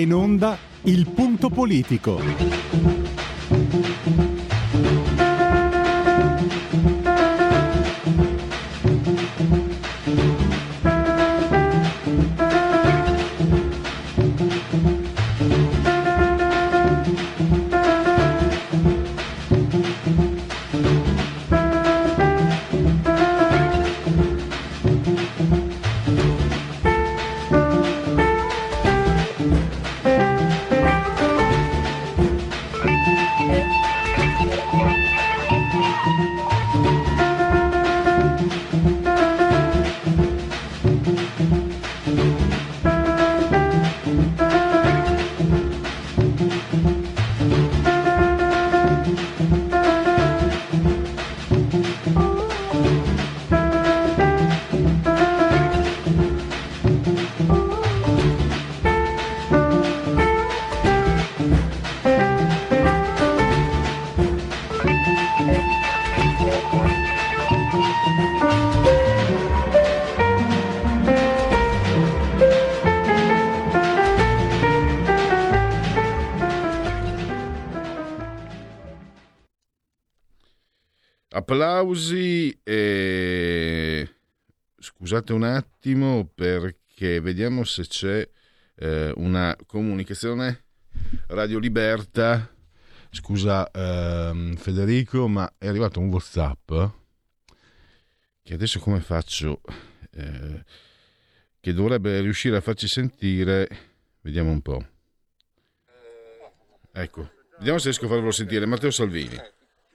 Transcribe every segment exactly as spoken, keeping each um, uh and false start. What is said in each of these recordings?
in onda Il Punto Politico. Applausi e scusate un attimo perché vediamo se c'è eh, una comunicazione. Radio Libertà, scusa ehm, Federico, ma è arrivato un WhatsApp che adesso come faccio eh, che dovrebbe riuscire a farci sentire, vediamo un po', ecco, vediamo se riesco a farvelo sentire. Matteo Salvini.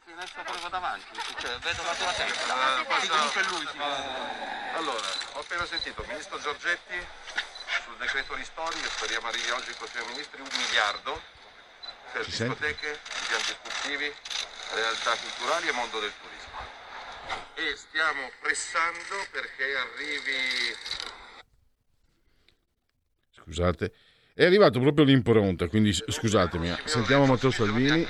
Vedo la tua testa, uh, comunque lui si uh, allora, ho appena sentito il ministro Giorgetti sul decreto ristori, che speriamo arrivi oggi il Consiglio dei Ministri, un miliardo per Ci discoteche, impianti sportivi, realtà culturali e mondo del turismo. E stiamo pressando perché arrivi... Scusate, è arrivato proprio l'impronta, quindi scusatemi, sentiamo Matteo Salvini.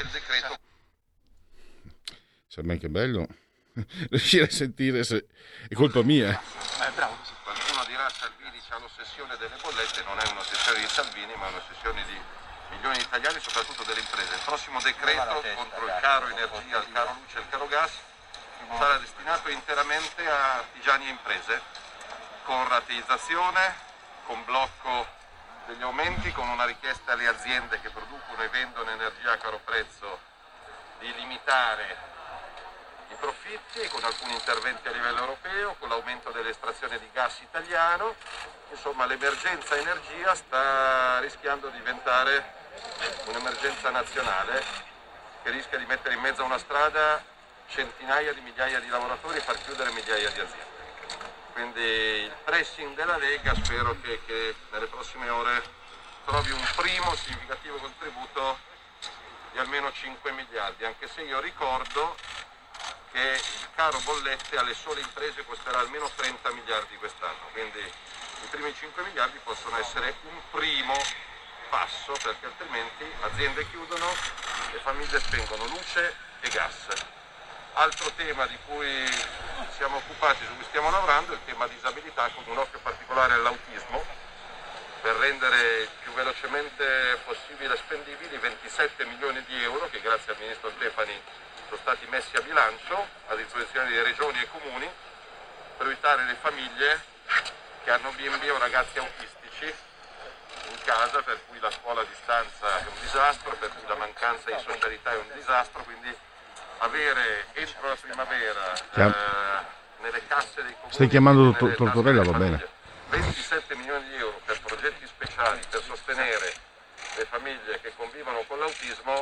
Sembra anche bello riuscire a sentire se è colpa mia. Eh, bravo. Qualcuno dirà Salvini c'ha l'ossessione delle bollette, non è un'ossessione di Salvini ma è un'ossessione di milioni di italiani, soprattutto delle imprese. Il prossimo decreto contro il caro energia, il caro luce e il caro gas sarà destinato interamente a artigiani e imprese, con rateizzazione, con blocco degli aumenti, con una richiesta alle aziende che producono e vendono energia a caro prezzo di limitare i profitti, con alcuni interventi a livello europeo, con l'aumento dell'estrazione di gas italiano. Insomma, l'emergenza energia sta rischiando di diventare un'emergenza nazionale che rischia di mettere in mezzo a una strada centinaia di migliaia di lavoratori e far chiudere migliaia di aziende. Quindi il pressing della Lega spero che, che nelle prossime ore trovi un primo significativo contributo di almeno cinque miliardi, anche se io ricordo che il caro bollette alle sole imprese costerà almeno trenta miliardi quest'anno, quindi i primi cinque miliardi possono essere un primo passo, perché altrimenti aziende chiudono e famiglie spengono luce e gas. Altro tema di cui siamo occupati, su cui stiamo lavorando, è il tema disabilità, con un occhio particolare all'autismo, per rendere il più velocemente possibile spendibili ventisette milioni di euro che grazie al ministro Stefani sono stati messi a bilancio a disposizione di regioni e comuni per aiutare le famiglie che hanno bimbi o ragazzi autistici in casa, per cui la scuola a distanza è un disastro, per cui la mancanza di socialità è un disastro, quindi avere entro la primavera eh, nelle casse dei comuni... Stai chiamando Tortorella, va bene. ventisette milioni di euro per progetti speciali per sostenere le famiglie che convivono con l'autismo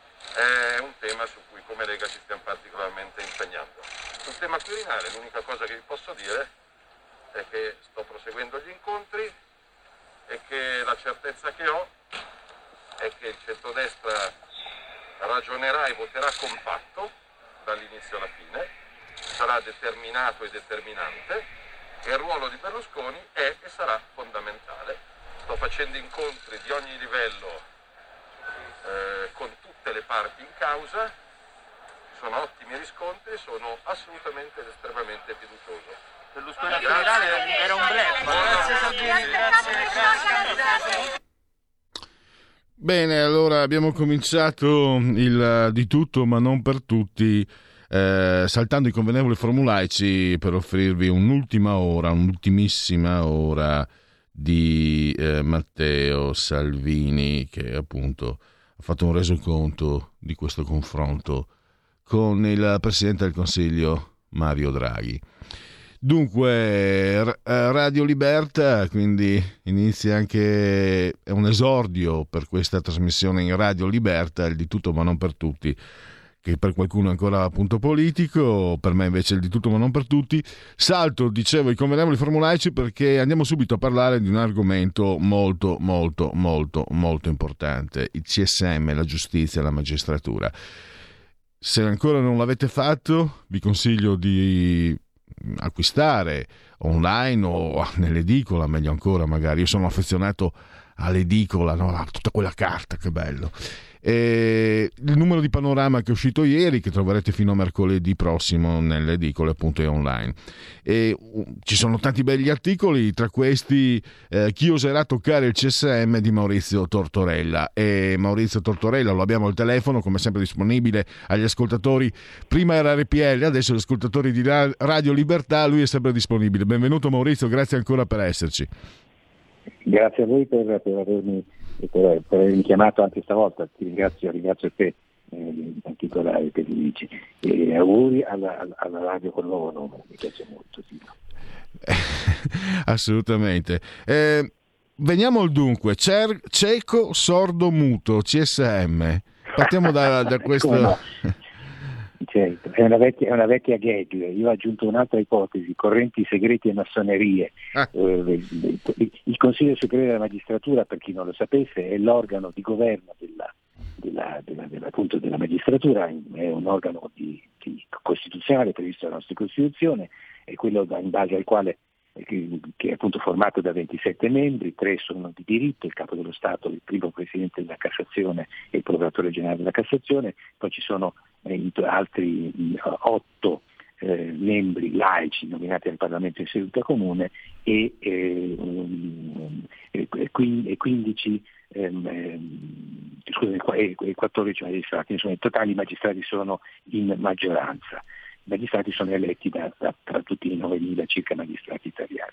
è un tema su cui come Lega ci stiamo particolarmente impegnando. Sul tema Quirinale l'unica cosa che vi posso dire è che sto proseguendo gli incontri e che la certezza che ho è che il centrodestra ragionerà e voterà compatto dall'inizio alla fine, sarà determinato e determinante, e il ruolo di Berlusconi è e sarà fondamentale. Sto facendo incontri di ogni livello eh, con tutte le parti in causa, sono ottimi riscontri, sono assolutamente ed estremamente fiducioso. Berlusconi a Quirinale era un bluff. Grazie Salvini, grazie. Bene, allora abbiamo cominciato il di tutto ma non per tutti, eh, saltando i convenevoli formulaici per offrirvi un'ultima ora, un'ultimissima ora di eh, Matteo Salvini, che appunto ha fatto un resoconto di questo confronto con il Presidente del Consiglio Mario Draghi. Dunque, Radio Libertà, quindi inizia anche è un esordio per questa trasmissione in Radio Libertà, il di tutto ma non per tutti, che per qualcuno è ancora punto politico, per me invece il di tutto ma non per tutti. Salto, dicevo, i convenevoli formulaici perché andiamo subito a parlare di un argomento molto, molto, molto, molto importante, il C S M, la giustizia, la magistratura. Se ancora non l'avete fatto, vi consiglio di acquistare online o nell'edicola, meglio ancora magari. Io sono affezionato all'edicola, no? Tutta quella carta, che bello. E il numero di Panorama che è uscito ieri, che troverete fino a mercoledì prossimo nelle edicole appunto e online, e uh, ci sono tanti belli articoli, tra questi eh, chi oserà toccare il C S M di Maurizio Tortorella. E Maurizio Tortorella lo abbiamo al telefono, come sempre disponibile agli ascoltatori. Prima era R P L, adesso gli ascoltatori di Radio Libertà, lui è sempre disponibile. Benvenuto Maurizio, grazie ancora per esserci. Grazie a voi per, per avermi per, per avermi chiamato anche stavolta, ti ringrazio, ringrazio te eh, in particolare per i dici, e auguri alla, alla radio con il nuovo nome, mi piace molto. Sì. Assolutamente. Eh, veniamo al dunque, Cer- cieco, sordo, muto, C S M. Partiamo da, da questo. No? Certo, è una vecchia, è una vecchia gag. Io ho aggiunto un'altra ipotesi: correnti segreti e massonerie. Ah. Eh, il Consiglio Superiore della Magistratura, per chi non lo sapesse, è l'organo di governo della, della, della, della, appunto, della magistratura, è un organo di, di costituzionale previsto dalla nostra Costituzione, è quello in base al quale Che, che è appunto formato da ventisette membri, tre sono di diritto, il capo dello Stato, il primo presidente della Cassazione e il procuratore generale della Cassazione, poi ci sono eh, altri otto eh, membri laici nominati dal Parlamento in seduta comune e, eh, um, e, e quindici ehm, scusami, e quattordici magistrati, insomma i totali magistrati sono in maggioranza. I magistrati sono eletti da, da, tra tutti i novemila circa magistrati italiani.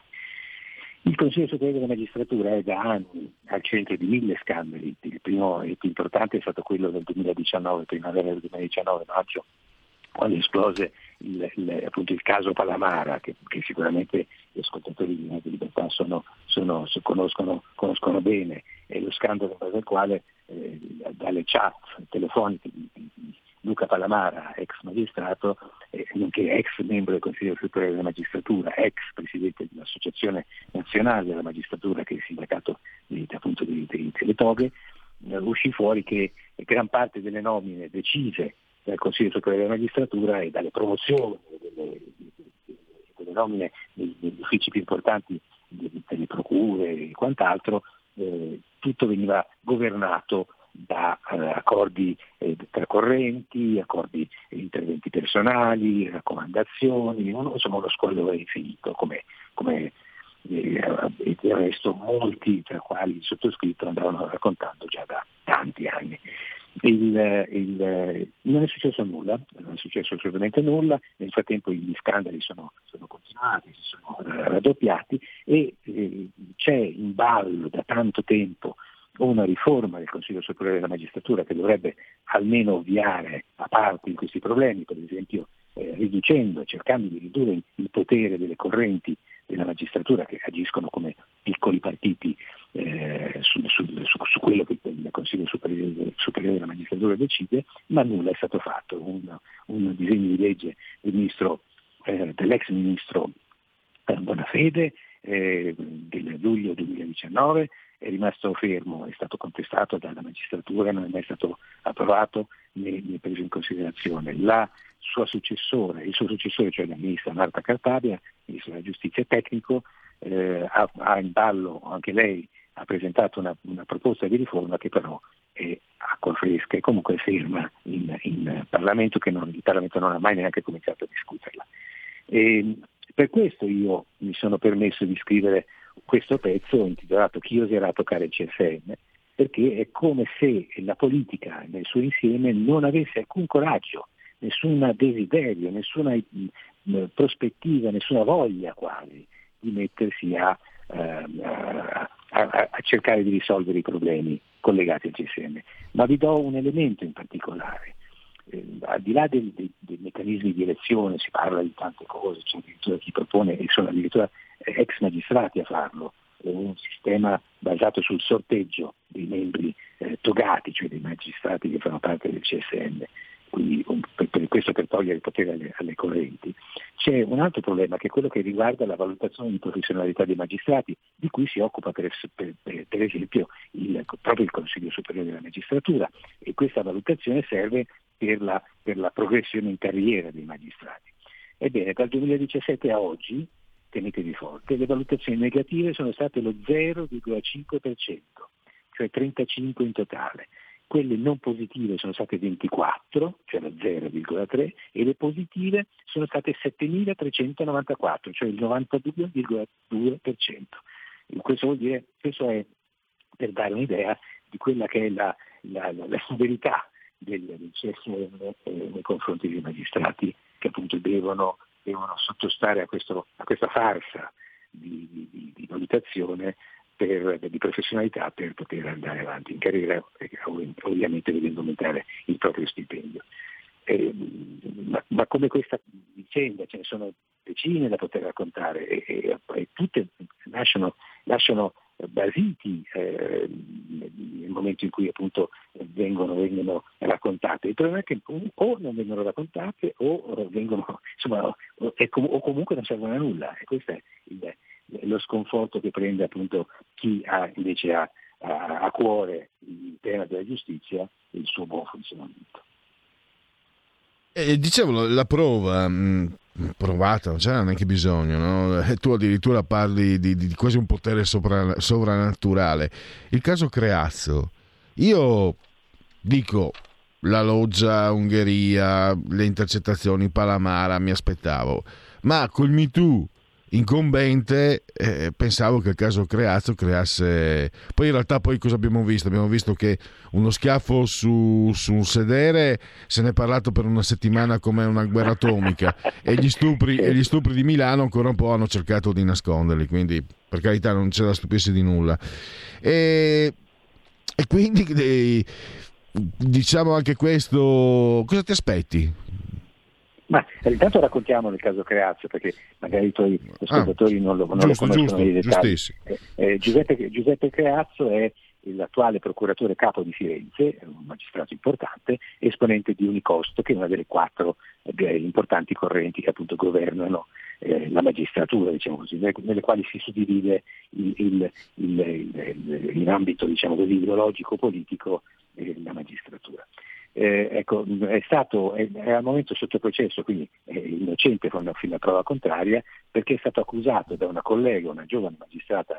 Il Consiglio Superiore della Magistratura è da anni al centro di mille scandali. Il primo e più importante è stato quello del duemiladiciannove, primavera del duemiladiciannove, maggio, quando esplose il, il, appunto il caso Palamara, che, che sicuramente gli ascoltatori di Radio Libertà sono, sono, conoscono, conoscono bene, è lo scandalo in base al quale eh, dalle chat telefoniche di, di Luca Palamara, ex magistrato, eh, nonché ex membro del Consiglio Superiore della Magistratura, ex presidente dell'Associazione Nazionale della Magistratura, che è il sindacato di, appunto di, di, delle toghe, eh, uscì fuori che gran parte delle nomine decise dal Consiglio Superiore della Magistratura e dalle promozioni delle, delle nomine degli uffici più importanti delle procure e quant'altro, eh, tutto veniva governato da eh, accordi eh, tra correnti, accordi eh, interventi personali, raccomandazioni, uno, insomma uno squallore infinito, come, come eh, e del resto molti, tra quali il sottoscritto, andavano raccontando già da tanti anni. Il, il, non è successo nulla, non è successo assolutamente nulla, nel frattempo gli scandali sono, sono continuati, si sono raddoppiati e eh, c'è in ballo da tanto tempo una riforma del Consiglio Superiore della Magistratura che dovrebbe almeno ovviare a parte di questi problemi, per esempio eh, riducendo, cercando di ridurre il potere delle correnti della magistratura che agiscono come piccoli partiti eh, su, su, su, su quello che il Consiglio Superiore, Superiore della Magistratura decide, ma nulla è stato fatto. Un, un disegno di legge del ministro, eh, dell'ex ministro eh, Bonafede eh, del luglio duemiladiciannove è rimasto fermo, è stato contestato dalla magistratura, non è mai stato approvato né, né preso in considerazione. La sua successore, il suo successore, cioè la ministra Marta Cartabia, ministro della giustizia tecnico, eh, ha, ha in ballo, anche lei ha presentato una, una proposta di riforma che però è acqua fresca e comunque ferma in, in Parlamento, che non, il Parlamento non ha mai neanche cominciato a discuterla. E per questo io mi sono permesso di scrivere questo pezzo intitolato Chi oserà toccare il C S M, perché è come se la politica nel suo insieme non avesse alcun coraggio, nessun desiderio, nessuna prospettiva, nessuna voglia quasi di mettersi a, a, a, a cercare di risolvere i problemi collegati al G S M. Ma vi do un elemento in particolare. Eh, al di là dei, dei, dei meccanismi di elezione, si parla di tante cose, c'è addirittura chi propone, e sono addirittura ex magistrati a farlo, un sistema basato sul sorteggio dei membri eh, togati, cioè dei magistrati che fanno parte del C S M, quindi un, per, per questo per togliere il potere alle, alle correnti. C'è un altro problema che è quello che riguarda la valutazione di professionalità dei magistrati, di cui si occupa per, per, per, per esempio il, proprio il Consiglio Superiore della Magistratura, e questa valutazione serve per la, per la progressione in carriera dei magistrati. Ebbene, dal duemiladiciassette a oggi, tenetevi forte, le valutazioni negative sono state lo zero virgola cinque per cento, cioè trentacinque in totale. Quelle non positive sono state ventiquattro, cioè lo zero virgola tre, e le positive sono state settemilatrecentonovantaquattro, cioè il novantadue virgola due per cento. Questo vuol dire, questo è per dare un'idea di quella che è la, la, la, la severità del, del C S M eh, nei confronti dei magistrati, che appunto devono, devono sottostare a, questo, a questa farsa di, di, di valutazione per, di professionalità per poter andare avanti in carriera, ovviamente vedendo aumentare il proprio stipendio. Eh, ma, ma come questa vicenda ce ne sono decine da poter raccontare, e, e, e tutte lasciano, lasciano basiti eh, nel momento in cui appunto vengono, vengono raccontate. Il problema è che o non vengono raccontate o vengono, insomma, o, o comunque non servono a nulla, e questo è il, lo sconforto che prende appunto chi ha invece ha, a, a cuore il tema della giustizia e il suo buon funzionamento. Eh, dicevo, la prova mh, provata, non c'era neanche bisogno, no? E tu addirittura parli di, di quasi un potere sopra, sovrannaturale. Il caso Creazzo, io dico la Loggia, Ungheria, le intercettazioni, Palamara, mi aspettavo, ma col Me Too incombente eh, pensavo che il caso Creazzo creasse. Poi in realtà poi cosa abbiamo visto? Abbiamo visto che uno schiaffo su, su un sedere, se ne è parlato per una settimana come una guerra atomica, e gli stupri, e gli stupri di Milano ancora un po' hanno cercato di nasconderli, quindi per carità non c'è da stupirsi di nulla, e, e quindi eh, diciamo anche questo. Cosa ti aspetti? Ma intanto raccontiamo il caso Creazzo, perché magari i tuoi ascoltatori ah, non lo, non giusto, lo conoscono nei dettagli. Eh, eh, Giuseppe, Giuseppe Creazzo è l'attuale procuratore capo di Firenze, un magistrato importante, esponente di Unicost, che è una delle quattro eh, importanti correnti che appunto governano eh, la magistratura, diciamo così, nelle, nelle quali si suddivide il, il, il, il, in ambito, diciamo così, ideologico-politico eh, la magistratura. Eh, ecco, è stato è, è al momento sotto processo, quindi è innocente fino a prova contraria, perché è stato accusato da una collega, una giovane magistrata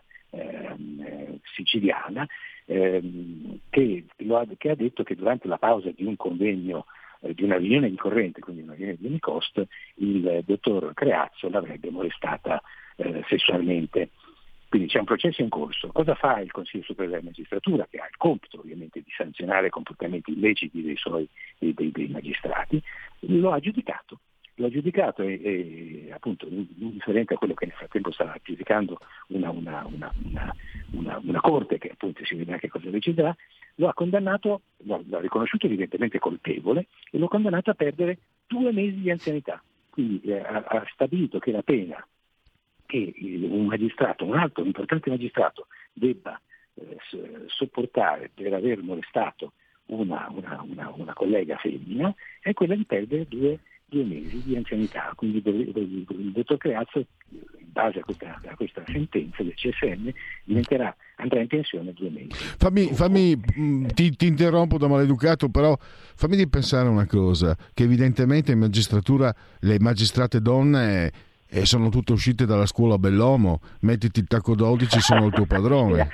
eh, siciliana, eh, che, lo ha, che ha detto che durante la pausa di un convegno, eh, di una riunione di corrente, quindi una riunione di Unicost, il dottor Creazzo l'avrebbe molestata eh, sessualmente. Quindi c'è un processo in corso. Cosa fa il Consiglio Superiore della Magistratura, che ha il compito ovviamente di sanzionare comportamenti illeciti dei suoi dei, dei, dei magistrati? Lo ha giudicato. Lo ha giudicato e, e appunto indifferente a quello che nel frattempo stava giudicando una, una, una, una, una, una corte che appunto si vede anche cosa deciderà, lo ha condannato, lo ha riconosciuto evidentemente colpevole e lo ha condannato a perdere due mesi di anzianità. Quindi eh, ha, ha stabilito che la pena che un magistrato, un altro importante magistrato, debba eh, sopportare per aver molestato una, una, una, una collega femmina è quella di perdere due, due mesi di anzianità. Quindi il dottor Creazzo, in base a questa, a questa sentenza del C S M, diventerà, andrà in pensione due mesi. Fammi, fammi ti, ti interrompo da maleducato, però fammi di pensare una cosa, che evidentemente in magistratura le magistrate donne e sono tutte uscite dalla scuola Bellomo, mettiti il tacco dodici, sono il tuo padrone.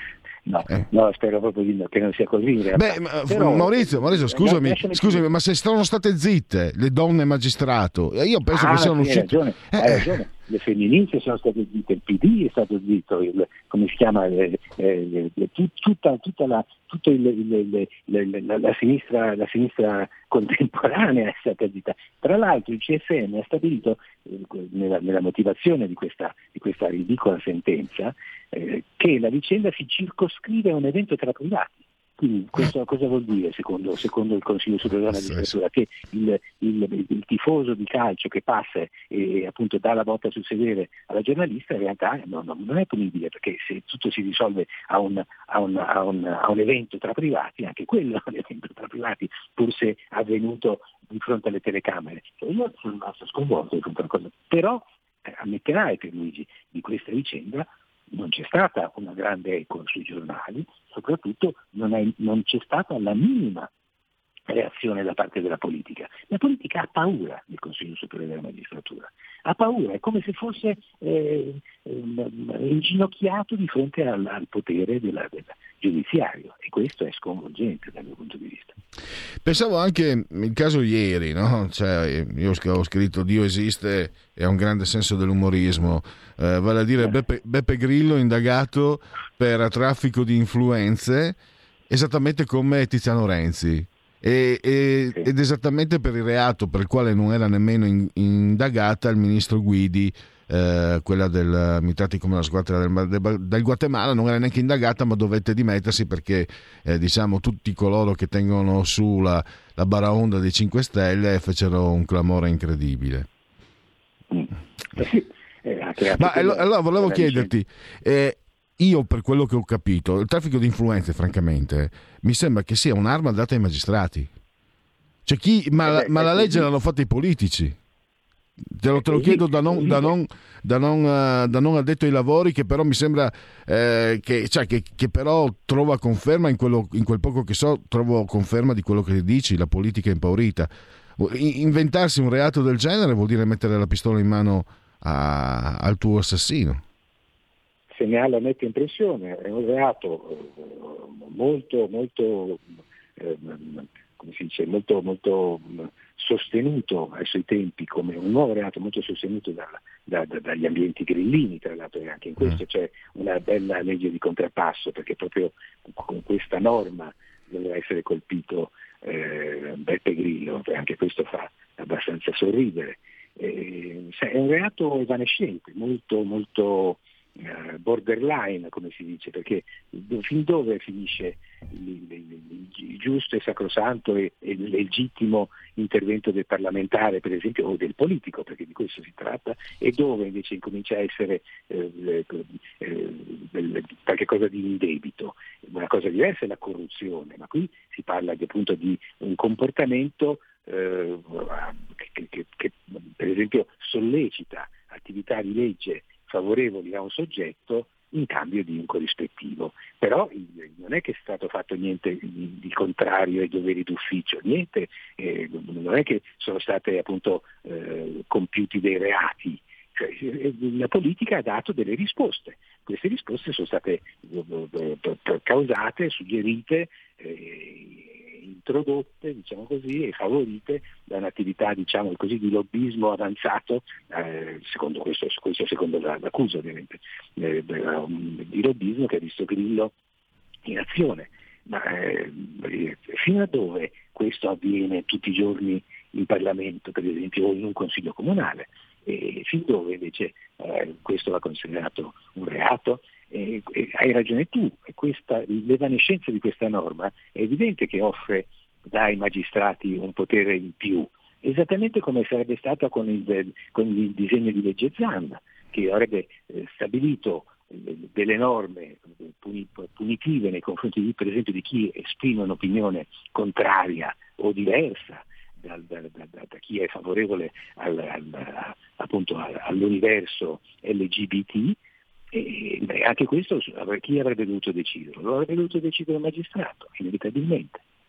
No, eh. no, spero proprio di no, che non sia così. In realtà. Beh, ma, Però, Maurizio, Maurizio, scusami, lasciami scusami, ma se sono state zitte le donne magistrato, io penso ah, che siano sì, uscite. Hai ragione, Eh, hai ragione. Le femministe sono state zitte, il P D è stato zitto, il, come si chiama, eh, eh, tutta, tutta la, tutto il, il, il, la, la, sinistra, la sinistra contemporanea è stata zitta. Tra l'altro il C S M ha stabilito eh, nella, nella motivazione di questa, di questa ridicola sentenza eh, che la vicenda si circoscrive a un evento tra privati. Quindi questo cosa vuol dire secondo, secondo il Consiglio Superiore della Magistratura? Che il, il, il tifoso di calcio che passa e, e appunto dà la botta sul sedere alla giornalista in realtà no, no, non è punibile, perché se tutto si risolve a un, a, un, a, un, a un evento tra privati, anche quello è un evento tra privati, pur se avvenuto di fronte alle telecamere. Io sono rimasto sconvolto di fronte a una cosa, però eh, ammetterai, Pierluigi, di questa vicenda non c'è stata una grande eco sui giornali, soprattutto non, è, non c'è stata la minima reazione da parte della politica. La politica ha paura del Consiglio Superiore della Magistratura, ha paura, è come se fosse eh, eh, inginocchiato di fronte al, al potere della, della giudiziario, e questo è sconvolgente dal mio punto di vista. Pensavo anche il caso ieri, no? Cioè, io ho scritto Dio esiste e ha un grande senso dell'umorismo, eh, vale a dire Beppe, Beppe Grillo indagato per traffico di influenze esattamente come Tiziano Renzi. E, e, sì. Ed esattamente per il reato per il quale non era nemmeno in, indagata il ministro Guidi, eh, quella del Mitati come la squadra del, del, del Guatemala, non era neanche indagata, ma dovette dimettersi perché eh, diciamo tutti coloro che tengono su la, la baraonda dei cinque Stelle fecero un clamore incredibile. Mm. Eh sì, eh, ma allora volevo chiederti, eh, io per quello che ho capito, il traffico di influenze francamente mi sembra che sia un'arma data ai magistrati. Cioè chi, ma, eh beh, ma la legge così. l'hanno fatta i politici. Te lo, te lo chiedo da non, da, non, da, non, uh, da non addetto ai lavori, che però mi sembra eh, che, cioè, che, che però trova conferma in, quello, in quel poco che so, trovo conferma di quello che dici, la politica è impaurita. Inventarsi un reato del genere vuol dire mettere la pistola in mano a, al tuo assassino. Se ne ha la netta impressione, è un reato molto, molto, eh, come si dice, molto, molto sostenuto ai suoi tempi, come un nuovo reato molto sostenuto da, da, da, dagli ambienti grillini, tra l'altro, e anche in questo c'è una bella legge di contrappasso, perché proprio con questa norma doveva essere colpito eh, Beppe Grillo, e anche questo fa abbastanza sorridere. Eh, è un reato evanescente, molto, molto Uh, borderline, come si dice, perché fin dove finisce il, il, il giusto e sacrosanto e, e il legittimo intervento del parlamentare, per esempio, o del politico, perché di questo si tratta, e dove invece incomincia a essere eh, eh, qualche cosa di indebito. Una cosa diversa è la corruzione, ma qui si parla di, appunto di un comportamento eh, che, che, che per esempio sollecita attività di legge favorevoli a un soggetto in cambio di un corrispettivo. Però non è che è stato fatto niente di, di contrario ai doveri d'ufficio, niente, eh, non è che sono state appunto eh, compiuti dei reati. Cioè, la politica ha dato delle risposte, queste risposte sono state causate, suggerite, eh, introdotte, diciamo così, e favorite da un'attività, diciamo così, di lobbismo avanzato, eh, secondo questo, questo secondo l'accusa ovviamente, eh, di lobbismo che ha visto Grillo in azione. Ma eh, fino a dove questo avviene tutti i giorni in Parlamento, per esempio, o in un consiglio comunale? E fin dove invece eh, questo va considerato un reato? E, e hai ragione tu, questa, l'evanescenza di questa norma è evidente che offre dai magistrati un potere in più, esattamente come sarebbe stato con il, con il disegno di legge Zan, che avrebbe eh, stabilito eh, delle norme punitive nei confronti di, per esempio, di chi esprime un'opinione contraria o diversa Da, da, da, da chi è favorevole al, al, appunto all'universo L G B T, e beh, anche questo chi avrebbe dovuto deciderlo? Lo avrebbe dovuto decidere il magistrato, inevitabilmente.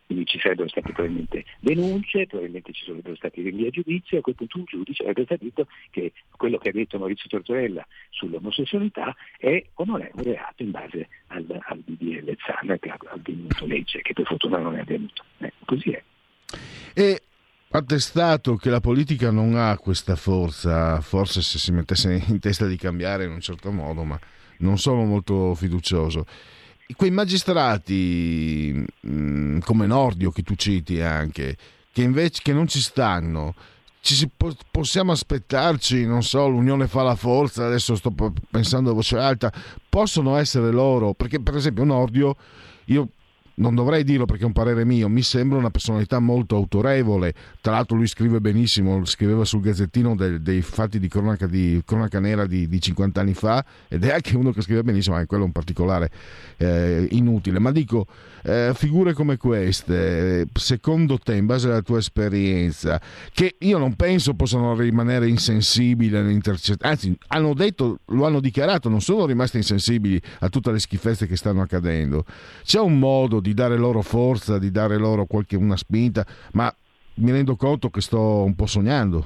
quindi ci sarebbero state probabilmente denunce, probabilmente ci sarebbero stati rinvii a giudizio, e a quel punto un giudice avrebbe stabilito che quello che ha detto Maurizio Tortorella sull'omosessualità è o non è un reato in base al, al D D L Zan, al divenuto legge, che per fortuna non è avvenuto. Eh, così è. E attestato che la politica non ha questa forza, forse se si mettesse in testa di cambiare in un certo modo, ma non sono molto fiducioso. Quei magistrati mh, come Nordio, che tu citi anche, che invece che non ci stanno, ci si po- possiamo aspettarci, non so, l'unione fa la forza, adesso sto pensando a voce alta, possono essere loro, perché per esempio Nordio, io non dovrei dirlo perché è un parere mio, mi sembra una personalità molto autorevole, tra l'altro lui scrive benissimo, scriveva sul Gazzettino del, dei fatti di cronaca, di cronaca nera di, di cinquanta anni fa, ed è anche uno che scrive benissimo, anche quello è un particolare eh, inutile, ma dico, eh, figure come queste, secondo te, in base alla tua esperienza, che io non penso possano rimanere insensibili, anzi hanno detto, lo hanno dichiarato, non sono rimasti insensibili a tutte le schifezze che stanno accadendo, c'è un modo di dare loro forza, di dare loro qualche una spinta, ma mi rendo conto che sto un po' sognando.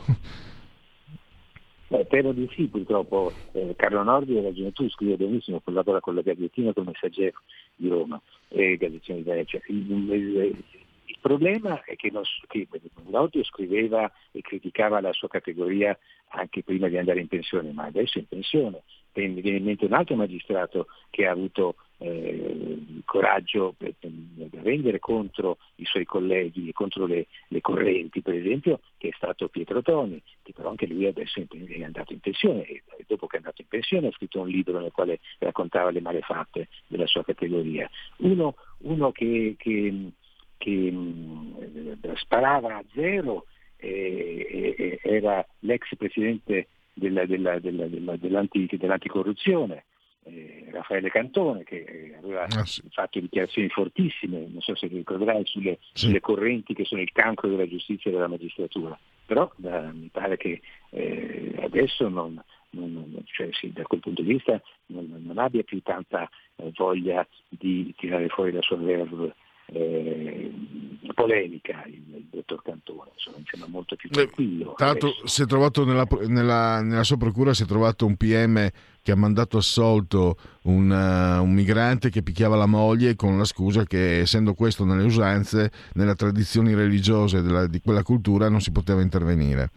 Beh, spero di sì, purtroppo. Eh, Carlo Nordio, hai ragione tu, scrive benissimo, collabora con la Gazzettina, con il Messaggero di Roma e Gazzettino di Venezia. Il, il, il problema è che, non, che Nordio scriveva e criticava la sua categoria anche prima di andare in pensione, ma adesso è in pensione. Mi viene in mente un altro magistrato che ha avuto eh, il coraggio per, per rendere contro i suoi colleghi e contro le, le correnti, per esempio, che è stato Pietro Toni, che però anche lui adesso è andato in pensione, e dopo che è andato in pensione ha scritto un libro nel quale raccontava le malefatte della sua categoria. Uno, uno che, che, che mh, sparava a zero eh, eh, era l'ex presidente Della, della, della, della, dell'anti, dell'anticorruzione, eh, Raffaele Cantone, che aveva ah, sì. fatto dichiarazioni fortissime, non so se ricorderai, sulle, sì. sulle correnti che sono il cancro della giustizia e della magistratura, però da, mi pare che eh, adesso non, non, non cioè, sì, da quel punto di vista non, non abbia più tanta eh, voglia di tirare fuori la sua verve Eh, polemica, il, il dottor Cantone, insomma, mi sembra molto più tranquillo. Tra l'altro si è trovato nella, nella, nella sua procura si è trovato un P M che ha mandato assolto un, uh, un migrante che picchiava la moglie con la scusa che, essendo questo nelle usanze, nelle tradizioni religiose della, di quella cultura, non si poteva intervenire.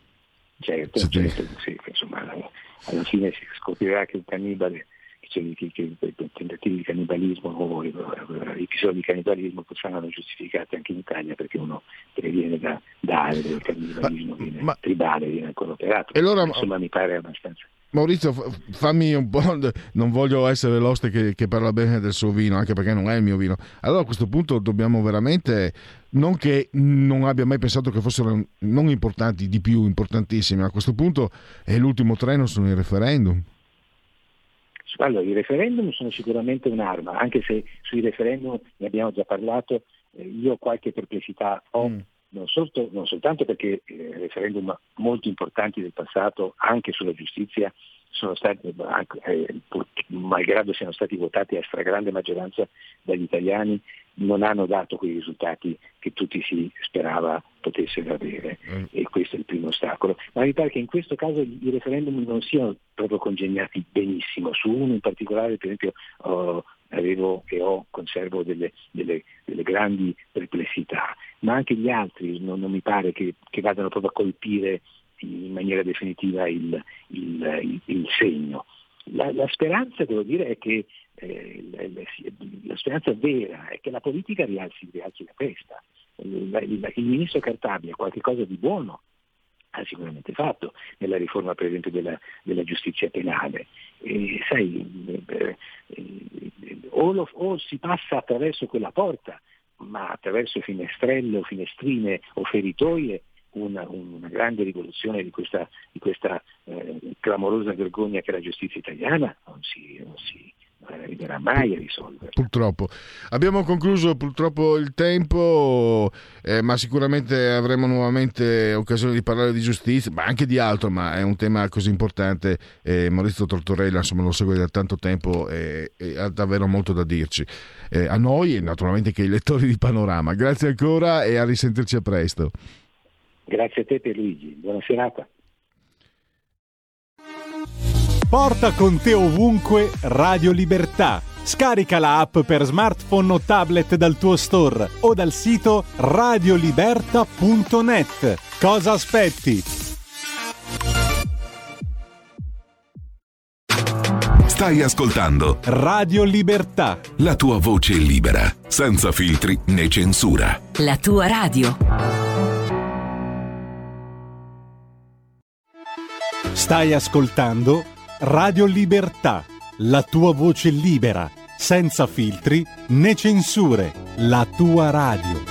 Certo, sì, certo sì, insomma, alla fine si scoprirà che un cannibale, cioè, che, che, che tentativi di cannibalismo o episodi di cannibalismo saranno giustificati anche in Italia, perché uno che viene da, da aree del cannibalismo ma, viene ma, tribale, viene ancora operato. Allora, insomma, mi pare abbastanza. Maurizio, fammi un po', non voglio essere l'oste che, che parla bene del suo vino, anche perché non è il mio vino. Allora a questo punto dobbiamo veramente, non che non abbia mai pensato che fossero non importanti, di più importantissimi, a questo punto è l'ultimo treno, sono i referendum. Allora, i referendum sono sicuramente un'arma, anche se sui referendum ne abbiamo già parlato, eh, io qualche perplessità ho, mm. non, solto, non soltanto perché eh, referendum molto importanti del passato, anche sulla giustizia, sono stati, anche, eh, pur, malgrado siano stati votati a stragrande maggioranza dagli italiani, non hanno dato quei risultati che tutti si sperava potessero avere, mm. e questo è il primo ostacolo. Ma mi pare che in questo caso i referendum non siano proprio congegnati benissimo. Su uno in particolare, per esempio, oh, avevo e ho, conservo delle, delle, delle grandi perplessità, ma anche gli altri non, non mi pare che, che vadano proprio a colpire in maniera definitiva il, il, il, il segno. La, la speranza, devo dire, è che eh, la, la, la speranza vera è che la politica rialzi, rialzi la testa. Il, il, il ministro Cartabia qualche cosa di buono ha sicuramente fatto nella riforma, per esempio, della, della giustizia penale. E, sai, eh, eh, o, lo, o si passa attraverso quella porta, ma attraverso finestrelle o finestrine o feritoie, Una, una grande rivoluzione di questa, di questa eh, clamorosa vergogna che è la giustizia italiana non si, non si, arriverà mai a risolvere. Purtroppo. Abbiamo concluso purtroppo il tempo, eh, ma sicuramente avremo nuovamente occasione di parlare di giustizia, ma anche di altro, ma è un tema così importante. Eh, Maurizio Tortorella, insomma, lo segue da tanto tempo e, e ha davvero molto da dirci. Eh, a noi e naturalmente che i lettori di Panorama. Grazie ancora e a risentirci a presto. Grazie a te Pierluigi, buona serata. Porta con te ovunque Radio Libertà. Scarica la app per smartphone o tablet dal tuo store o dal sito radioliberta punto net. Cosa aspetti? Stai ascoltando Radio Libertà. La tua voce libera, senza filtri né censura. La tua radio. Stai ascoltando Radio Libertà, la tua voce libera, senza filtri né censure, la tua radio.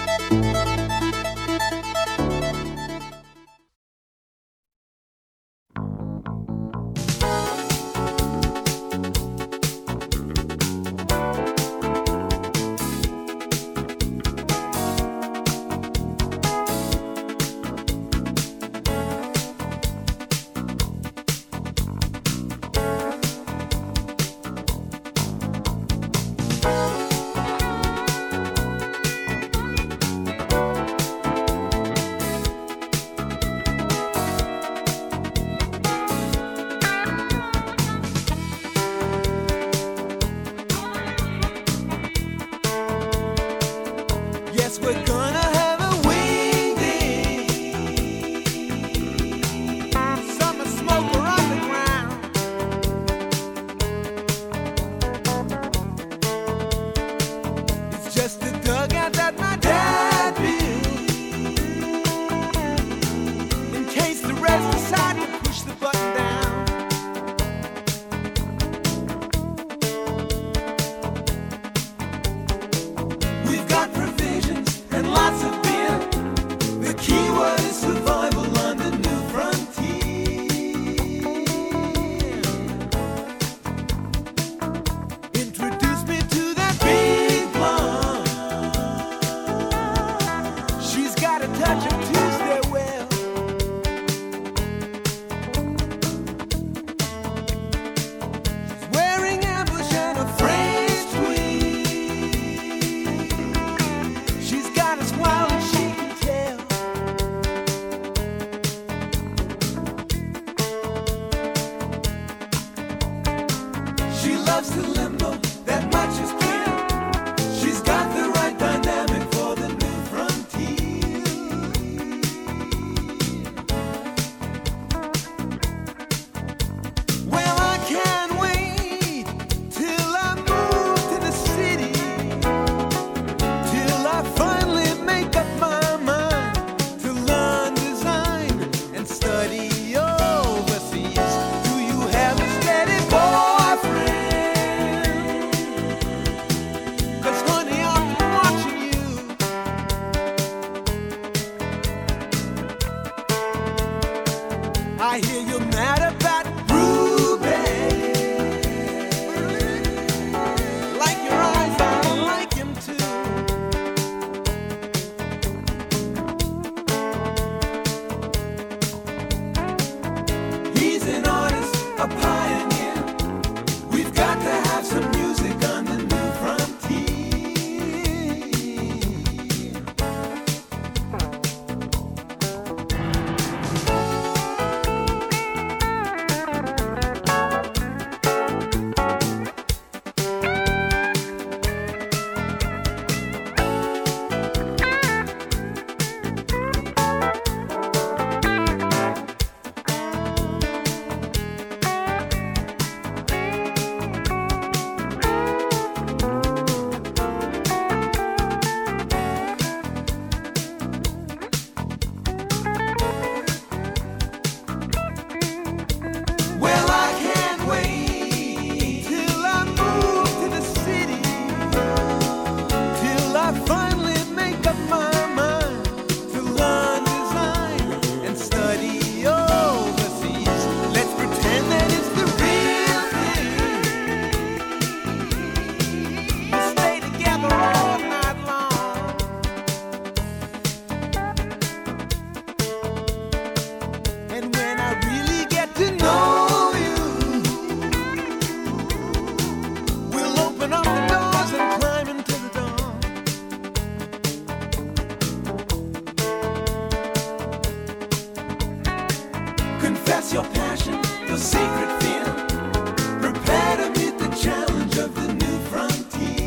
What's your passion, your secret fear? Prepare to meet the challenge of the new frontier.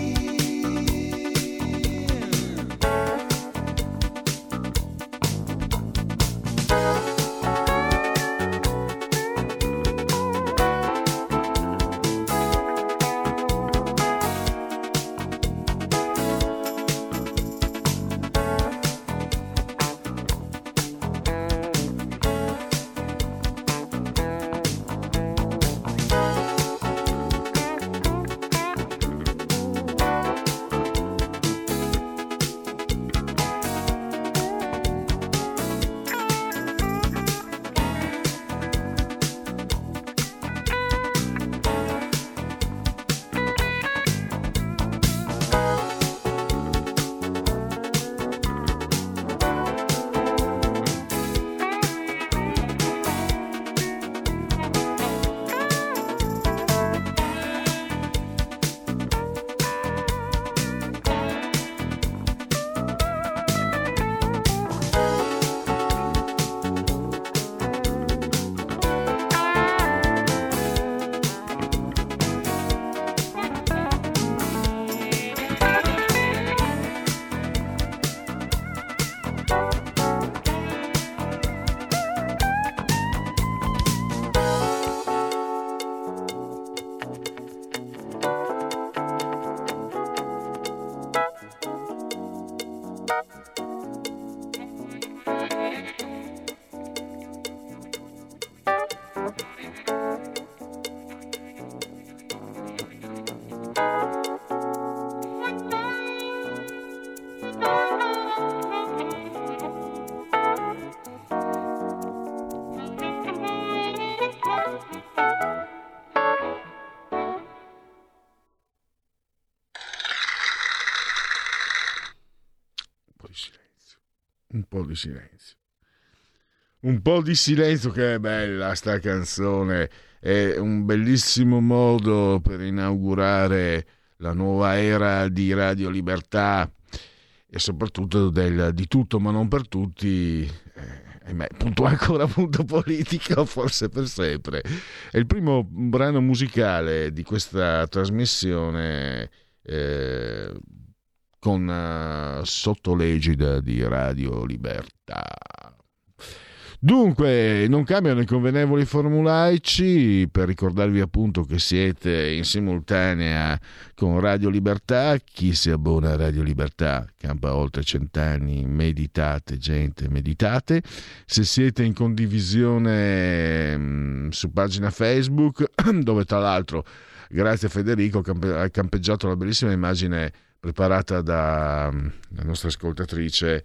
Un po' di silenzio. Un po' di silenzio, che è bella sta canzone. È un bellissimo modo per inaugurare la nuova era di Radio Libertà e soprattutto del, di tutto ma non per tutti, eh, punto ancora punto politica, forse per sempre. È il primo brano musicale di questa trasmissione eh, con uh, sotto l'egida di Radio Libertà. Dunque, non cambiano i convenevoli formulaici, per ricordarvi appunto che siete in simultanea con Radio Libertà. Chi si abbona a Radio Libertà campa oltre cent'anni. Meditate, gente, meditate. Se siete in condivisione mh, su pagina Facebook, dove tra l'altro, grazie a Federico, ha campeggiato la bellissima immagine preparata da la nostra ascoltatrice,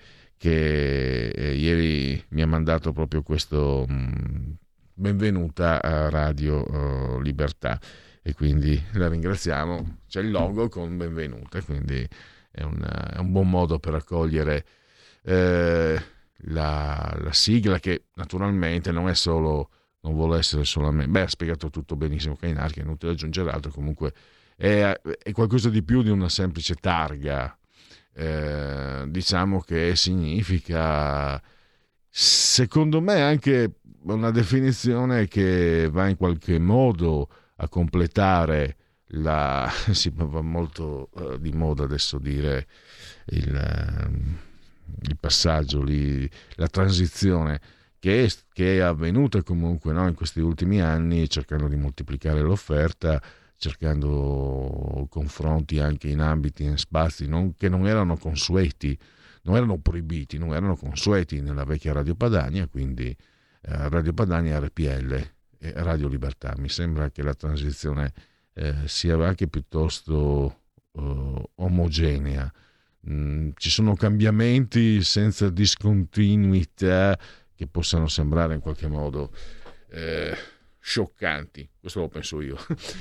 che eh, ieri mi ha mandato proprio questo mh, benvenuta a Radio uh, Libertà, e quindi la ringraziamo. C'è il logo con benvenuta, quindi è un, è un buon modo per accogliere eh, la, la sigla, che naturalmente non è solo, non vuole essere solamente, beh, ha spiegato tutto benissimo Cainarca, che è inutile aggiungere altro. Comunque è, è qualcosa di più di una semplice targa. Eh, diciamo che significa, secondo me, anche una definizione che va in qualche modo a completare la, si va molto uh, di moda adesso dire il, uh, il passaggio lì, la transizione che è, che è avvenuta comunque, no, in questi ultimi anni, cercando di moltiplicare l'offerta, cercando confronti anche in ambiti, in spazi non, che non erano consueti, non erano proibiti, non erano consueti nella vecchia Radio Padania, quindi eh, Radio Padania R P L e Radio Libertà. Mi sembra che la transizione eh, sia anche piuttosto eh, omogenea. Mm, ci sono cambiamenti senza discontinuità che possano sembrare in qualche modo eh, scioccanti, questo lo penso io.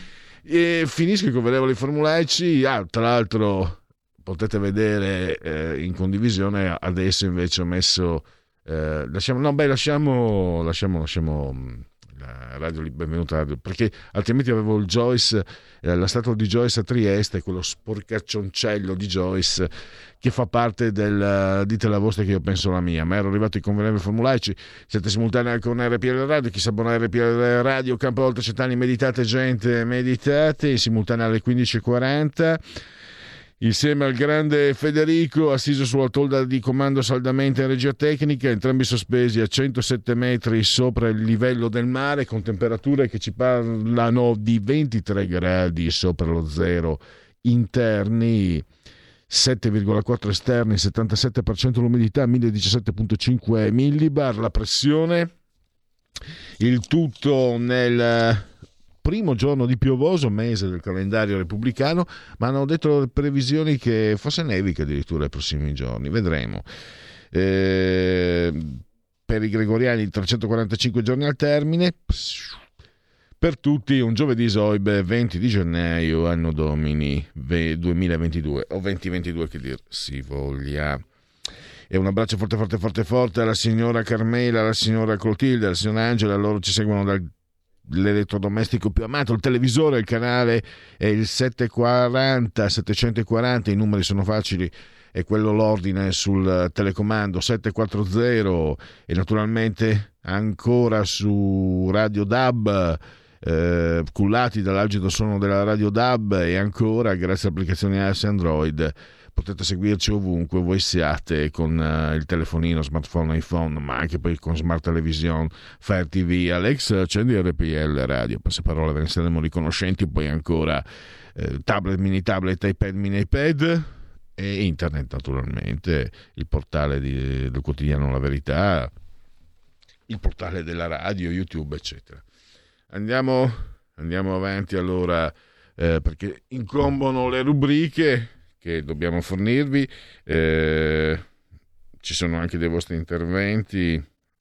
E finisco i convenevoli formulaici. Ah, tra l'altro potete vedere eh, in condivisione, adesso invece ho messo eh, lasciamo no beh lasciamo lasciamo lasciamo la radio benvenuta radio, perché altrimenti avevo il Joyce, eh, la statua di Joyce a Trieste, quello sporcaccioncello di Joyce che fa parte del uh, dite la vostra che io penso la mia, ma ero arrivato ai convenevoli formulaici. Siete simultanei con R P L Radio, chi sa buona R P L Radio, campo oltre cent'anni, meditate gente, meditate, in simultanea alle quindici e quaranta. Insieme al grande Federico, assiso sulla tolda di comando saldamente in regia tecnica, entrambi sospesi a centosette metri sopra il livello del mare, con temperature che ci parlano di ventitré gradi sopra lo zero interni, sette virgola quattro esterni, settantasette per cento l'umidità, mille diciassette virgola cinque millibar la pressione. Il tutto nel primo giorno di piovoso mese del calendario repubblicano, ma hanno detto le previsioni che forse nevica addirittura nei prossimi giorni, vedremo. Eh, per i gregoriani trecentoquarantacinque giorni al termine, per tutti un giovedì Soibe venti di gennaio, anno domini duemilaventidue o duemilaventidue che dir si voglia. E un abbraccio forte forte forte forte alla signora Carmela, alla signora Clotilde, alla signora Angela, loro ci seguono dal l'elettrodomestico più amato, il televisore, il canale è il settecentoquaranta settecentoquaranta, i numeri sono facili, è quello l'ordine sul telecomando settecentoquaranta, e naturalmente ancora su Radio D A B, eh, cullati dall'algido suono della Radio D A B, e ancora grazie all'applicazione iOS e Android potete seguirci ovunque voi siate con uh, il telefonino, smartphone, iPhone, ma anche poi con Smart Television, Fire T V, Alexa, accendi R P L Radio, passaparola ve ne saremo riconoscenti, poi ancora eh, tablet, mini tablet, iPad, mini iPad e internet naturalmente, il portale di, del quotidiano La Verità, il portale della radio, YouTube, eccetera. Andiamo, andiamo avanti allora, eh, perché incombono le rubriche che dobbiamo fornirvi, eh, ci sono anche dei vostri interventi.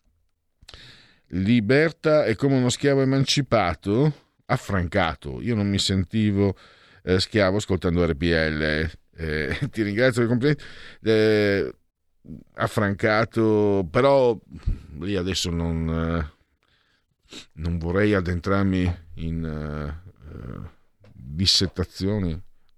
Libertà è come uno schiavo emancipato, affrancato. Io non mi sentivo eh, schiavo ascoltando R P L, eh, ti ringrazio per i complimenti, eh, affrancato, però lì adesso non, eh, non vorrei addentrarmi in eh, dissettazioni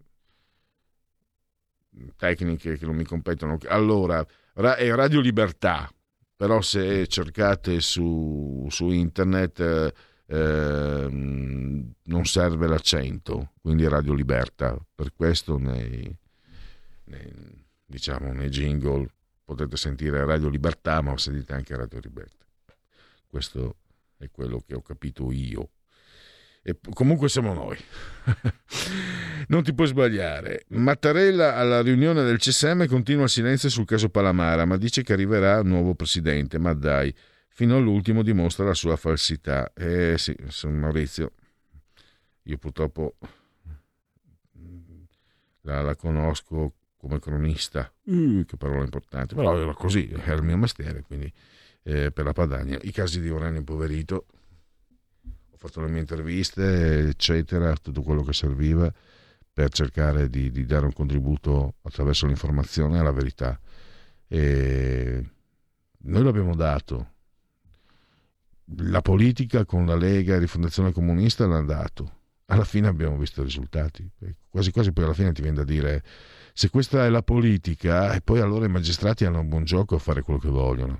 tecniche che non mi competono. Allora, è Radio Libertà, però se cercate su, su internet eh, eh, non serve l'accento, quindi Radio Libertà. Per questo nei, nei, diciamo, nei jingle potete sentire Radio Libertà, ma sentite anche Radio Libertà. Questo è quello che ho capito io. E comunque siamo noi. Non ti puoi sbagliare. Mattarella alla riunione del C S M continua il silenzio sul caso Palamara, ma dice che arriverà un nuovo presidente. Ma dai, fino all'ultimo dimostra la sua falsità. Eh sì, sono Maurizio, io purtroppo la, la conosco come cronista, uh, che parola importante, però era così, era il mio mestiere, quindi eh, per la Padania. I casi di Uranio Impoverito, ho fatto le mie interviste, eccetera, tutto quello che serviva per cercare di, di dare un contributo attraverso l'informazione alla verità. E noi l'abbiamo dato. La politica con la Lega e Rifondazione Comunista l'ha dato. Alla fine abbiamo visto i risultati. Quasi quasi poi alla fine ti viene da dire: se questa è la politica, e poi allora i magistrati hanno un buon gioco a fare quello che vogliono.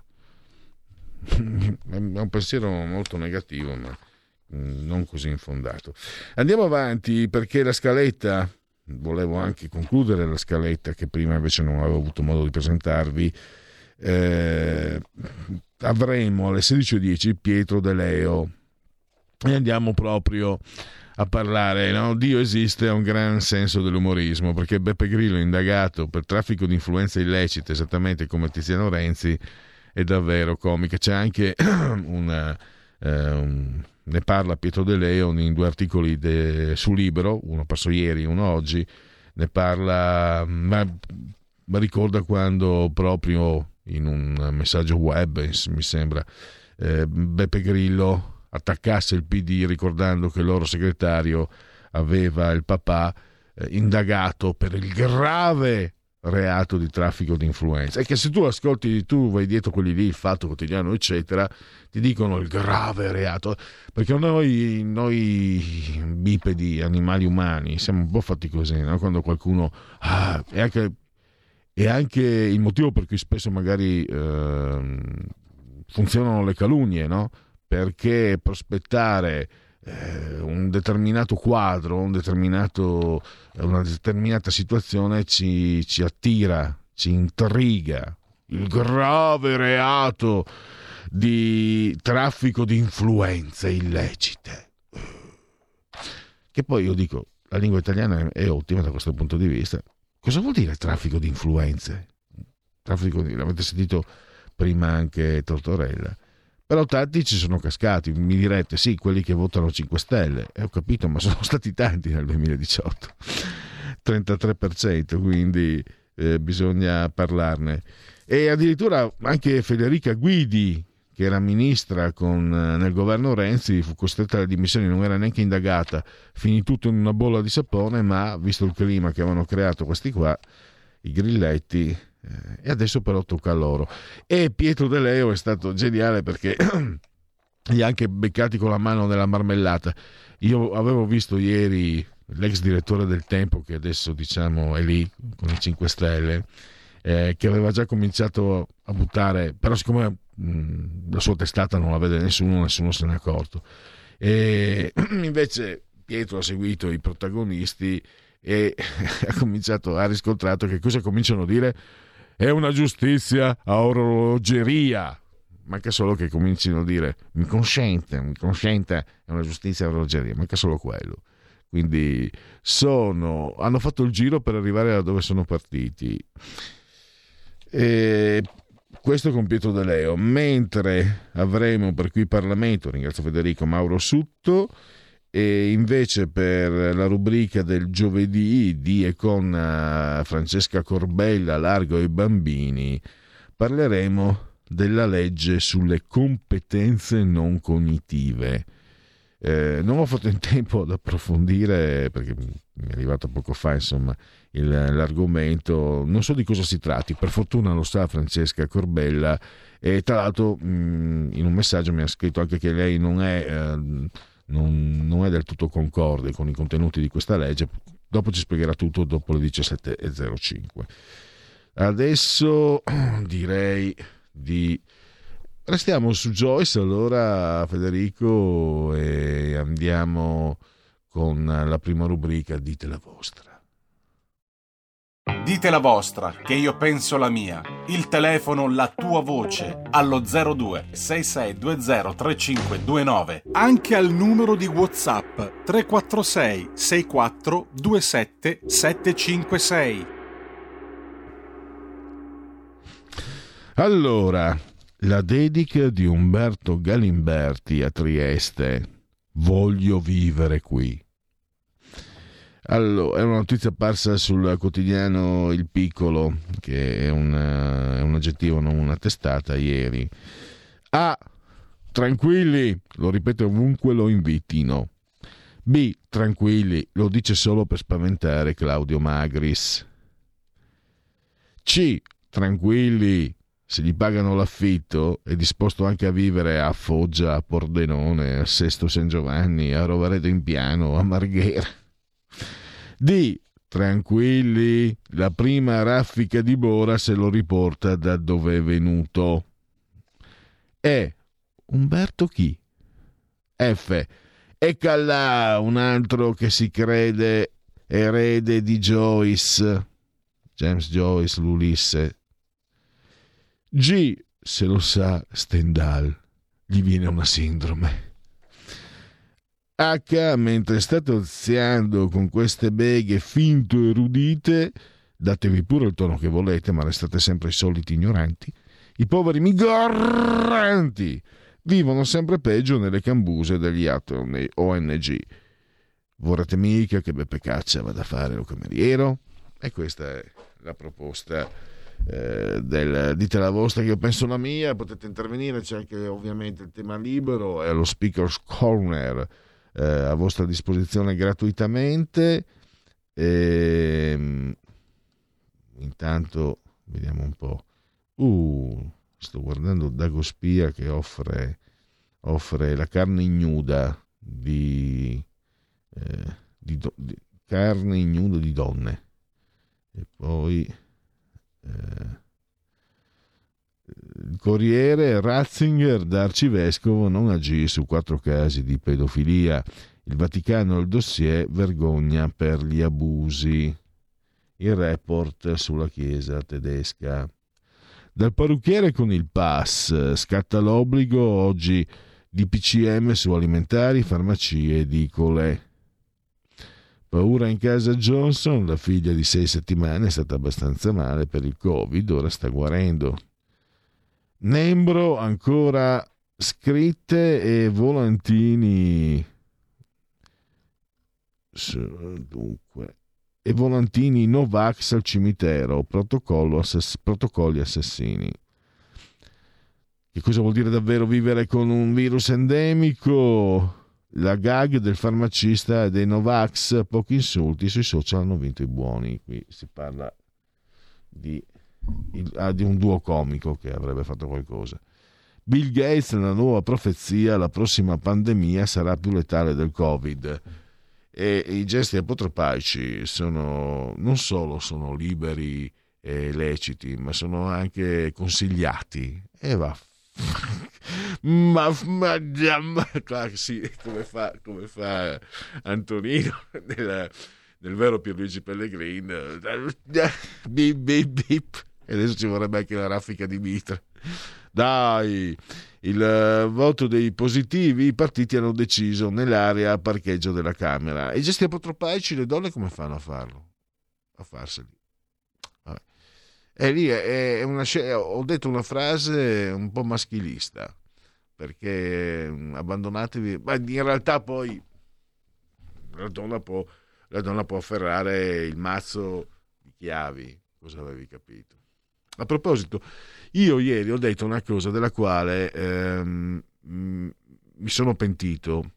È un pensiero molto negativo, ma non così infondato. Andiamo avanti, perché la scaletta, volevo anche concludere la scaletta che prima invece non avevo avuto modo di presentarvi. Eh, avremo alle sedici e dieci Pietro De Leo e andiamo proprio a parlare, no? Dio esiste, ha un gran senso dell'umorismo, perché Beppe Grillo, indagato per traffico di influenze illecite esattamente come Tiziano Renzi, è davvero comica. C'è anche una eh, un, ne parla Pietro De Leo in due articoli de, su Libero, uno perso ieri, uno oggi. Ne parla, ma, ma ricorda quando proprio in un messaggio web, mi sembra, eh, Beppe Grillo attaccasse il P D ricordando che il loro segretario aveva il papà eh, indagato per il grave reato di traffico di influenza. E che se tu ascolti, tu vai dietro quelli lì, il Fatto Quotidiano eccetera, ti dicono il grave reato, perché noi, noi bipedi, animali umani, siamo un po' fatti così, no? Quando qualcuno ah, è anche, è anche il motivo per cui spesso magari eh, funzionano le calunnie, no? Perché prospettare eh, un determinato quadro, un determinato, una determinata situazione ci, ci attira, ci intriga. Il grave reato di traffico di influenze illecite. Che poi io dico, la lingua italiana è ottima da questo punto di vista. Cosa vuol dire traffico di influenze? Traffico di... l'avete sentito prima anche Tortorella. Però tanti ci sono cascati, mi direte sì, quelli che votano cinque Stelle, e ho capito, ma sono stati tanti nel duemiladiciotto, trentatré per cento, quindi eh, bisogna parlarne. E addirittura anche Federica Guidi, che era ministra con, nel governo Renzi, fu costretta alle dimissioni, non era neanche indagata, finì tutto in una bolla di sapone, ma visto il clima che avevano creato questi qua, i grilletti, eh, e adesso però tocca a loro. E Pietro De Leo è stato geniale perché li ha anche beccati con la mano nella marmellata. Io avevo visto ieri l'ex direttore del Tempo, che adesso diciamo è lì con i cinque Stelle, eh, che aveva già cominciato a buttare, però siccome mh, la sua testata non la vede nessuno, nessuno se n'è accorto. E invece Pietro ha seguito i protagonisti e ha cominciato, ha riscontrato che cosa cominciano a dire: è una giustizia a orologeria. Manca solo che comincino a dire mi consente, mi consente, è una giustizia a orologeria, manca solo quello. Quindi sono, hanno fatto il giro per arrivare da dove sono partiti. E questo con Pietro De Leo, mentre avremo per qui Parlamento, ringrazio Federico, Mauro Sutto, e invece per la rubrica del giovedì di e con Francesca Corbella, Largo ai bambini, parleremo della legge sulle competenze non cognitive. Eh, non ho fatto in tempo ad approfondire perché mi è arrivato poco fa, insomma, il, l'argomento. Non so di cosa si tratti, per fortuna lo sa Francesca Corbella, e tra l'altro mh, in un messaggio mi ha scritto anche che lei non è, eh, non, non è del tutto concorde con i contenuti di questa legge. Dopo ci spiegherà tutto dopo le diciassette e zero cinque. Adesso direi di restiamo su Joyce allora, Federico, e andiamo con la prima rubrica. Dite la vostra. Dite la vostra, che io penso la mia. Il telefono, la tua voce, allo zero due sei sei due zero tre cinque due nove. Anche al numero di WhatsApp tre quattro sei sei quattro due sette sette cinque sei. Allora, la dedica di Umberto Galimberti a Trieste. Voglio vivere qui. Allora, è una notizia apparsa sul quotidiano Il Piccolo, che è un, è un aggettivo, non una testata, ieri. A. Tranquilli, lo ripeto ovunque lo invitino. B. Tranquilli, lo dice solo per spaventare Claudio Magris. C. Tranquilli, se gli pagano l'affitto è disposto anche a vivere a Foggia, a Pordenone, a Sesto San Giovanni, a Rovaredo in Piano, a Marghera. D. Tranquilli, la prima raffica di Bora se lo riporta da dove è venuto. E. Umberto chi? F. Ecca là un altro che si crede erede di Joyce, James Joyce, l'Ulisse. G. Se lo sa Stendhal, gli viene una sindrome. H. Mentre state oziando con queste beghe finto erudite, datevi pure il tono che volete, ma restate sempre i soliti ignoranti, i poveri migranti vivono sempre peggio nelle cambuse degli altri O N G. Vorrete mica che Beppe Caccia vada a fare lo cameriero? E questa è la proposta eh, del dite la vostra che io penso la mia. Potete intervenire, c'è anche ovviamente il tema libero e lo Speaker's Corner eh, a vostra disposizione gratuitamente. E intanto vediamo un po'. Uh, sto guardando Dagospia che offre, offre la carne ignuda di, eh, di, do, di carne ignuda di donne. E poi eh, il Corriere, Ratzinger da arcivescovo non agì su quattro casi di pedofilia. Il Vaticano il dossier vergogna per gli abusi. Il report sulla Chiesa tedesca. Dal parrucchiere con il pass scatta l'obbligo oggi di P C M su alimentari, farmacie, edicole. Paura in casa Johnson, la figlia di sei settimane è stata abbastanza male per il Covid, ora sta guarendo. Nembro ancora scritte e volantini. Dunque, e volantini Novax al cimitero, protocollo assass- protocolli assassini. Che cosa vuol dire davvero vivere con un virus endemico? La gag del farmacista e dei Novax, pochi insulti sui social hanno vinto i buoni. Qui si parla di, ah, di un duo comico che avrebbe fatto qualcosa. Bill Gates, nella nuova profezia, la prossima pandemia sarà più letale del Covid. E i gesti apotropaici sono non solo sono liberi e leciti, ma sono anche consigliati. E va ma, ma, ma sì, come fa come fa Antonino nel, nel vero Pierluigi Pellegrini, bip bip bip. E adesso ci vorrebbe anche la raffica di mitra. Dai, il voto dei positivi, i partiti hanno deciso nell'area parcheggio della Camera. E i gesti apotropaici, le donne come fanno a farlo? A farseli? Vabbè. E lì è una, ho detto una frase un po' maschilista, perché abbandonatevi, ma in realtà poi la donna può, la donna può afferrare il mazzo di chiavi. Cosa avevi capito? A proposito, io ieri ho detto una cosa della quale ehm, mi sono pentito.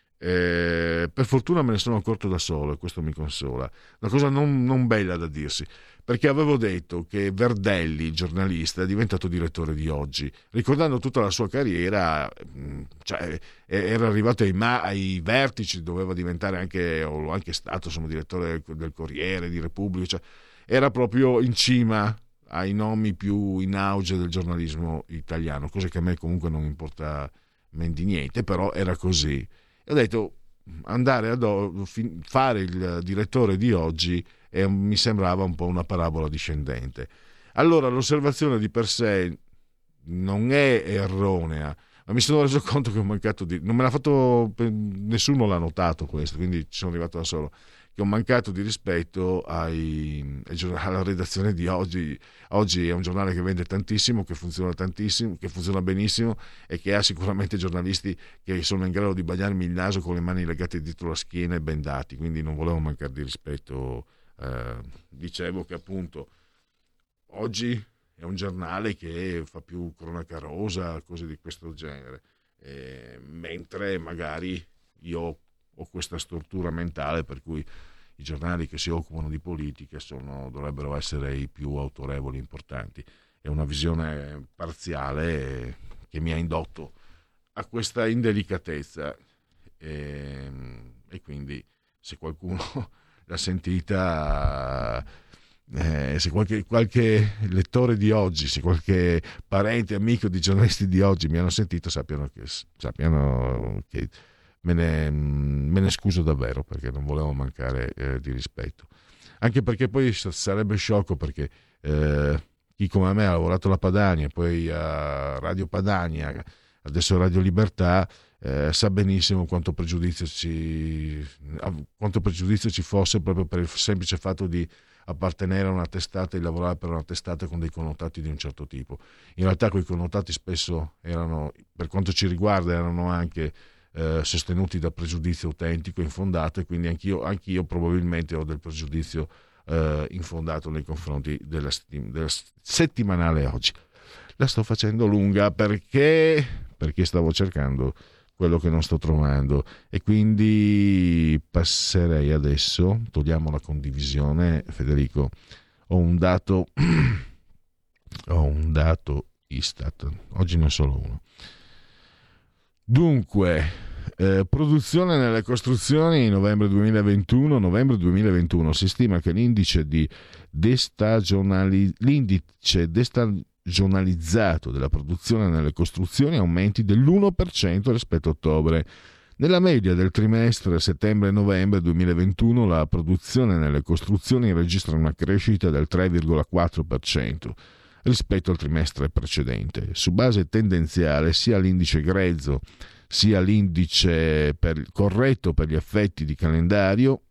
Eh, per fortuna me ne sono accorto da solo e questo mi consola. Una cosa non, non bella da dirsi, perché avevo detto che Verdelli, giornalista, è diventato direttore di Oggi, ricordando tutta la sua carriera, cioè, era arrivato ai, ma- ai vertici, doveva diventare anche, o lo anche stato, insomma, direttore del, del Corriere, di Repubblica, cioè, era proprio in cima ai nomi più in auge del giornalismo italiano, cosa che a me comunque non importa men di niente, però era così. E ho detto, andare a fare il direttore di Oggi e mi sembrava un po' una parabola discendente. Allora l'osservazione di per sé non è erronea, ma mi sono reso conto che ho mancato di... non me l'ha fatto, nessuno l'ha notato questo, quindi ci sono arrivato da solo, che ho mancato di rispetto ai, alla redazione di Oggi. Oggi è un giornale che vende tantissimo, che funziona tantissimo, che funziona benissimo e che ha sicuramente giornalisti che sono in grado di bagnarmi il naso con le mani legate dietro la schiena e bendati, quindi non volevo mancare di rispetto. Eh, dicevo che appunto Oggi è un giornale che fa più cronaca rosa, cose di questo genere, eh, mentre magari io ho questa stortura mentale per cui i giornali che si occupano di politica sono, dovrebbero essere i più autorevoli e importanti. È una visione parziale che mi ha indotto a questa indelicatezza e, e quindi se qualcuno l'ha sentita, eh, se qualche, qualche lettore di Oggi, se qualche parente, amico di giornalisti di Oggi mi hanno sentito, sappiano che, sappiano che me ne, me ne scuso davvero, perché non volevo mancare eh, di rispetto, anche perché poi sarebbe sciocco, perché eh, chi come me ha lavorato alla Padania, poi a Radio Padania, adesso a Radio Libertà, eh, sa benissimo quanto pregiudizio ci quanto pregiudizio ci fosse proprio per il semplice fatto di appartenere a una testata e lavorare per una testata con dei connotati di un certo tipo. In realtà quei connotati spesso erano, per quanto ci riguarda, erano anche Eh, sostenuti da pregiudizio autentico, infondato, e quindi anch'io, anch'io probabilmente ho del pregiudizio eh, infondato nei confronti della, della settimanale Oggi. La sto facendo lunga perché, perché stavo cercando quello che non sto trovando, e quindi passerei adesso, togliamo la condivisione, Federico, ho un dato ho un dato Istat, oggi ne ho solo uno. Dunque, eh, produzione nelle costruzioni novembre duemilaventuno novembre duemilaventuno si stima che l'indice di destagionali, l'indice destagionalizzato della produzione nelle costruzioni aumenti dell'uno per cento rispetto a ottobre. Nella media del trimestre settembre-novembre duemilaventuno la produzione nelle costruzioni registra una crescita del tre virgola quattro per cento rispetto al trimestre precedente. Su base tendenziale sia l'indice grezzo sia l'indice per, corretto per gli effetti di calendario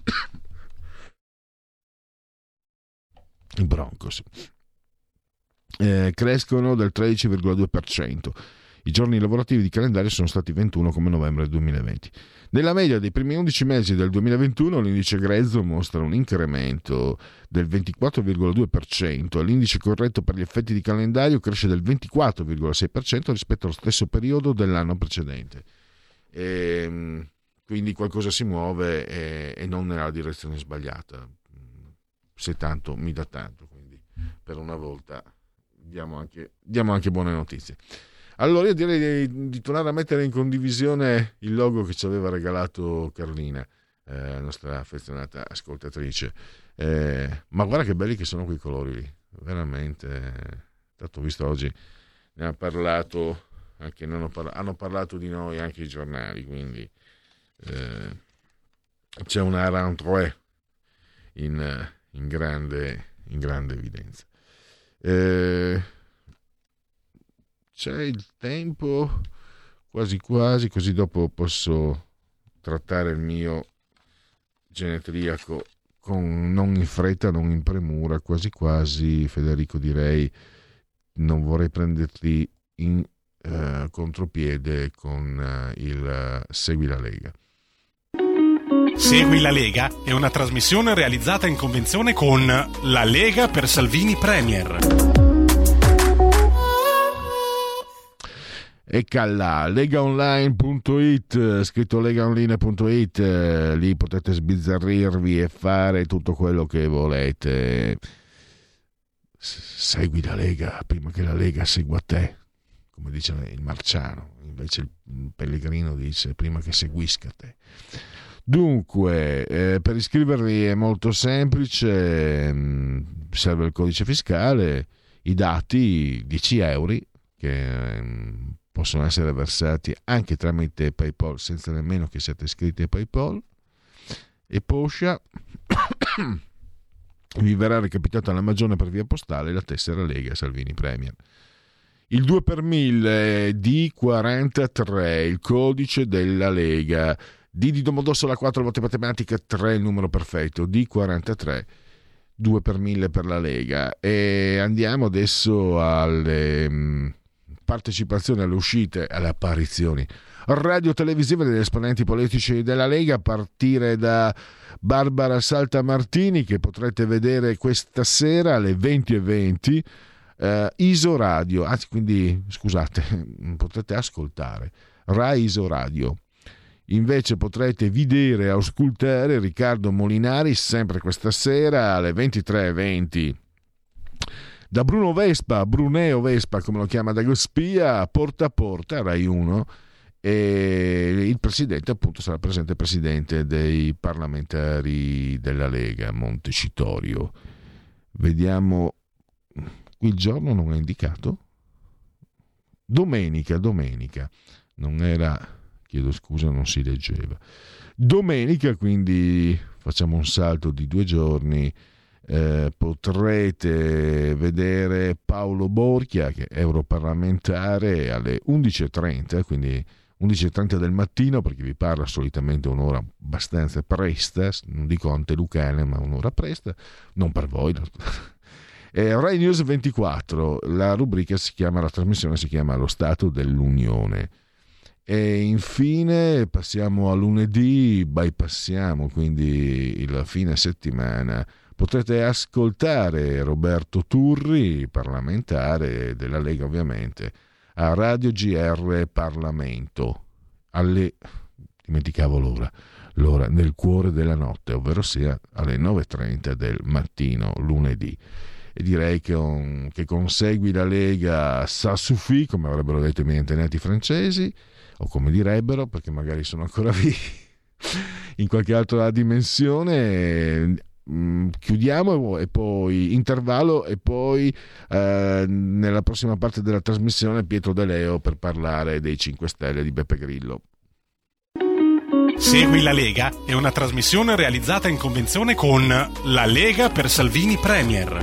i Broncos eh, crescono del tredici virgola due per cento. I giorni lavorativi di calendario sono stati ventuno come novembre duemilaventi. Nella media dei primi undici mesi del duemilaventuno l'indice grezzo mostra un incremento del ventiquattro virgola due per cento e l'indice corretto per gli effetti di calendario cresce del ventiquattro virgola sei per cento rispetto allo stesso periodo dell'anno precedente. E, quindi qualcosa si muove e, e non nella direzione sbagliata, se tanto mi dà tanto, quindi per una volta diamo anche, diamo anche buone notizie. Allora io direi di, di tornare a mettere in condivisione il logo che ci aveva regalato Carolina, eh, la nostra affezionata ascoltatrice. Eh, ma guarda che belli che sono quei colori lì, veramente. Tanto visto oggi ne ha parlato, anche non ho parlato, hanno parlato di noi anche i giornali, quindi eh, c'è una rentrée in, in, grande, in grande evidenza. Eh, C'è il tempo quasi quasi, così dopo posso trattare il mio genetriaco con, non in fretta, non in premura, quasi quasi. Federico, direi non vorrei prenderti in uh, contropiede con uh, il uh, Segui la Lega. Segui la Lega è una trasmissione realizzata in convenzione con La Lega per Salvini Premier. Ecco là, legaonline punto it, scritto legaonline punto it, eh, lì potete sbizzarrirvi e fare tutto quello che volete. Segui la Lega prima che la Lega segua te, come dice il Marciano, invece il Pellegrino dice prima che seguisca te. Dunque, eh, per iscrivervi è molto semplice, mh, serve il codice fiscale, i dati, dieci euro, che mh, possono essere versati anche tramite PayPal senza nemmeno che siate iscritti a PayPal, e Poscia vi verrà recapitata alla Magione per via postale la tessera Lega Salvini Premier. Il due per mille D quarantatré, il codice della Lega. D di Domodossola quattro, voto matematica tre, il numero perfetto, D quarantatré, due per mille per la Lega. E andiamo adesso alle mh, partecipazioni, alle uscite, alle apparizioni radio-televisive degli esponenti politici della Lega, a partire da Barbara Saltamartini, che potrete vedere questa sera alle venti e venti, eh, Iso Radio, anzi quindi scusate, potrete ascoltare Rai Iso Radio. Invece potrete vedere e ascoltare Riccardo Molinari sempre questa sera alle ventitré e venti. Da Bruno Vespa, Bruneo Vespa come lo chiama Dagospia, porta a porta, Rai uno, e il presidente appunto sarà presente, il presidente dei parlamentari della Lega, Montecitorio. Vediamo, il giorno non è indicato? Domenica, domenica, non era... chiedo scusa, non si leggeva. Domenica, quindi facciamo un salto di due giorni, eh, potrete vedere Paolo Borchia, che è europarlamentare, alle undici e trenta, quindi undici e trenta del mattino, perché vi parla solitamente un'ora abbastanza presta, non dico antelucana, ma un'ora presta, non per voi. Eh, Rai News ventiquattro, la rubrica si chiama, la trasmissione si chiama Lo Stato dell'Unione. E infine passiamo a lunedì, bypassiamo quindi il fine settimana. Potrete ascoltare Roberto Turri, parlamentare della Lega ovviamente, a Radio G R Parlamento alle dimenticavo l'ora, l'ora nel cuore della notte, ovvero sia alle nove e trenta del mattino lunedì. E direi che, on, che consegui la Lega ça suffit, come avrebbero detto i miei antenati francesi, o come direbbero, perché magari sono ancora vivi in qualche altra dimensione. Chiudiamo e poi intervallo e poi eh, nella prossima parte della trasmissione Pietro De Leo per parlare dei cinque Stelle di Beppe Grillo. Segui la Lega è una trasmissione realizzata in convenzione con La Lega per Salvini Premier.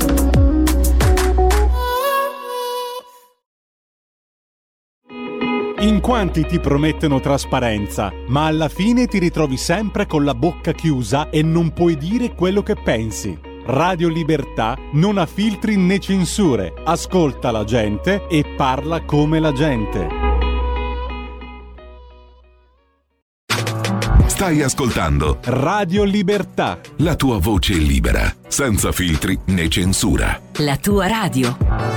In quanti ti promettono trasparenza, ma alla fine ti ritrovi sempre con la bocca chiusa e non puoi dire quello che pensi. Radio Libertà non ha filtri né censure, ascolta la gente e parla come la gente. Stai ascoltando Radio Libertà, la tua voce libera, senza filtri né censura. La tua radio.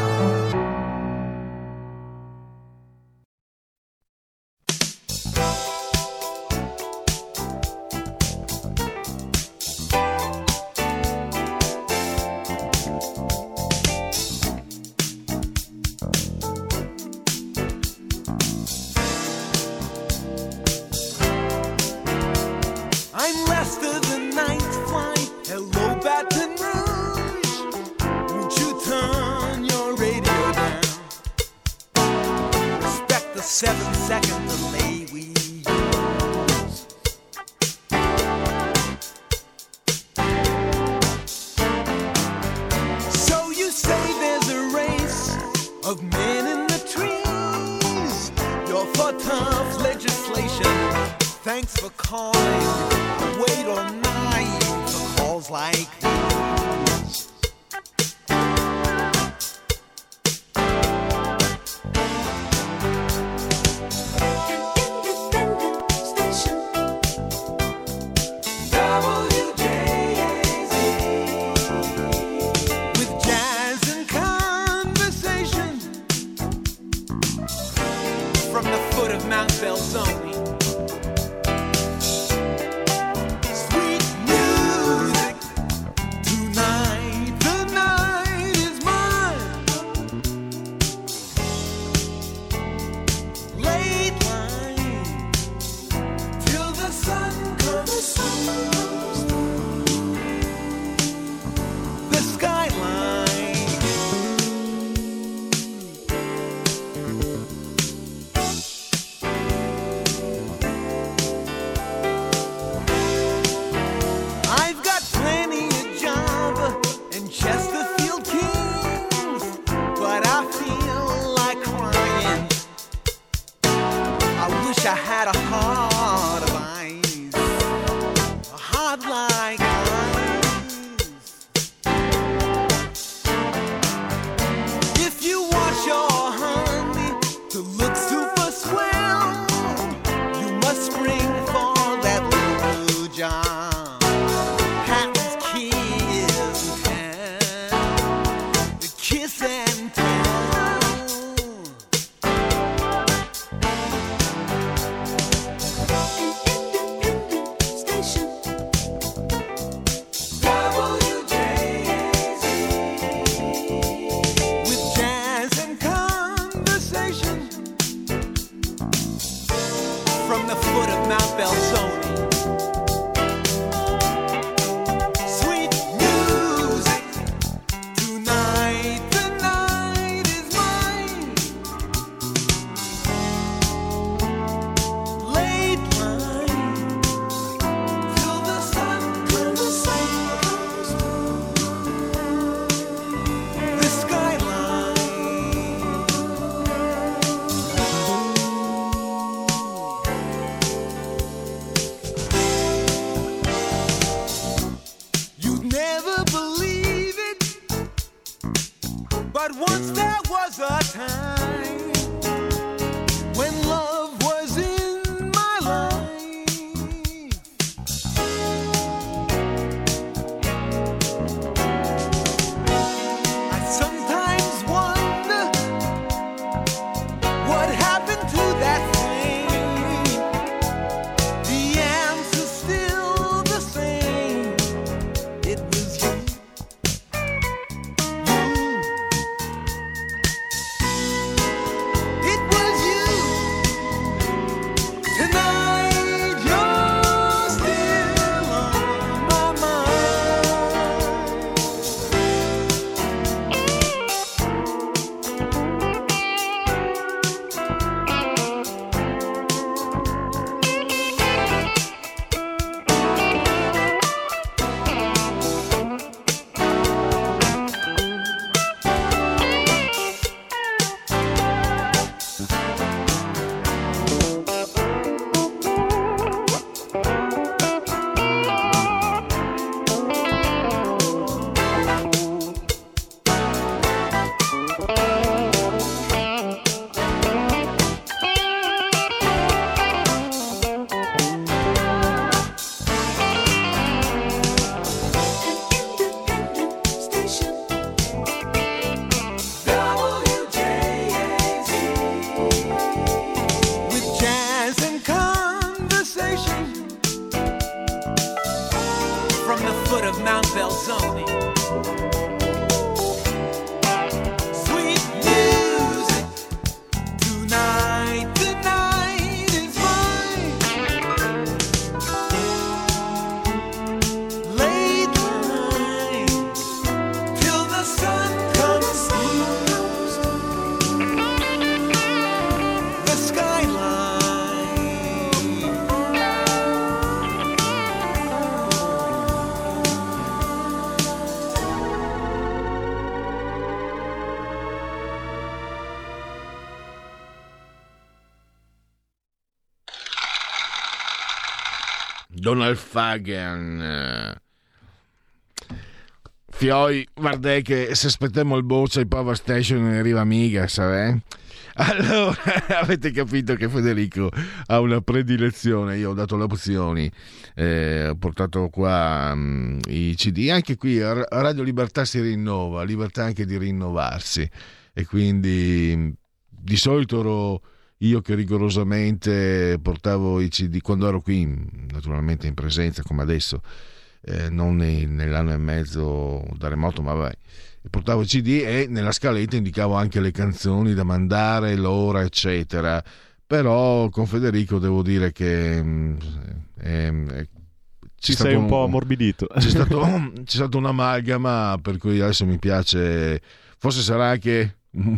Donald Fagen. Fioi, guarda che se aspettiamo il boccia ai Power Station non arriva mica, sai? Allora, avete capito che Federico ha una predilezione. Io ho dato le opzioni, eh, ho portato qua um, i C D. Anche qui a Radio Libertà si rinnova, libertà anche di rinnovarsi, e quindi di solito ero io che rigorosamente portavo i C D quando ero qui, naturalmente in presenza come adesso, eh, non nei, nell'anno e mezzo da remoto, ma vabbè, portavo i C D e nella scaletta indicavo anche le canzoni da mandare, l'ora, eccetera. Però con Federico devo dire che eh, eh, ci sei un, un po' ammorbidito. C'è stato, c'è stato un'amalgama, per cui adesso mi piace. Forse sarà anche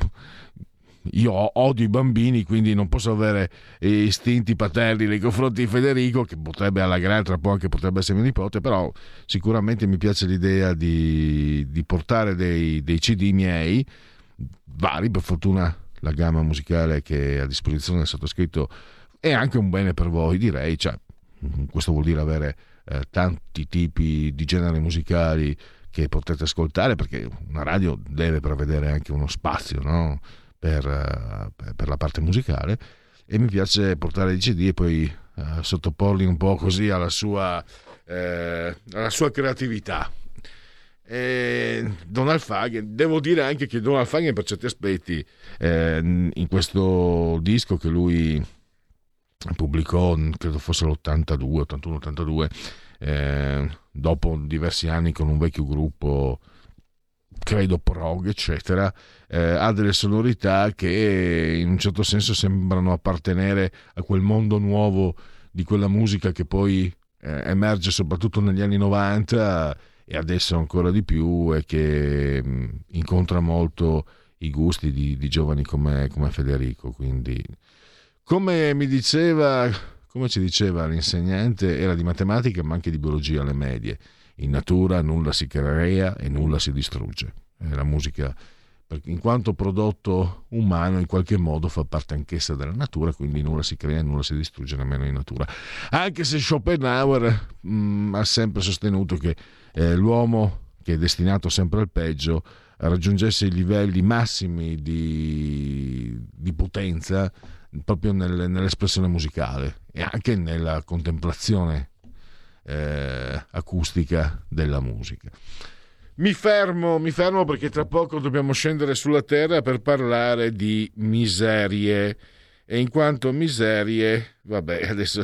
io odio i bambini, quindi non posso avere istinti paterni nei confronti di Federico, che potrebbe alla grande tra poco anche potrebbe essere mio nipote, però sicuramente mi piace l'idea di, di portare dei, dei C D miei vari. Per fortuna la gamma musicale che è a disposizione del sottoscritto è anche un bene per voi, direi. Cioè, questo vuol dire avere eh, tanti tipi di generi musicali che potete ascoltare, perché una radio deve prevedere anche uno spazio, no? Per, per la parte musicale, e mi piace portare i C D e poi uh, sottoporli un po' così alla sua, eh, alla sua creatività. E Donald Fagen, devo dire anche che Donald Fagen per certi aspetti eh, in questo disco che lui pubblicò, credo fosse l'ottantadue, ottantuno ottantadue, eh, dopo diversi anni con un vecchio gruppo, credo prog, eccetera, eh, ha delle sonorità che in un certo senso sembrano appartenere a quel mondo nuovo di quella musica che poi eh, emerge soprattutto negli anni novanta e adesso ancora di più, e che mh, incontra molto i gusti di, di giovani come, come Federico. Quindi, come mi diceva, come ci diceva l'insegnante, era di matematica ma anche di biologia alle medie: in natura nulla si crea e nulla si distrugge. La musica, in quanto prodotto umano, in qualche modo fa parte anch'essa della natura, quindi nulla si crea e nulla si distrugge nemmeno in natura. Anche se Schopenhauer mh, ha sempre sostenuto che eh, l'uomo, che è destinato sempre al peggio, raggiungesse i livelli massimi di, di potenza proprio nel, nell'espressione musicale e anche nella contemplazione Eh, acustica della musica. Mi fermo, mi fermo perché tra poco dobbiamo scendere sulla terra per parlare di miserie, e in quanto miserie, vabbè, adesso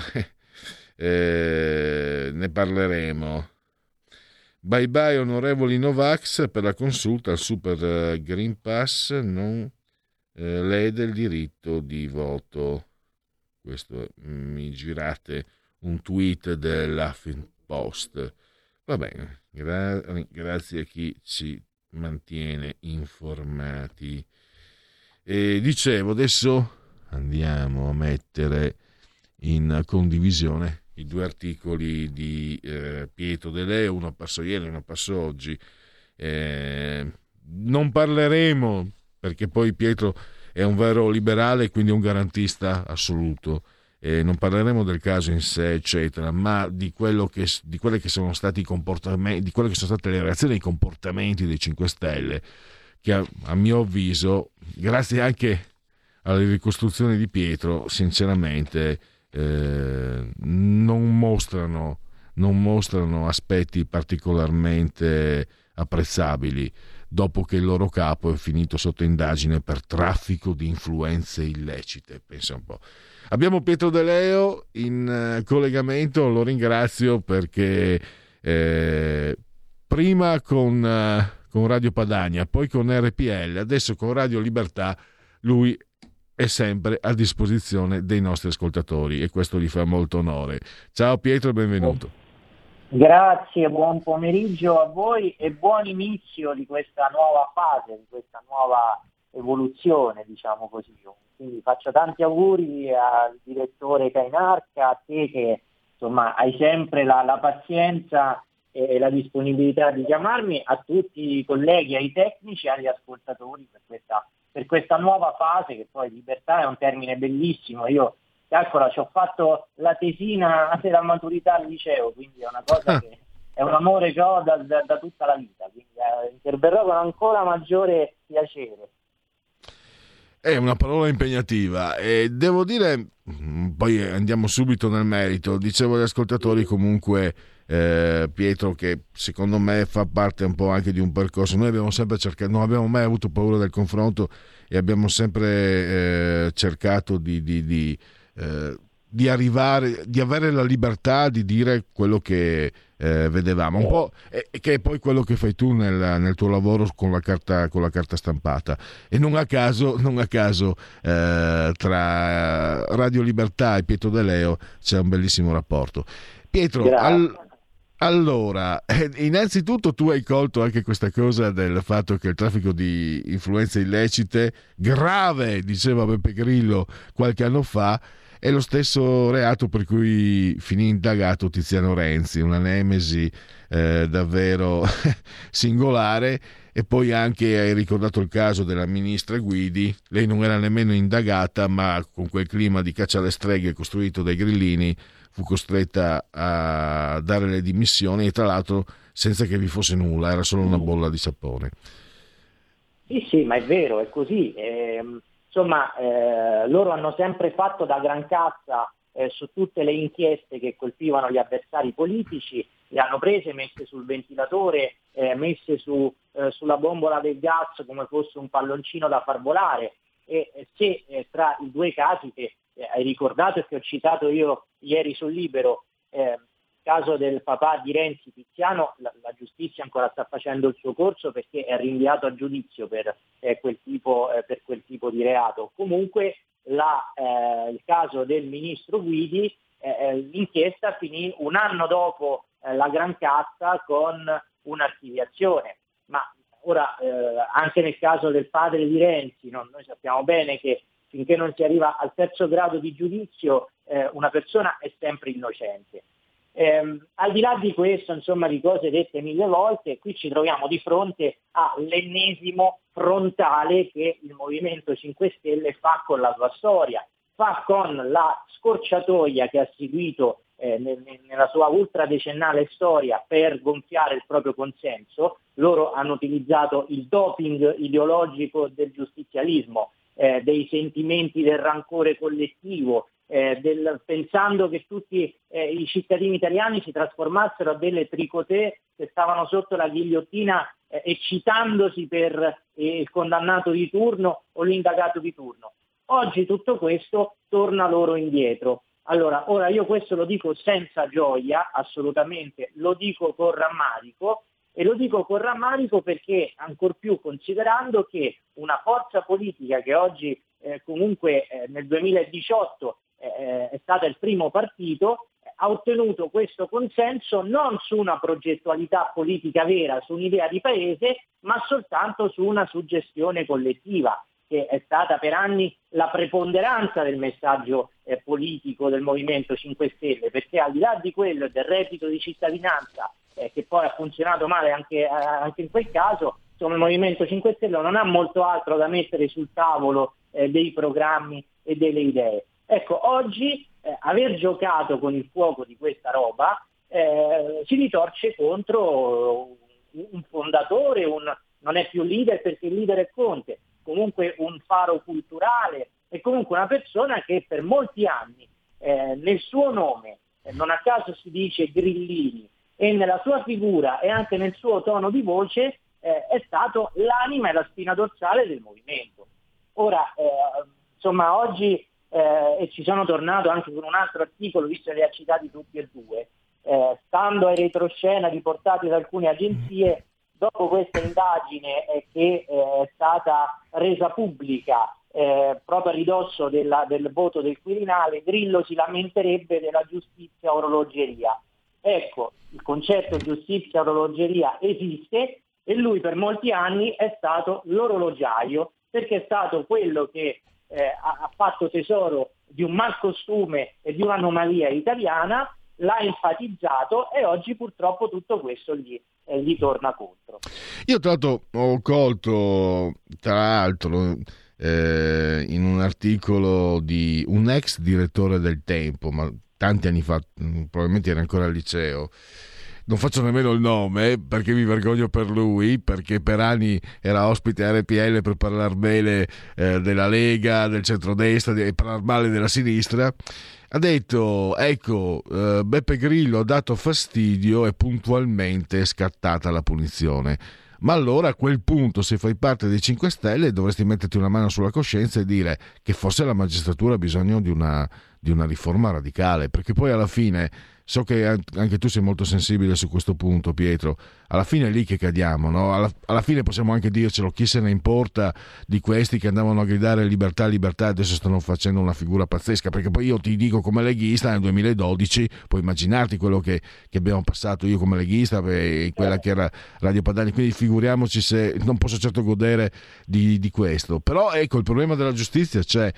eh, ne parleremo. Bye bye onorevoli Novax, per la consulta al Super Green Pass non eh, lede il diritto di voto. Questo mi girate un tweet dell'Huffington. Va bene, gra- grazie a chi ci mantiene informati. E dicevo, adesso andiamo a mettere in condivisione i due articoli di eh, Pietro De Leo, uno apparso ieri e uno apparso oggi. Eh, non parleremo, perché poi Pietro è un vero liberale, quindi un garantista assoluto. Eh, non parleremo del caso in sé, eccetera, ma di quello che di quelle che sono stati i comportamenti, di quelle che sono state le reazioni ai comportamenti dei cinque Stelle, che a, a mio avviso, grazie anche alle ricostruzioni di Pietro, sinceramente eh, non mostrano non mostrano aspetti particolarmente apprezzabili, dopo che il loro capo è finito sotto indagine per traffico di influenze illecite. Pensa un po'. Abbiamo Pietro De Leo in uh, collegamento, lo ringrazio perché eh, prima con, uh, con Radio Padania, poi con R P L, adesso con Radio Libertà, lui è sempre a disposizione dei nostri ascoltatori e questo gli fa molto onore. Ciao Pietro, benvenuto. Grazie, buon pomeriggio a voi e buon inizio di questa nuova fase, di questa nuova evoluzione, diciamo così. Quindi faccio tanti auguri al direttore Cainarca, a te che insomma hai sempre la, la pazienza e la disponibilità di chiamarmi, a tutti i colleghi, ai tecnici, agli ascoltatori per questa, per questa nuova fase, che poi libertà è un termine bellissimo. Io calcola, ci ho fatto la tesina della maturità al liceo, quindi è una cosa che è un amore che ho da, da, da tutta la vita, quindi eh, interverrò con ancora maggiore piacere. È una parola impegnativa e devo dire, poi andiamo subito nel merito, dicevo agli ascoltatori comunque eh, Pietro, che secondo me fa parte un po' anche di un percorso. Noi abbiamo sempre cercato, non abbiamo mai avuto paura del confronto e abbiamo sempre eh, cercato di, di, di, eh, di arrivare, di avere la libertà di dire quello che eh, vedevamo, un po', e, che è poi quello che fai tu nel, nel tuo lavoro con la carta, con la carta stampata. E non a caso, non a caso eh, tra Radio Libertà e Pietro De Leo c'è un bellissimo rapporto. Pietro, al, allora, innanzitutto tu hai colto anche questa cosa del fatto che il traffico di influenze illecite, grave, diceva Beppe Grillo qualche anno fa, è lo stesso reato per cui finì indagato Tiziano Renzi, una nemesi eh, davvero singolare. E poi anche hai ricordato il caso della ministra Guidi, lei non era nemmeno indagata, ma con quel clima di caccia alle streghe costruito dai grillini fu costretta a dare le dimissioni, e tra l'altro senza che vi fosse nulla, era solo una bolla di sapone. Sì, sì, ma è vero, è così. Eh, insomma, eh, loro hanno sempre fatto da gran cassa eh, su tutte le inchieste che colpivano gli avversari politici, le hanno prese, messe sul ventilatore, eh, messe su, eh, sulla bombola del gas come fosse un palloncino da far volare. E eh, se eh, tra i due casi che eh, hai ricordato e che ho citato io ieri sul Libero, eh, caso del papà di Renzi, Tiziano, la, la giustizia ancora sta facendo il suo corso perché è rinviato a giudizio per, eh, quel, tipo, eh, per quel tipo di reato. Comunque la, eh, il caso del ministro Guidi, eh, l'inchiesta finì un anno dopo eh, la Gran Cassa con un'archiviazione. Ma ora eh, anche nel caso del padre di Renzi, no, noi sappiamo bene che finché non si arriva al terzo grado di giudizio eh, una persona è sempre innocente. Eh, al di là di questo, insomma, di cose dette mille volte, qui ci troviamo di fronte all'ennesimo frontale che il Movimento cinque Stelle fa con la sua storia, fa con la scorciatoia che ha seguito eh, nel, nella sua ultradecennale storia per gonfiare il proprio consenso. Loro hanno utilizzato il doping ideologico del giustizialismo, eh, dei sentimenti del rancore collettivo, Eh, del, pensando che tutti eh, i cittadini italiani si trasformassero a delle tricotè che stavano sotto la ghigliottina, eh, eccitandosi per eh, il condannato di turno o l'indagato di turno. Oggi tutto questo torna loro indietro. Allora, ora io questo lo dico senza gioia, assolutamente, lo dico con rammarico, e lo dico con rammarico perché, ancor più considerando che una forza politica che oggi eh, comunque eh, nel duemiladiciotto Eh, è stata il primo partito, ha ottenuto questo consenso non su una progettualità politica vera, su un'idea di paese, ma soltanto su una suggestione collettiva, che è stata per anni la preponderanza del messaggio eh, politico del Movimento cinque Stelle, perché al di là di quello del reddito di cittadinanza, eh, che poi ha funzionato male anche, eh, anche in quel caso, insomma, il Movimento cinque Stelle non ha molto altro da mettere sul tavolo eh, dei programmi e delle idee. Ecco, oggi eh, aver giocato con il fuoco di questa roba eh, si ritorce contro un fondatore, un, non è più leader perché il leader è Conte, comunque un faro culturale e comunque una persona che per molti anni eh, nel suo nome, eh, non a caso si dice Grillini, e nella sua figura e anche nel suo tono di voce eh, è stato l'anima e la spina dorsale del movimento. Ora, eh, insomma, oggi Eh, e ci sono tornato anche con un altro articolo, visto che li ha citati tutti e due, eh, stando ai retroscena riportati da alcune agenzie, dopo questa indagine eh, che eh, è stata resa pubblica eh, proprio a ridosso della, del voto del Quirinale, Grillo si lamenterebbe della giustizia orologeria. Ecco, il concetto giustizia orologeria esiste e lui per molti anni è stato l'orologiaio, perché è stato quello che Eh, ha fatto tesoro di un malcostume e di un'anomalia italiana, l'ha enfatizzato e oggi purtroppo tutto questo gli, eh, gli torna contro. Io tra l'altro ho colto, tra l'altro, eh, in un articolo di un ex direttore del Tempo, ma tanti anni fa, probabilmente era ancora al liceo. Non faccio nemmeno il nome perché mi vergogno per lui, perché per anni era ospite a R P L per parlare bene eh, della Lega, del centrodestra e parlare male della sinistra. Ha detto, ecco, eh, Beppe Grillo ha dato fastidio e puntualmente è scattata la punizione. Ma allora a quel punto, se fai parte dei cinque Stelle, dovresti metterti una mano sulla coscienza e dire che forse la magistratura ha bisogno di una, di una riforma radicale, perché poi alla fine, so che anche tu sei molto sensibile su questo punto, Pietro, alla fine è lì che cadiamo, no? Alla, alla fine possiamo anche dircelo, chi se ne importa di questi che andavano a gridare libertà, libertà, adesso stanno facendo una figura pazzesca, perché poi io ti dico come leghista nel duemiladodici, puoi immaginarti quello che, che abbiamo passato io come leghista e quella che era Radio Padani, quindi figuriamoci se non posso certo godere di, di questo. Però ecco, il problema della giustizia c'è.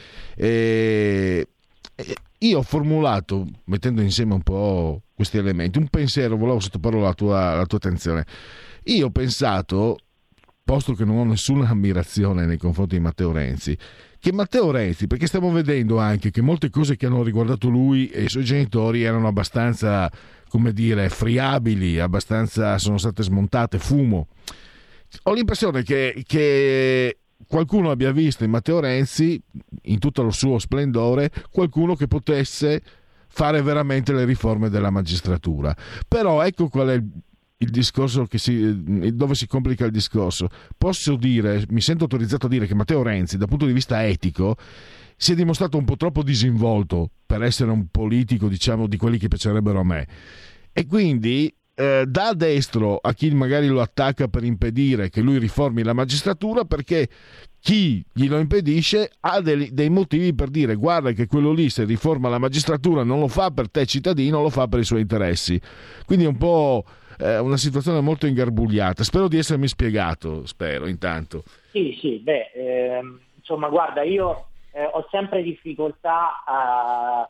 E io ho formulato, mettendo insieme un po' questi elementi, un pensiero, volevo sottoporre la tua, la tua attenzione. Io ho pensato, posto che non ho nessuna ammirazione nei confronti di Matteo Renzi, che Matteo Renzi, perché stiamo vedendo anche che molte cose che hanno riguardato lui e i suoi genitori erano abbastanza, come dire, friabili, abbastanza, sono state smontate, fumo. Ho l'impressione che, che qualcuno abbia visto in Matteo Renzi, in tutto il suo splendore, qualcuno che potesse fare veramente le riforme della magistratura. Però ecco qual è il, il discorso che si, dove si complica il discorso. Posso dire, mi sento autorizzato a dire che Matteo Renzi, dal punto di vista etico, si è dimostrato un po' troppo disinvolto per essere un politico, diciamo, di quelli che piacerebbero a me. E quindi Eh, da destro a chi magari lo attacca per impedire che lui riformi la magistratura, perché chi glielo impedisce ha dei, dei motivi per dire guarda che quello lì se riforma la magistratura non lo fa per te cittadino, lo fa per i suoi interessi. Quindi è un po' eh, una situazione molto ingarbugliata. Spero di essermi spiegato, spero intanto. Sì, sì, beh, ehm, insomma guarda, io eh, ho sempre difficoltà a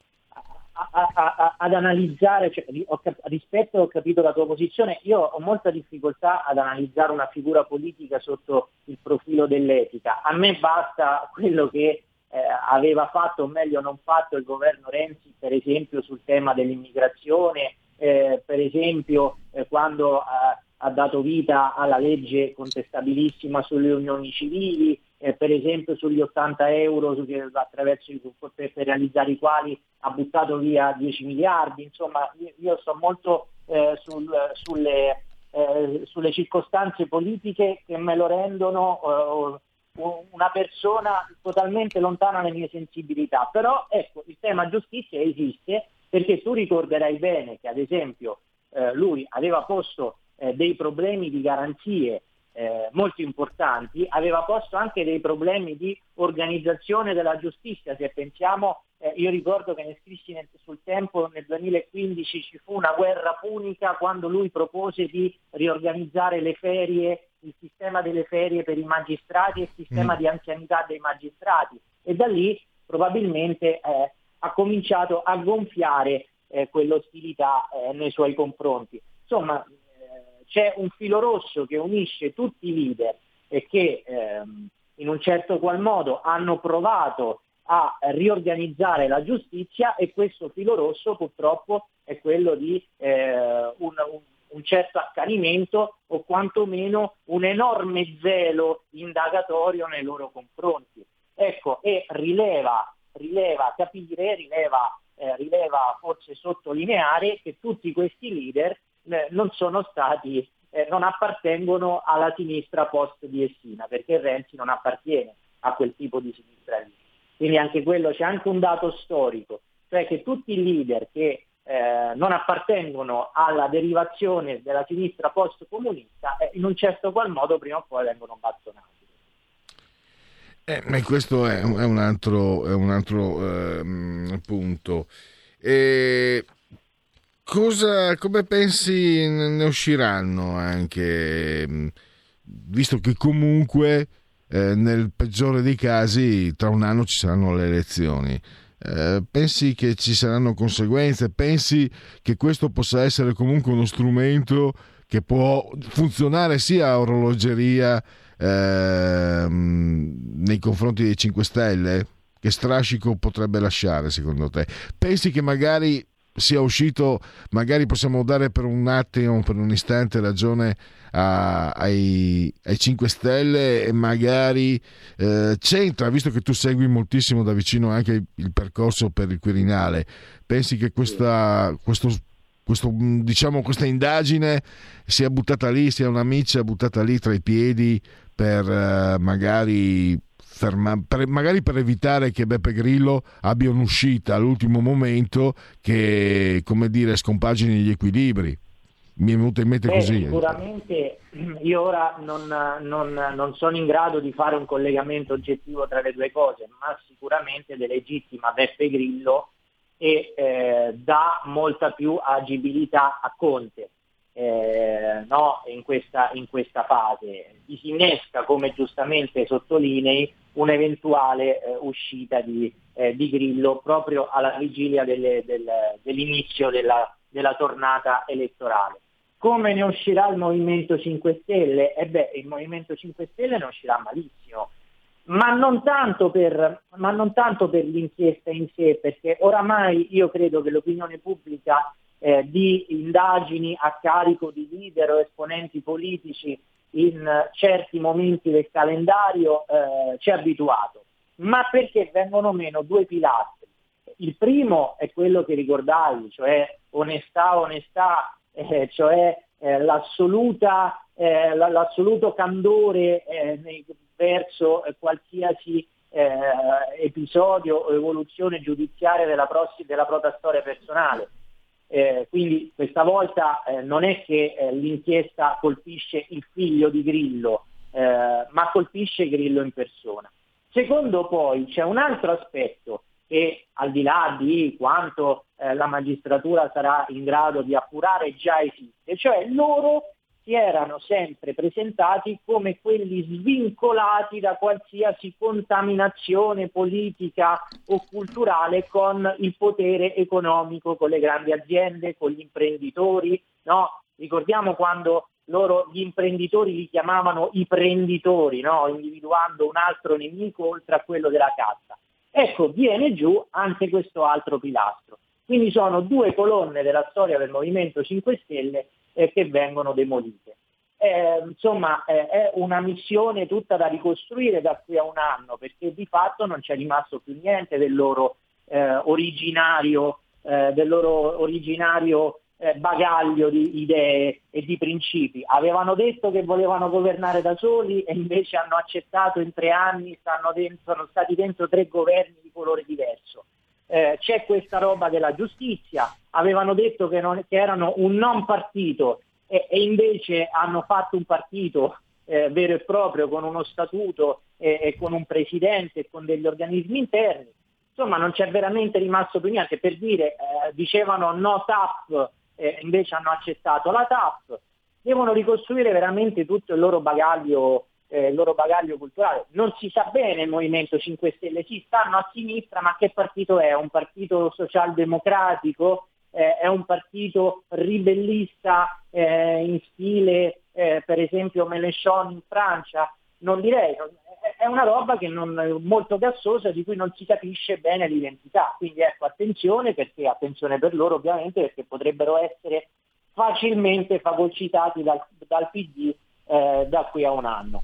A, a, a, ad analizzare, cioè, ho cap- rispetto, ho capito la tua posizione, io ho molta difficoltà ad analizzare una figura politica sotto il profilo dell'etica. A me basta quello che eh, aveva fatto, o meglio non fatto, il governo Renzi, per esempio sul tema dell'immigrazione, eh, per esempio eh, quando eh, ha dato vita alla legge contestabilissima sulle unioni civili, eh, per esempio sugli ottanta euro su, attraverso i, per, per realizzare i quali ha buttato via dieci miliardi. Insomma, io, io sto molto eh, sul, sulle, eh, sulle circostanze politiche che me lo rendono eh, una persona totalmente lontana dalle mie sensibilità. Però ecco, il tema giustizia esiste, perché tu ricorderai bene che ad esempio eh, lui aveva posto eh, dei problemi di garanzie Eh, molto importanti, aveva posto anche dei problemi di organizzazione della giustizia. Se pensiamo, eh, io ricordo che ne scrissi nel, sul Tempo nel duemilaquindici, ci fu una guerra punica quando lui propose di riorganizzare le ferie, il sistema delle ferie per i magistrati e il sistema mm. di anzianità dei magistrati, e da lì probabilmente eh, ha cominciato a gonfiare eh, quell'ostilità eh, nei suoi confronti. Insomma, c'è un filo rosso che unisce tutti i leader e che ehm, in un certo qual modo hanno provato a riorganizzare la giustizia, e questo filo rosso purtroppo è quello di eh, un, un, un certo accanimento o quantomeno un enorme zelo indagatorio nei loro confronti. Ecco, e rileva, rileva capire, rileva, eh, rileva forse sottolineare che tutti questi leader non sono stati, eh, non appartengono alla sinistra post di Essina, perché Renzi non appartiene a quel tipo di sinistra lì. Quindi anche quello, c'è anche un dato storico, cioè che tutti i leader che eh, non appartengono alla derivazione della sinistra post comunista eh, in un certo qual modo prima o poi vengono bastonati. Eh, ma questo è, è un altro, è un altro eh, punto. E cosa, come pensi ne usciranno anche, visto che comunque eh, nel peggiore dei casi tra un anno ci saranno le elezioni? Eh, pensi che ci saranno conseguenze? Pensi che questo possa essere comunque uno strumento che può funzionare sia a orologeria ehm, nei confronti dei cinque Stelle? Che strascico potrebbe lasciare secondo te? Pensi che magari sia uscito, magari possiamo dare per un attimo, per un istante ragione a, ai, ai cinque Stelle e magari eh, c'entra, visto che tu segui moltissimo da vicino anche il, il percorso per il Quirinale, pensi che questa, questo, questo, diciamo, questa indagine sia buttata lì, sia una miccia buttata lì tra i piedi per eh, magari ferma, per, magari per evitare che Beppe Grillo abbia un'uscita all'ultimo momento che, come dire, scompagini gli equilibri? Mi è venuto in mente Beh, così. Sicuramente io ora non, non, non sono in grado di fare un collegamento oggettivo tra le due cose, ma sicuramente delegittima Beppe Grillo e eh, dà molta più agibilità a Conte. Eh, no, in questa, in questa fase disinnesca, come giustamente sottolinei, un'eventuale eh, uscita di, eh, di Grillo proprio alla vigilia delle, del, dell'inizio della, della tornata elettorale. Come ne uscirà il Movimento cinque Stelle? E beh, il Movimento cinque Stelle ne uscirà malissimo, ma non tanto per, ma non tanto per l'inchiesta in sé, perché oramai io credo che l'opinione pubblica Eh, di indagini a carico di leader o esponenti politici in eh, certi momenti del calendario eh, ci ha abituato, ma perché vengono meno due pilastri. Il primo è quello che ricordavi, cioè onestà, onestà, eh, cioè eh, l'assoluta, eh, l'assoluto candore eh, nei, verso eh, qualsiasi eh, episodio o evoluzione giudiziaria della, prossima, della propria storia personale. Eh, quindi questa volta eh, non è che eh, l'inchiesta colpisce il figlio di Grillo, eh, ma colpisce Grillo in persona. Secondo, poi c'è un altro aspetto che, al di là di quanto eh, la magistratura sarà in grado di appurare, già esiste, cioè loro si erano sempre presentati come quelli svincolati da qualsiasi contaminazione politica o culturale con il potere economico, con le grandi aziende, con gli imprenditori, no? Ricordiamo quando loro gli imprenditori li chiamavano i prenditori, no? Individuando un altro nemico oltre a quello della cassa. Ecco, viene giù anche questo altro pilastro. Quindi sono due colonne della storia del Movimento cinque Stelle eh, che vengono demolite. Eh, insomma, eh, è una missione tutta da ricostruire da qui a un anno, perché di fatto non c'è rimasto più niente del loro eh, originario, eh, del loro originario eh, bagaglio di idee e di principi. Avevano detto che volevano governare da soli e invece hanno accettato in tre anni, stanno dentro, sono stati dentro tre governi di colore diverso. Eh, c'è questa roba della giustizia, avevano detto che, non, che erano un non partito e, e invece hanno fatto un partito eh, vero e proprio, con uno statuto e, e con un presidente e con degli organismi interni. Insomma, non c'è veramente rimasto più niente. Per dire, eh, dicevano no T A P, eh, invece hanno accettato la T A P. Devono ricostruire veramente tutto il loro bagaglio Eh, il loro bagaglio culturale. Non si sa bene il Movimento cinque Stelle, sì, stanno a sinistra, ma che partito è? Un partito socialdemocratico? Eh, è un partito ribellista eh, in stile eh, per esempio Mélenchon in Francia? Non direi, non, è una roba che non, molto gassosa, di cui non si capisce bene l'identità. Quindi ecco, attenzione, perché attenzione per loro ovviamente, perché potrebbero essere facilmente fagocitati dal, dal P D eh, da qui a un anno.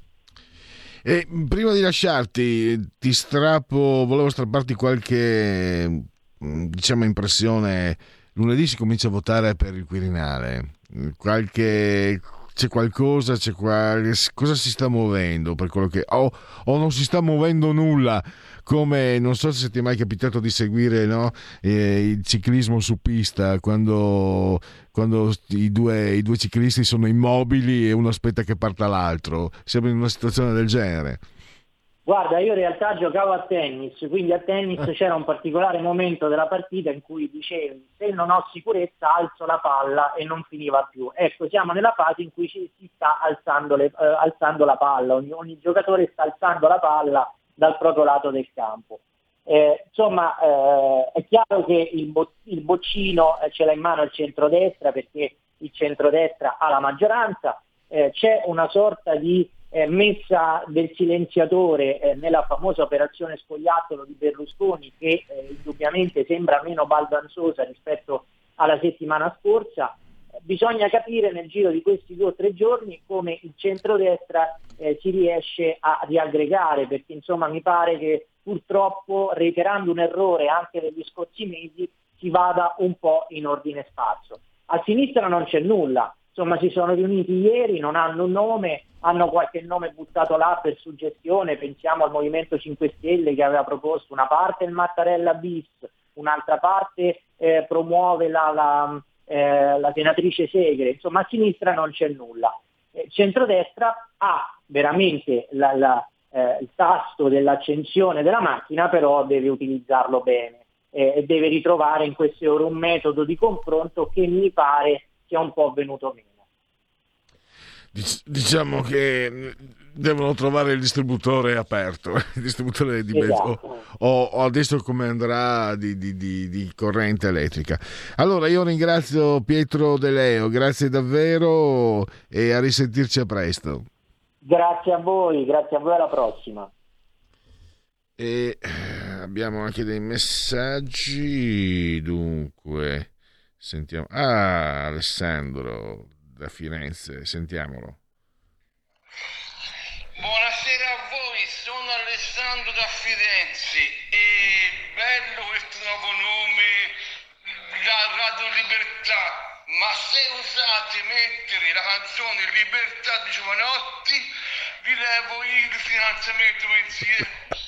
E prima di lasciarti, ti strappo, volevo strapparti qualche, diciamo, impressione. Lunedì si comincia a votare per il Quirinale. Qualche, c'è qualcosa, c'è qual... cosa si sta muovendo per quello che o, o non si sta muovendo nulla, come non so se ti è mai capitato di seguire, no? eh, il ciclismo su pista, quando, quando i, due, i due ciclisti sono immobili e uno aspetta che parta l'altro. Siamo in una situazione del genere. Guarda, io in realtà giocavo a tennis, quindi a tennis eh. c'era un particolare momento della partita in cui dicevi: se non ho sicurezza alzo la palla, e non finiva più. Ecco, siamo nella fase in cui ci, si sta alzando, le, eh, alzando la palla, ogni, ogni giocatore sta alzando la palla dal proprio lato del campo. Eh, insomma, eh, è chiaro che il, bo- il boccino eh, ce l'ha in mano il centrodestra, perché il centrodestra ha la maggioranza, eh, c'è una sorta di eh, messa del silenziatore eh, nella famosa operazione Scoiattolo di Berlusconi, che eh, indubbiamente sembra meno baldanzosa rispetto alla settimana scorsa. Bisogna capire nel giro di questi due o tre giorni come il centrodestra eh, si riesce a riaggregare, perché insomma mi pare che purtroppo, reiterando un errore anche degli scorsi mesi, si vada un po' in ordine sparso. A sinistra non c'è nulla, insomma si sono riuniti ieri, non hanno un nome, hanno qualche nome buttato là per suggestione, pensiamo al Movimento cinque Stelle che aveva proposto una parte il Mattarella bis, un'altra parte eh, promuove la... la Eh, la senatrice Segre, insomma a sinistra non c'è nulla. Eh, centrodestra ha veramente la, la, eh, il tasto dell'accensione della macchina, però deve utilizzarlo bene eh, e deve ritrovare in queste ore un metodo di confronto che mi pare sia un po' venuto meno. Diciamo che devono trovare il distributore aperto, il distributore di esatto. o, o adesso come andrà di, di, di, di corrente elettrica. Allora io ringrazio Pietro De Leo, grazie davvero e a risentirci a presto. Grazie a voi, grazie a voi, alla prossima. E abbiamo anche dei messaggi, dunque sentiamo. Ah, Alessandro da Firenze, sentiamolo. Buonasera a voi, sono Alessandro da Firenze e bello questo nuovo nome, la Radio Libertà, ma se usate mettere la canzone Libertà di Giovanotti vi levo il finanziamento mensile.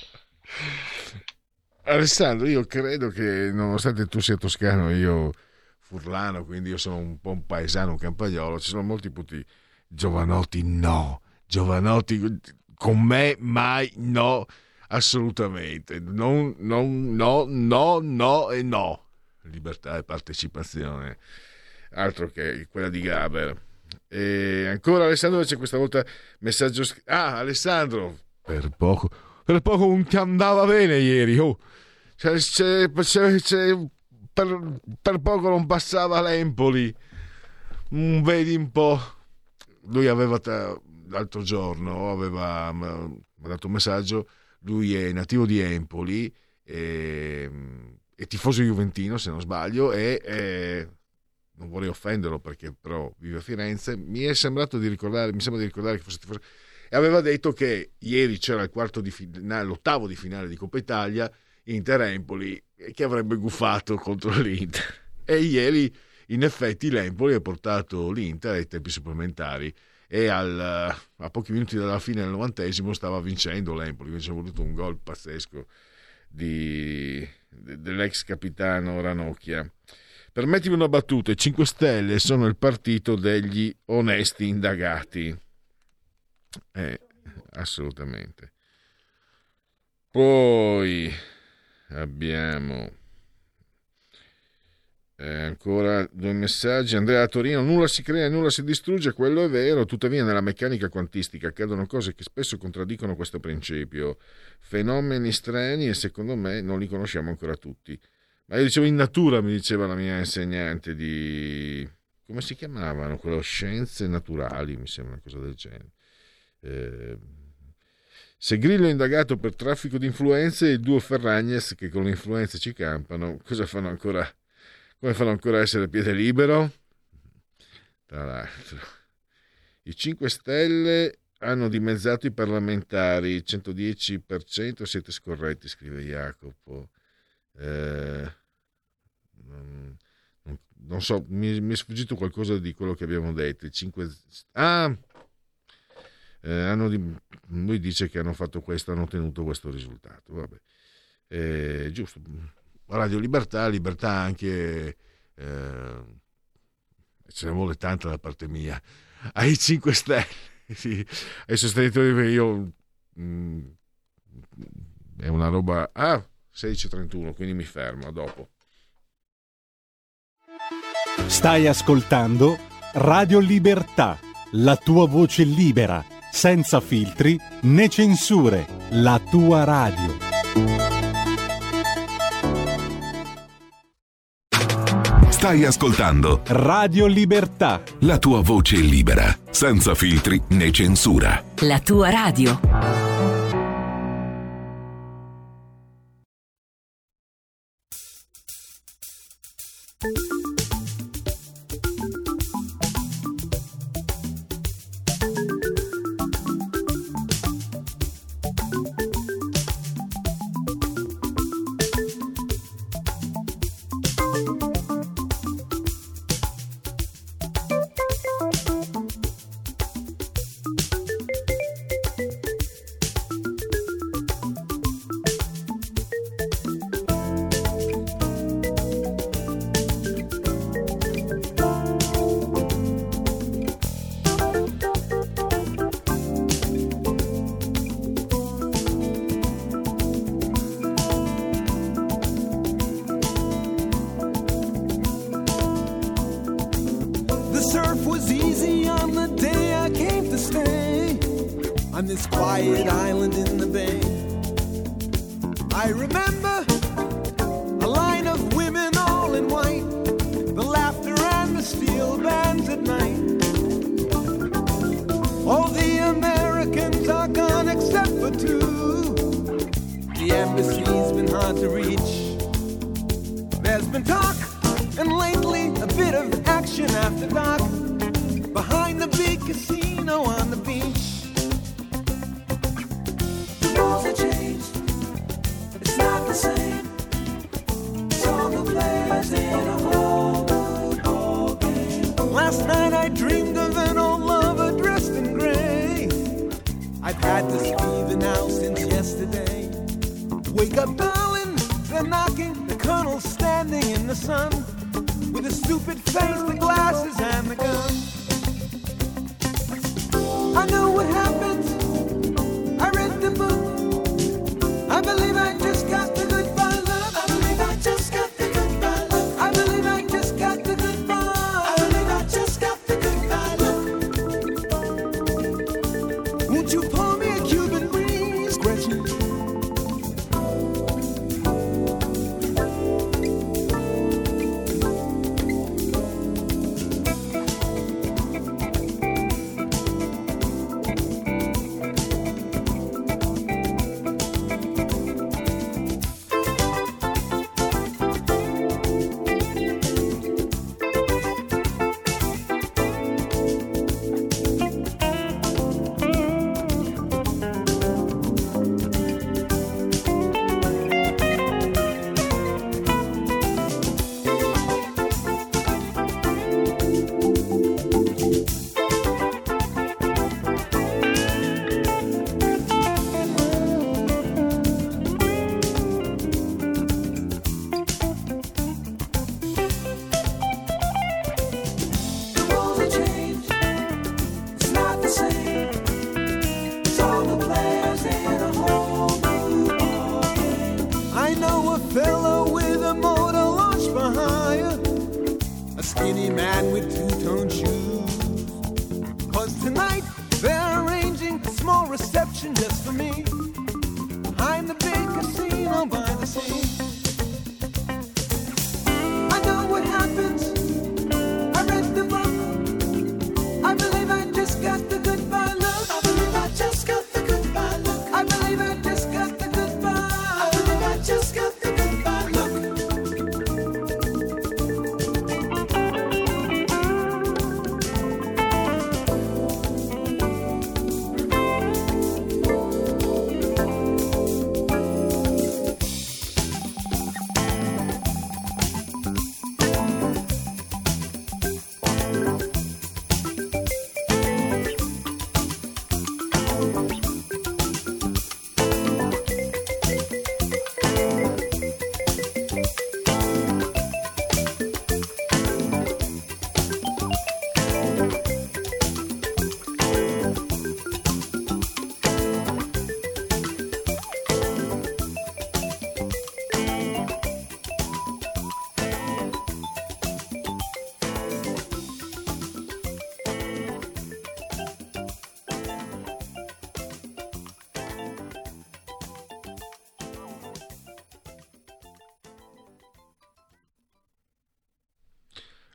Alessandro, io credo che nonostante tu sia toscano, io furlano, quindi io sono un po' un paesano, un campagnolo, ci sono molti punti. Giovanotti no, Giovanotti con me mai no, assolutamente, non, non, no, no, no e no. Libertà e partecipazione, altro che quella di Gaber. E ancora Alessandro c'è questa volta messaggio. Ah, Alessandro, per poco, per poco non ti andava bene ieri, oh. C'è, c'è, c'è, c'è Per, per poco non passava l'Empoli. Mm, vedi un po'. Lui aveva t- l'altro giorno aveva mi ha dato un messaggio. Lui è nativo di Empoli e, è tifoso juventino se non sbaglio e, e non vorrei offenderlo perché però vive a Firenze. Mi è sembrato di ricordare, mi sembra di ricordare che fosse tifoso e aveva detto che ieri c'era il quarto di finale, l'ottavo di finale di Coppa Italia Inter-Empoli, che avrebbe guffato contro l'Inter, e ieri in effetti l'Empoli ha portato l'Inter ai tempi supplementari e al, a pochi minuti dalla fine del novantesimo stava vincendo l'Empoli, invece ha voluto un gol pazzesco di, dell'ex capitano Ranocchia. Permettimi una battuta: i cinque Stelle sono il partito degli onesti indagati, eh, assolutamente. Poi abbiamo eh, ancora due messaggi. Andrea da Torino: nulla si crea, nulla si distrugge, quello è vero, tuttavia nella meccanica quantistica accadono cose che spesso contraddicono questo principio, fenomeni strani e secondo me non li conosciamo ancora tutti. Ma io dicevo in natura, mi diceva la mia insegnante di, come si chiamavano, quello, scienze naturali, mi sembra una cosa del genere. eh, Se Grillo è indagato per traffico di influenze, il duo Ferragnes che con le influenze ci campano, cosa fanno ancora? Come fanno ancora a essere a piede libero? Tra l'altro, i cinque Stelle hanno dimezzato i parlamentari, centodieci per cento, siete scorretti, scrive Jacopo. Eh, non, non, non so, mi, mi è sfuggito qualcosa di quello che abbiamo detto. I cinque Ah! Eh, hanno di, lui dice che hanno fatto questo, hanno ottenuto questo risultato. Vabbè, eh, giusto. Radio Libertà, libertà anche, eh, ce ne vuole tanta da parte mia. Ai cinque Stelle, sì, ai sostenitori, io mh, è una roba. Ah, sedici e trentuno, quindi mi fermo, a dopo. Stai ascoltando Radio Libertà, la tua voce libera, senza filtri né censure, la tua radio. Stai ascoltando Radio Libertà. La tua voce libera, senza filtri né censura. La tua radio.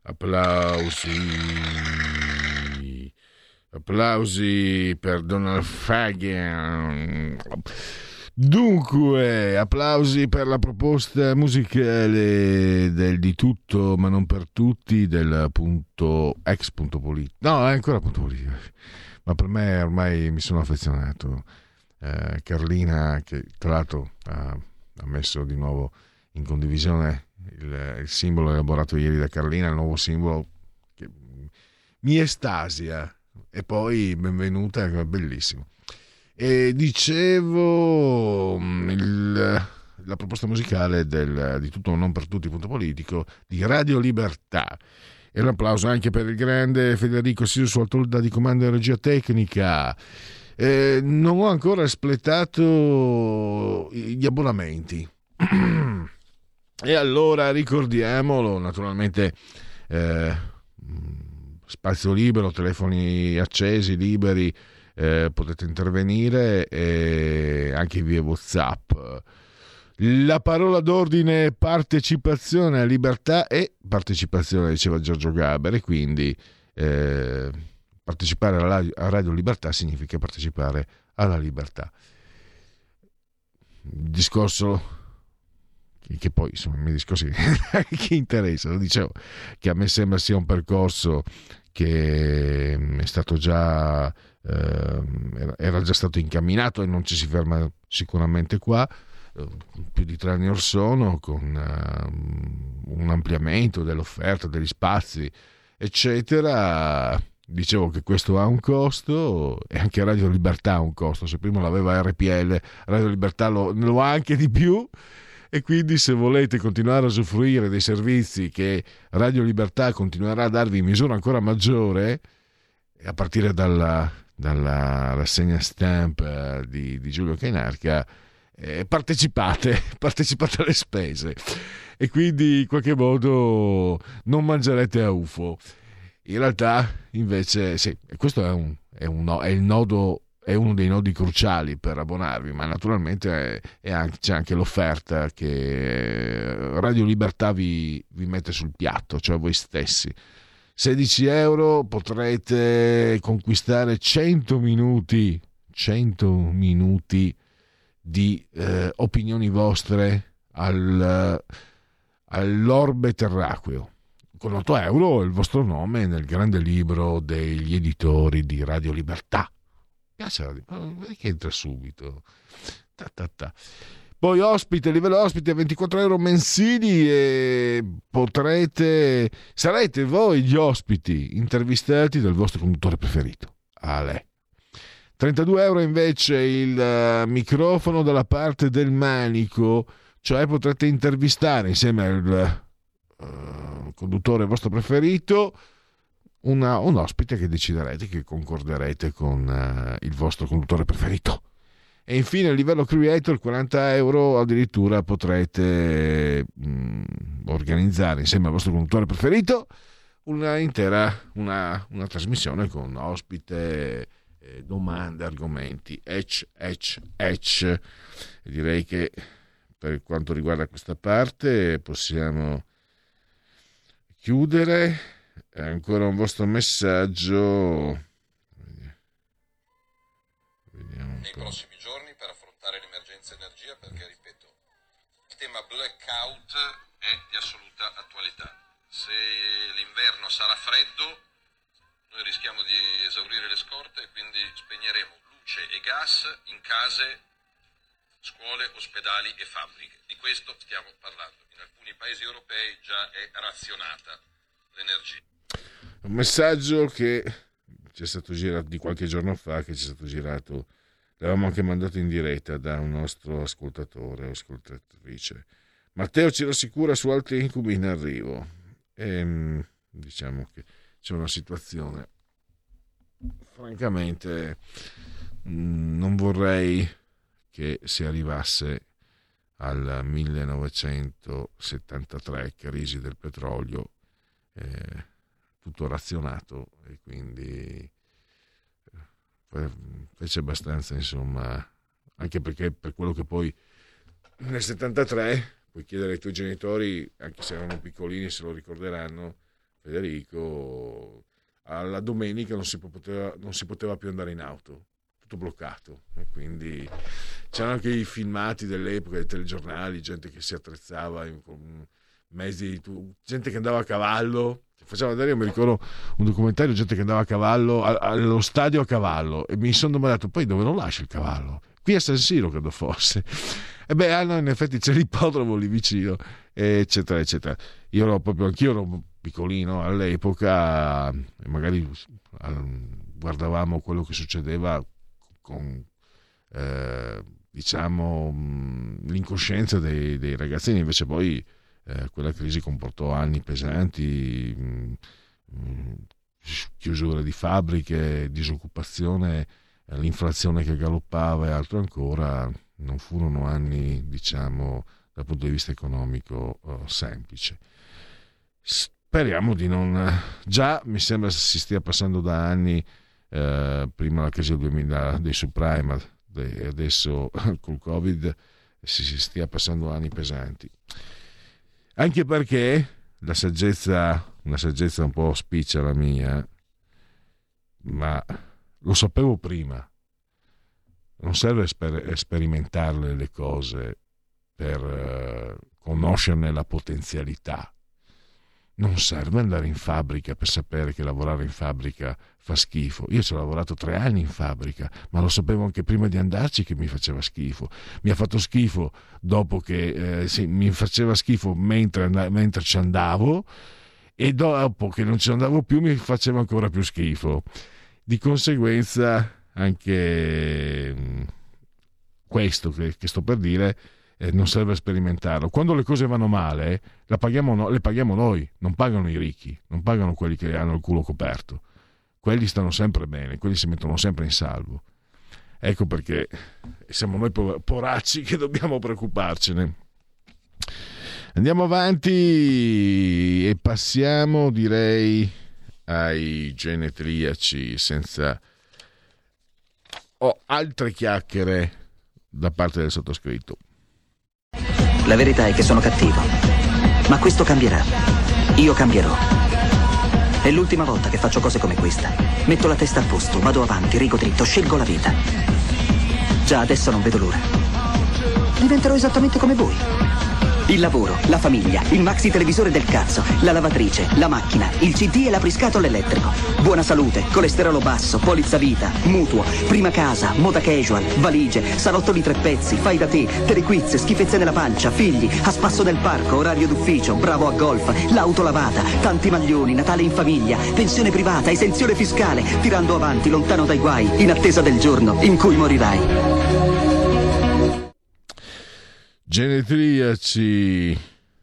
applausi, applausi per Donald Fagan. Dunque, applausi per la proposta musicale del Di tutto ma non per tutti del punto ex punto politico. No, è ancora punto politico, ma per me ormai mi sono affezionato. Eh, Carlina, che tra l'altro ha, ha messo di nuovo in condivisione il, il simbolo elaborato ieri da Carlina, il nuovo simbolo che mi estasia, e poi benvenuta, è bellissimo. E dicevo il, la proposta musicale del Di tutto non per tutti punto politico di Radio Libertà, e un applauso anche per il grande Federico Siso su altorità di comando e regia tecnica. Eh, non ho ancora espletato gli abbonamenti e allora ricordiamolo, naturalmente eh, spazio libero, telefoni accesi, liberi, eh, potete intervenire eh, anche via WhatsApp. La parola d'ordine partecipazione, libertà e partecipazione, diceva Giorgio Gaber, e quindi eh, partecipare alla, a Radio Libertà significa partecipare alla libertà. Il discorso che, che poi sono i miei discorsi che interessano, dicevo che a me sembra sia un percorso che è stato già eh, era già stato incamminato e non ci si ferma sicuramente qua, eh, più di tre anni or sono, con uh, un ampliamento dell'offerta, degli spazi eccetera. Dicevo che questo ha un costo, e anche Radio Libertà ha un costo. Se prima l'aveva R P L, Radio Libertà lo, lo ha anche di più, e quindi se volete continuare a usufruire dei servizi che Radio Libertà continuerà a darvi in misura ancora maggiore, a partire dalla, dalla rassegna stampa di, di Giulio Cainarca, eh, partecipate, partecipate alle spese, e quindi in qualche modo non mangerete a U F O. In realtà, invece, sì, questo è, un, è, un, è il nodo, è uno dei nodi cruciali per abbonarvi, ma naturalmente è, è anche, c'è anche l'offerta che Radio Libertà vi, vi mette sul piatto, cioè voi stessi. sedici euro potrete conquistare cento minuti, cento minuti di eh, opinioni vostre al, all'orbe terracqueo. Con otto euro il vostro nome nel grande libro degli editori di Radio Libertà. Piace, vedi che entra subito. Ta, ta, ta. Poi ospite, livello ospite a ventiquattro euro mensili, e potrete, sarete voi gli ospiti intervistati dal vostro conduttore preferito. Ale. trentadue euro invece il uh, microfono dalla parte del manico, cioè potrete intervistare insieme al Uh, conduttore vostro preferito una, un ospite che deciderete, che concorderete con uh, il vostro conduttore preferito. E infine a livello creator quaranta euro addirittura potrete mh, organizzare insieme al vostro conduttore preferito una intera una, una trasmissione con ospite, eh, domande, argomenti, ecc, ecc, ecc. E direi che per quanto riguarda questa parte possiamo chiudere. Ancora un vostro messaggio. Vediamo un nei po'. prossimi giorni per affrontare l'emergenza energia, perché ripeto, il tema blackout è di assoluta attualità. Se l'inverno sarà freddo, noi rischiamo di esaurire le scorte e quindi spegneremo luce e gas in case, scuole, ospedali e fabbriche. Di questo stiamo parlando. In alcuni paesi europei già è razionata l'energia. Un messaggio che ci è stato girato di qualche giorno fa, che ci è stato girato, l'avevamo anche mandato in diretta da un nostro ascoltatore o ascoltatrice. Matteo ci rassicura su altri incubi in arrivo. E diciamo che c'è una situazione, francamente non vorrei che si arrivasse al millenovecentosettantatré, crisi del petrolio, eh, tutto razionato, e quindi eh, fece abbastanza, insomma, anche perché per quello che poi nel settantatré, puoi chiedere ai tuoi genitori, anche se erano piccolini, se lo ricorderanno, Federico, alla domenica non si poteva, non si poteva più andare in auto, tutto bloccato, e quindi c'erano anche i filmati dell'epoca, dei telegiornali, gente che si attrezzava in, con mezzi, gente che andava a cavallo, faceva vedere, io mi ricordo un documentario, gente che andava a cavallo allo stadio a cavallo, e mi sono domandato poi dove lo lascia il cavallo, qui a San Siro credo fosse, e beh, no, in effetti c'è l'ippodromo lì vicino, eccetera eccetera. Io ero proprio, anch'io ero piccolino all'epoca, e magari guardavamo quello che succedeva con eh, diciamo l'incoscienza dei, dei ragazzini, invece poi eh, quella crisi comportò anni pesanti, mh, mh, chiusure di fabbriche, disoccupazione, eh, l'inflazione che galoppava e altro ancora. Non furono anni, diciamo, dal punto di vista economico eh, semplici. Speriamo di non, già mi sembra si stia passando da anni, eh, prima la crisi del duemila dei subprime e adesso col Covid si, si stia passando anni pesanti, anche perché la saggezza, una saggezza un po' spiccia la mia, ma lo sapevo prima, non serve esper- sperimentarle le cose per uh, conoscerne la potenzialità. Non serve andare in fabbrica per sapere che lavorare in fabbrica fa schifo. Io ci ho lavorato tre anni in fabbrica, ma lo sapevo anche prima di andarci che mi faceva schifo. Mi ha fatto schifo dopo che eh, sì, mi faceva schifo mentre, and- mentre ci andavo, e dopo che non ci andavo più mi faceva ancora più schifo. Di conseguenza anche mh, questo che, che sto per dire Eh, non serve sperimentarlo. Quando le cose vanno male la paghiamo no, le paghiamo noi, non pagano i ricchi, non pagano quelli che hanno il culo coperto, quelli stanno sempre bene, quelli si mettono sempre in salvo. Ecco perché siamo noi poracci che dobbiamo preoccuparcene. Andiamo avanti e passiamo, direi, ai genetriaci, senza oh, altre chiacchiere da parte del sottoscritto. La verità è che sono cattivo, ma questo cambierà. Io cambierò. È l'ultima volta che faccio cose come questa. Metto la testa a posto, vado avanti, rigo dritto, scelgo la vita. Già adesso non vedo l'ora. Diventerò esattamente come voi. Il lavoro, la famiglia, il maxi televisore del cazzo, la lavatrice, la macchina, il C D e l'apriscatole elettrico. Buona salute, colesterolo basso, polizza vita, mutuo, prima casa, moda casual, valigie, salotto di tre pezzi, fai da te, telequiz, schifezze nella pancia, figli, a spasso nel parco, orario d'ufficio, bravo a golf, l'auto lavata, tanti maglioni, Natale in famiglia, pensione privata, esenzione fiscale, tirando avanti, lontano dai guai, in attesa del giorno in cui morirai. Genetriaci,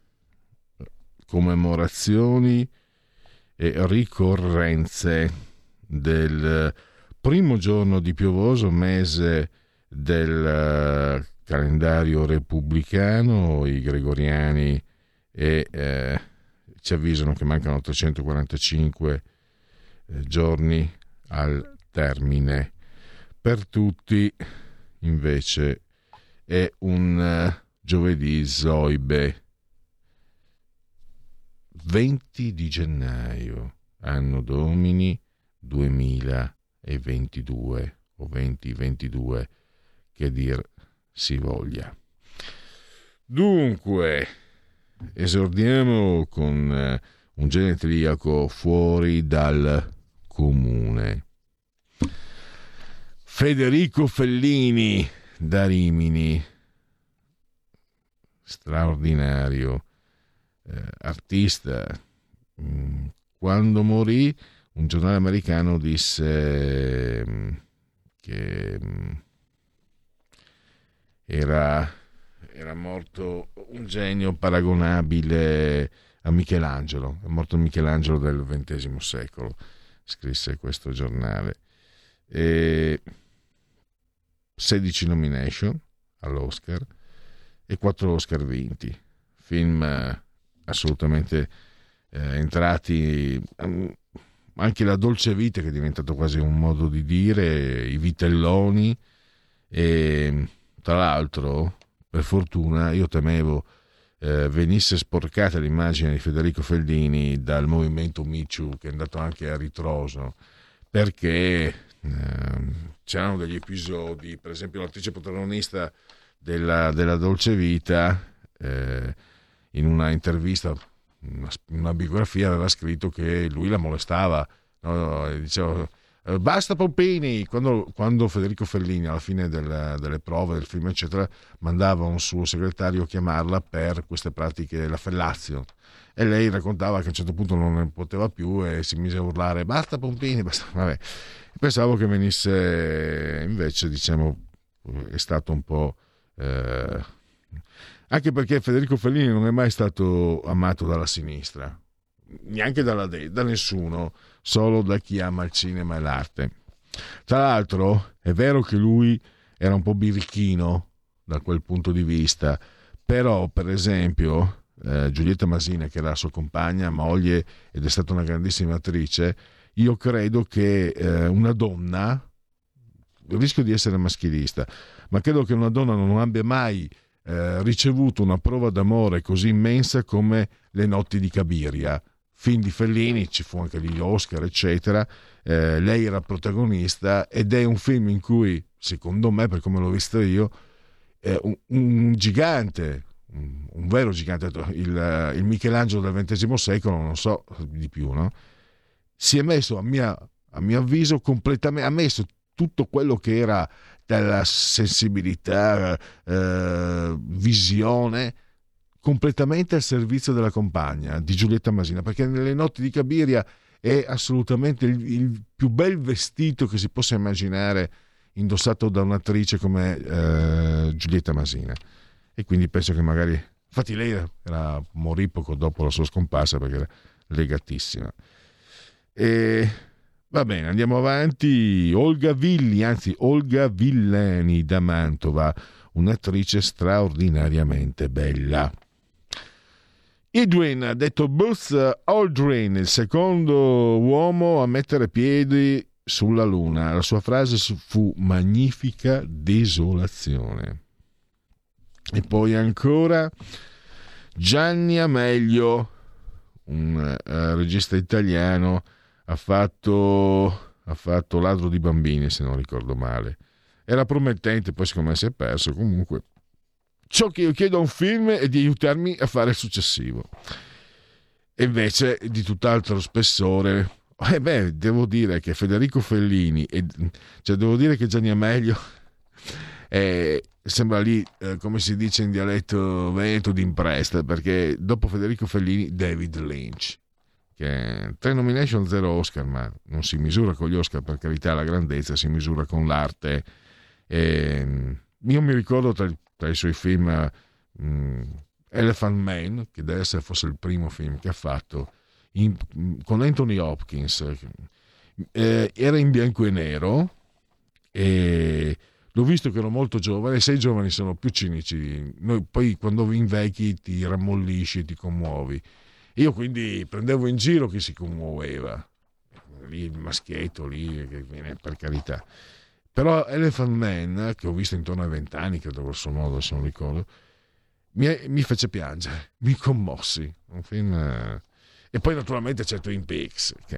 commemorazioni e ricorrenze del primo giorno di piovoso mese del calendario repubblicano. I gregoriani e eh, ci avvisano che mancano trecentoquarantacinque eh, giorni al termine. Per tutti invece è un uh, giovedì Zoibe, venti di gennaio, anno domini duemilaventidue o duemilaventidue, che dir si voglia. Dunque, esordiamo con uh, un genetriaco fuori dal comune. Federico Fellini da Rimini, straordinario eh, artista. Quando morì, un giornale americano disse mh, che mh, era, era morto un genio paragonabile a Michelangelo. È morto Michelangelo del ventesimo secolo, scrisse questo giornale. E sedici nomination all'Oscar e quattro Oscar vinti, film eh, assolutamente eh, entrati, um, anche La dolce vita, che è diventato quasi un modo di dire, I vitelloni, e tra l'altro, per fortuna, io temevo eh, venisse sporcata l'immagine di Federico Fellini dal movimento Me Too, che è andato anche a ritroso, perché eh, c'erano degli episodi, per esempio l'attrice protagonista della, della Dolce Vita, eh, in una intervista, una, una biografia, aveva scritto che lui la molestava, no? E diceva basta Pompini, quando, quando Federico Fellini alla fine del, delle prove del film eccetera mandava un suo segretario a chiamarla per queste pratiche, la fellazio, e lei raccontava che a un certo punto non ne poteva più e si mise a urlare basta Pompini, basta. Vabbè, pensavo che venisse invece, diciamo, è stato un po' eh, anche perché Federico Fellini non è mai stato amato dalla sinistra, neanche dalla de- da nessuno, solo da chi ama il cinema e l'arte. Tra l'altro è vero che lui era un po' birichino da quel punto di vista, però per esempio eh, Giulietta Masina, che era la sua compagna, moglie, ed è stata una grandissima attrice, io credo che eh, una donna, rischio di essere maschilista, ma credo che una donna non abbia mai eh, ricevuto una prova d'amore così immensa come Le notti di Cabiria, film di Fellini, ci fu anche gli Oscar eccetera, eh, lei era protagonista ed è un film in cui, secondo me, per come l'ho visto io, è un, un gigante, un, un vero gigante, il, il Michelangelo del ventesimo secolo, non so di più, no? Si è messo, a mia, a mio avviso, completamente, ha messo tutto quello che era della sensibilità, eh, visione, completamente al servizio della compagna di Giulietta Masina, perché nelle notti di Cabiria è assolutamente il, il più bel vestito che si possa immaginare indossato da un'attrice come eh, Giulietta Masina, e quindi penso che magari, infatti lei era, morì poco dopo la sua scomparsa perché era legatissima. E va bene, andiamo avanti. Olga Villi, anzi Olga Villani da Mantova, un'attrice straordinariamente bella. Edwin, detto Buzz Aldrin, il secondo uomo a mettere piedi sulla Luna. La sua frase fu magnifica desolazione. E poi ancora Gianni Amelio, un uh, regista italiano, ha fatto, ha fatto Ladro di bambini, se non ricordo male. Era promettente, poi secondo me si è perso. Comunque, ciò che io chiedo a un film è di aiutarmi a fare il successivo. E invece di tutt'altro spessore, eh beh, devo dire che Federico Fellini, e, cioè devo dire che Gianni Amelio è, sembra lì, eh, come si dice in dialetto veneto, d'impresta, perché dopo Federico Fellini, David Lynch, che tre nomination, zero Oscar, ma non si misura con gli Oscar, per carità, la grandezza si misura con l'arte. E io mi ricordo tra, tra i suoi film um, Elephant Man, che deve essere forse il primo film che ha fatto, in, con Anthony Hopkins, eh, era in bianco e nero, e l'ho visto che ero molto giovane, e sei giovani sono più cinici, noi poi quando invecchi ti rammollisci e ti commuovi. Io quindi prendevo in giro chi si commuoveva, lì il maschietto lì, che viene, per carità. Però Elephant Man, che ho visto intorno ai vent'anni, credo grosso modo, se non ricordo, mi, mi fece piangere, mi commossi. Un film, eh... E poi naturalmente c'è Twin Peaks. Che...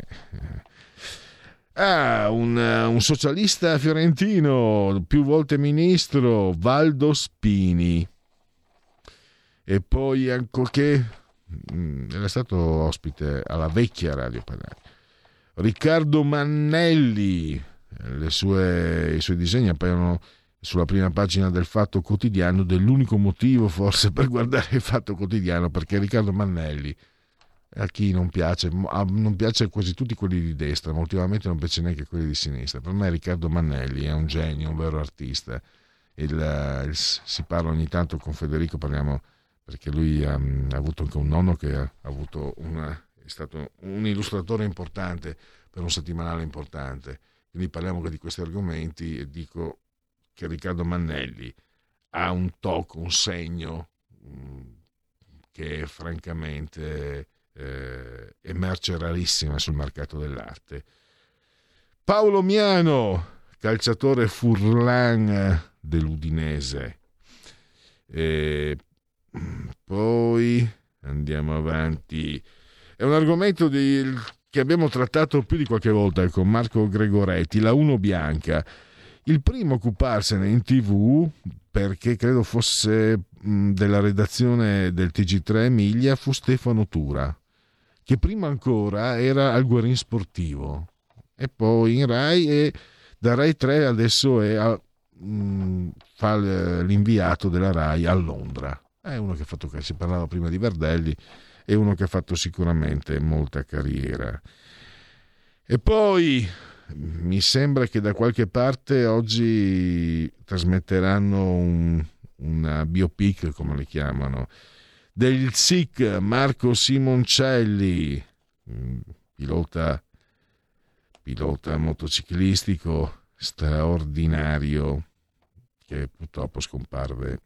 Ah, un, un socialista fiorentino, più volte ministro, Valdo Spini. E poi anche... era stato ospite alla vecchia Radio Padania. Riccardo Mannelli, le sue, i suoi disegni appaiono sulla prima pagina del Fatto Quotidiano, dell'unico motivo forse per guardare il Fatto Quotidiano, perché Riccardo Mannelli, a chi non piace, non piace quasi tutti quelli di destra, ma ultimamente non piace neanche quelli di sinistra. Per me Riccardo Mannelli è un genio, un vero artista. Il, il, si parla ogni tanto con Federico, parliamo perché lui ha, ha avuto anche un nonno che ha avuto una, è stato un illustratore importante per un settimanale importante, quindi parliamo di questi argomenti e dico che Riccardo Mannelli ha un tocco, un segno mh, che francamente eh, è merce rarissima sul mercato dell'arte. Paolo Miano, calciatore furlan dell'Udinese, eh, poi andiamo avanti. È un argomento di, che abbiamo trattato più di qualche volta con Marco Gregoretti, la Uno Bianca. Il primo a occuparsene in tv, perché credo fosse mh, della redazione del T G tre Emilia, fu Stefano Tura, che prima ancora era al Guerin Sportivo e poi in Rai, e da Rai tre adesso è a, mh, fa l'inviato della Rai a Londra. È uno che ha fatto, si parlava prima di Verdelli, è uno che ha fatto sicuramente molta carriera. E poi mi sembra che da qualche parte oggi trasmetteranno un, una biopic, come le chiamano, del S I C Marco Simoncelli, pilota, pilota motociclistico straordinario, che purtroppo scomparve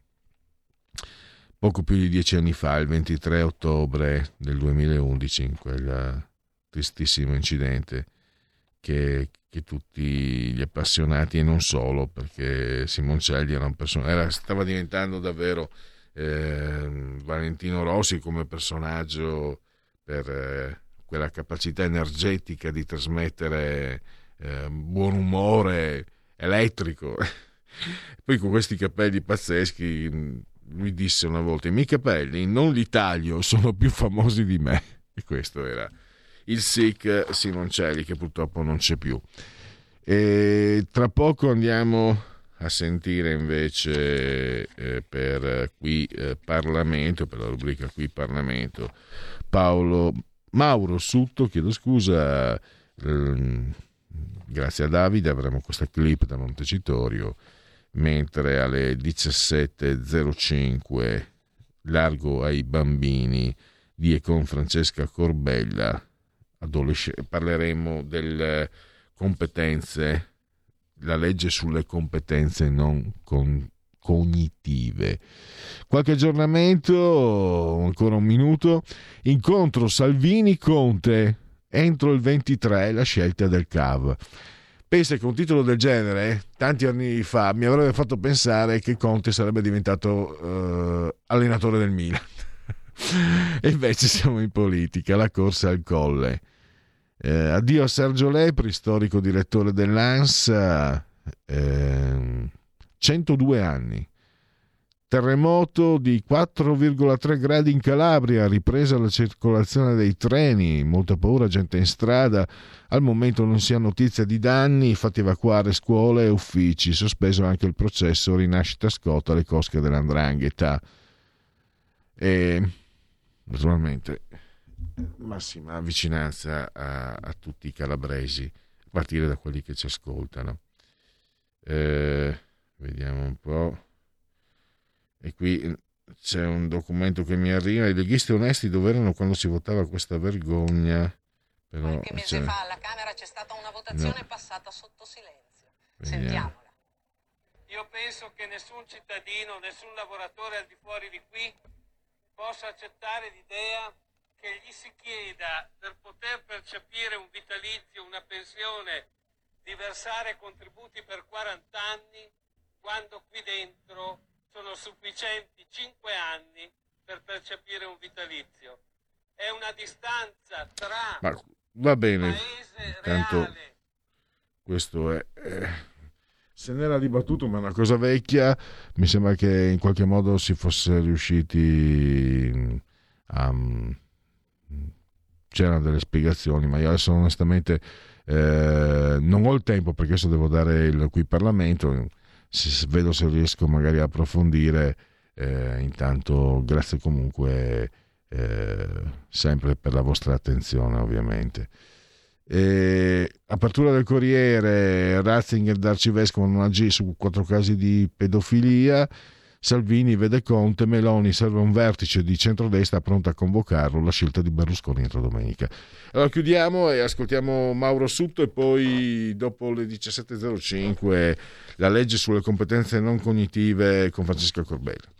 poco più di dieci anni fa, il ventitré ottobre del duemilaundici, in quel tristissimo incidente che, che tutti gli appassionati, e non solo, perché Simoncelli era un person- era, stava diventando davvero eh, Valentino Rossi come personaggio, per eh, quella capacità energetica di trasmettere eh, buon umore elettrico. Poi con questi capelli pazzeschi, mi disse una volta: i miei capelli non li taglio, sono più famosi di me. E questo era il S I C Simoncelli, che purtroppo non c'è più. E tra poco andiamo a sentire invece eh, per qui eh, Parlamento, per la rubrica qui Parlamento, Paolo Mauro Sutto, chiedo scusa, eh, grazie a Davide avremo questa clip da Montecitorio, mentre alle diciassette e zero cinque Largo ai bambini di e con Francesca Corbella, adolescente, parleremo delle competenze, la legge sulle competenze non con, cognitive. Qualche aggiornamento, ancora un minuto. Incontro Salvini-Conte entro il ventitré, la scelta del C A V. Pensa che un titolo del genere, tanti anni fa, mi avrebbe fatto pensare che Conte sarebbe diventato eh, allenatore del Milan. E invece siamo in politica, la corsa al colle. Eh, addio a Sergio Lepri, storico direttore dell'ANSA, eh, centodue anni. Terremoto di quattro virgola tre gradi in Calabria, ripresa la circolazione dei treni, molta paura, gente in strada. Al momento non si ha notizia di danni, fatti evacuare scuole e uffici, sospeso anche il processo Rinascita Scotta alle cosche dell'Andrangheta. E naturalmente massima vicinanza a, a tutti i calabresi, a partire da quelli che ci ascoltano. Eh, vediamo un po'. E qui c'è un documento che mi arriva: i leghisti onesti dove erano quando si votava questa vergogna? Però qualche mese fa alla Camera c'è stata una votazione no. passata sotto silenzio. Vediamo. Sentiamola. Io penso che nessun cittadino, nessun lavoratore al di fuori di qui possa accettare l'idea che gli si chieda, per poter percepire un vitalizio, una pensione, di versare contributi per quaranta anni, quando qui dentro sono sufficienti cinque anni per percepire un vitalizio. È una distanza tra Ma va bene, paese tanto reale. Questo è eh, se n'era dibattuto, ma è una cosa vecchia. Mi sembra che in qualche modo si fosse riusciti a c'erano delle spiegazioni, ma io adesso onestamente eh, non ho il tempo, perché adesso devo dare il qui Parlamento. Se, vedo se riesco magari a approfondire. Eh, intanto grazie comunque eh, sempre per la vostra attenzione, ovviamente. E, apertura del Corriere: Ratzinger d'Arcivescovo non agì su quattro casi di pedofilia. Salvini vede Conte, Meloni serve un vertice di centrodestra pronta a convocarlo, la scelta di Berlusconi entro domenica. Allora chiudiamo e ascoltiamo Mauro Sutto, e poi dopo le diciassette e zero cinque la legge sulle competenze non cognitive con Francesca Corbella.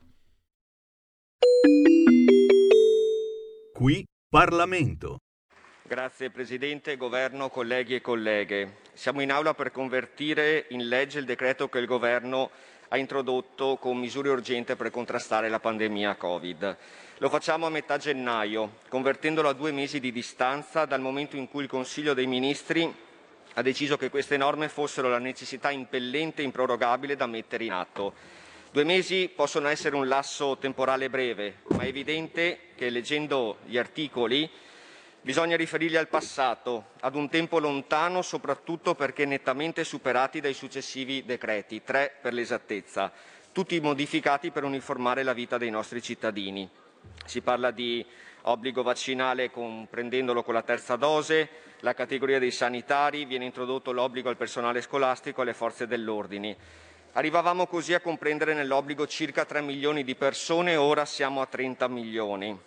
Qui Parlamento. Grazie Presidente, Governo, colleghi e colleghe. Siamo in aula per convertire in legge il decreto che il Governo ha introdotto con misure urgenti per contrastare la pandemia Covid. Lo facciamo a metà gennaio, convertendolo a due mesi di distanza dal momento in cui il Consiglio dei Ministri ha deciso che queste norme fossero la necessità impellente e improrogabile da mettere in atto. Due mesi possono essere un lasso temporale breve, ma è evidente che leggendo gli articoli bisogna riferirli al passato, ad un tempo lontano, soprattutto perché nettamente superati dai successivi decreti, tre per l'esattezza, tutti modificati per uniformare la vita dei nostri cittadini. Si parla di obbligo vaccinale comprendendolo con la terza dose, la categoria dei sanitari, viene introdotto l'obbligo al personale scolastico e alle forze dell'ordine. Arrivavamo così a comprendere nell'obbligo circa tre milioni di persone, ora siamo a trenta milioni.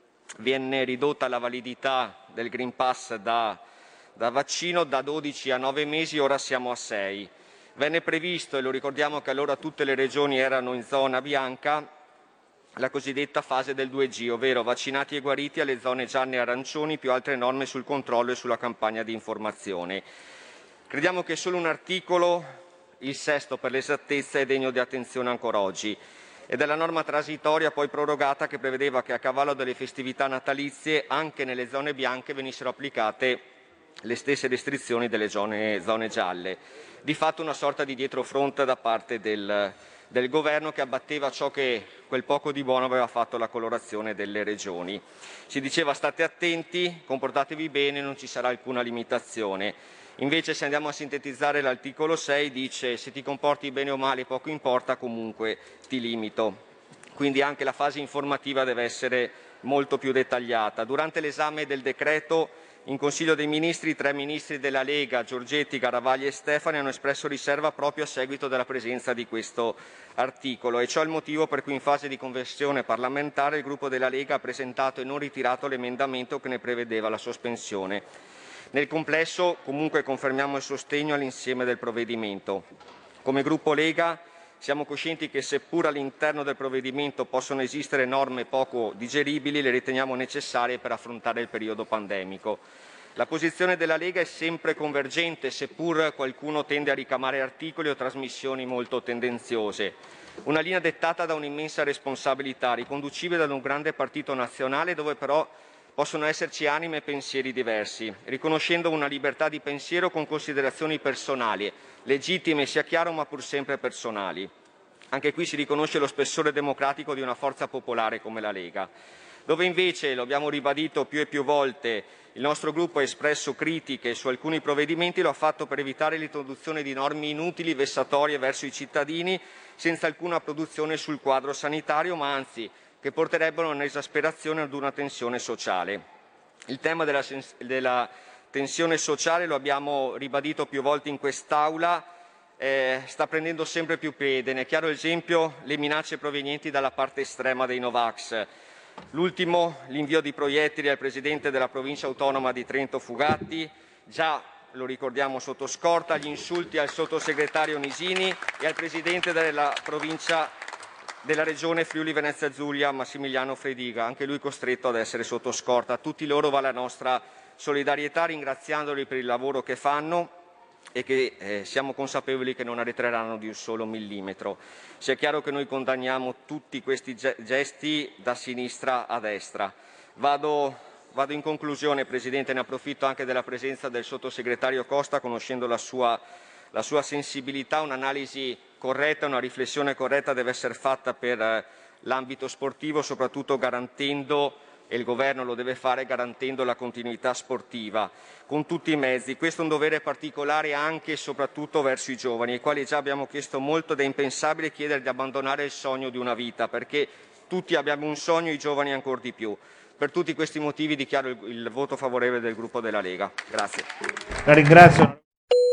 Viene ridotta la validità del Green Pass da, da vaccino da dodici a nove mesi, ora siamo a sei. Venne previsto, e lo ricordiamo che allora tutte le regioni erano in zona bianca, la cosiddetta fase del due G, ovvero vaccinati e guariti alle zone gialle e arancioni, più altre norme sul controllo e sulla campagna di informazione. Crediamo che solo un articolo, il sesto per l'esattezza, è degno di attenzione ancora oggi, ed è la norma transitoria poi prorogata che prevedeva che a cavallo delle festività natalizie anche nelle zone bianche venissero applicate le stesse restrizioni delle zone, zone gialle. Di fatto una sorta di dietrofront da parte del, del governo che abbatteva ciò che quel poco di buono aveva fatto la colorazione delle regioni. Si diceva state attenti, comportatevi bene, non ci sarà alcuna limitazione. Invece se andiamo a sintetizzare l'articolo sei dice se ti comporti bene o male poco importa, comunque ti limito. Quindi anche la fase informativa deve essere molto più dettagliata. Durante l'esame del decreto in Consiglio dei Ministri tre ministri della Lega, Giorgetti, Garavaglia e Stefani, hanno espresso riserva proprio a seguito della presenza di questo articolo e ciò è il motivo per cui in fase di conversione parlamentare il gruppo della Lega ha presentato e non ritirato l'emendamento che ne prevedeva la sospensione. Nel complesso comunque confermiamo il sostegno all'insieme del provvedimento. Come gruppo Lega siamo coscienti che seppur all'interno del provvedimento possono esistere norme poco digeribili, le riteniamo necessarie per affrontare il periodo pandemico. La posizione della Lega è sempre convergente, seppur qualcuno tende a ricamare articoli o trasmissioni molto tendenziose. Una linea dettata da un'immensa responsabilità, riconducibile ad un grande partito nazionale dove però possono esserci anime e pensieri diversi, riconoscendo una libertà di pensiero con considerazioni personali, legittime sia chiaro ma pur sempre personali. Anche qui si riconosce lo spessore democratico di una forza popolare come la Lega. Dove invece, lo abbiamo ribadito più e più volte, il nostro gruppo ha espresso critiche su alcuni provvedimenti, lo ha fatto per evitare l'introduzione di norme inutili, vessatorie verso i cittadini, senza alcuna produzione sul quadro sanitario, ma anzi che porterebbero a un'esasperazione ad una tensione sociale. Il tema della, della tensione sociale, lo abbiamo ribadito più volte in quest'Aula, eh, sta prendendo sempre più piede. Ne è chiaro esempio le minacce provenienti dalla parte estrema dei Novax. L'ultimo, l'invio di proiettili al Presidente della Provincia Autonoma di Trento Fugatti, già lo ricordiamo sotto scorta, gli insulti al Sottosegretario Nisini e al Presidente della Provincia della Regione Friuli Venezia Giulia Massimiliano Frediga, anche lui costretto ad essere sotto scorta. A tutti loro va la nostra solidarietà, ringraziandoli per il lavoro che fanno e che eh, siamo consapevoli che non arretreranno di un solo millimetro. Sia chiaro che noi condanniamo tutti questi gesti da sinistra a destra. Vado, vado in conclusione, Presidente, ne approfitto anche della presenza del Sottosegretario Costa, conoscendo la sua, la sua sensibilità, un'analisi corretta, una riflessione corretta deve essere fatta per eh, l'ambito sportivo, soprattutto garantendo, e il Governo lo deve fare, garantendo la continuità sportiva con tutti i mezzi. Questo è un dovere particolare anche e soprattutto verso i giovani, ai quali già abbiamo chiesto molto ed è impensabile chiedere di abbandonare il sogno di una vita, perché tutti abbiamo un sogno, i giovani ancor di più. Per tutti questi motivi dichiaro il, il voto favorevole del gruppo della Lega. Grazie. La ringrazio.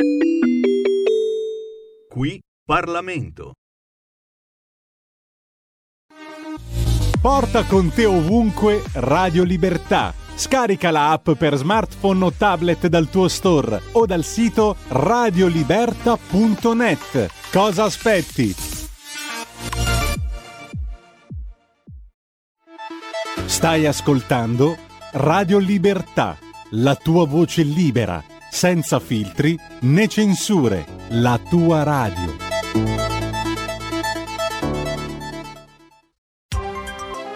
Qui Parlamento. Porta con te ovunque Radio Libertà. Scarica la app per smartphone o tablet dal tuo store o dal sito radioliberta punto net. Cosa aspetti? Stai ascoltando Radio Libertà, la tua voce libera, senza filtri né censure, la tua radio.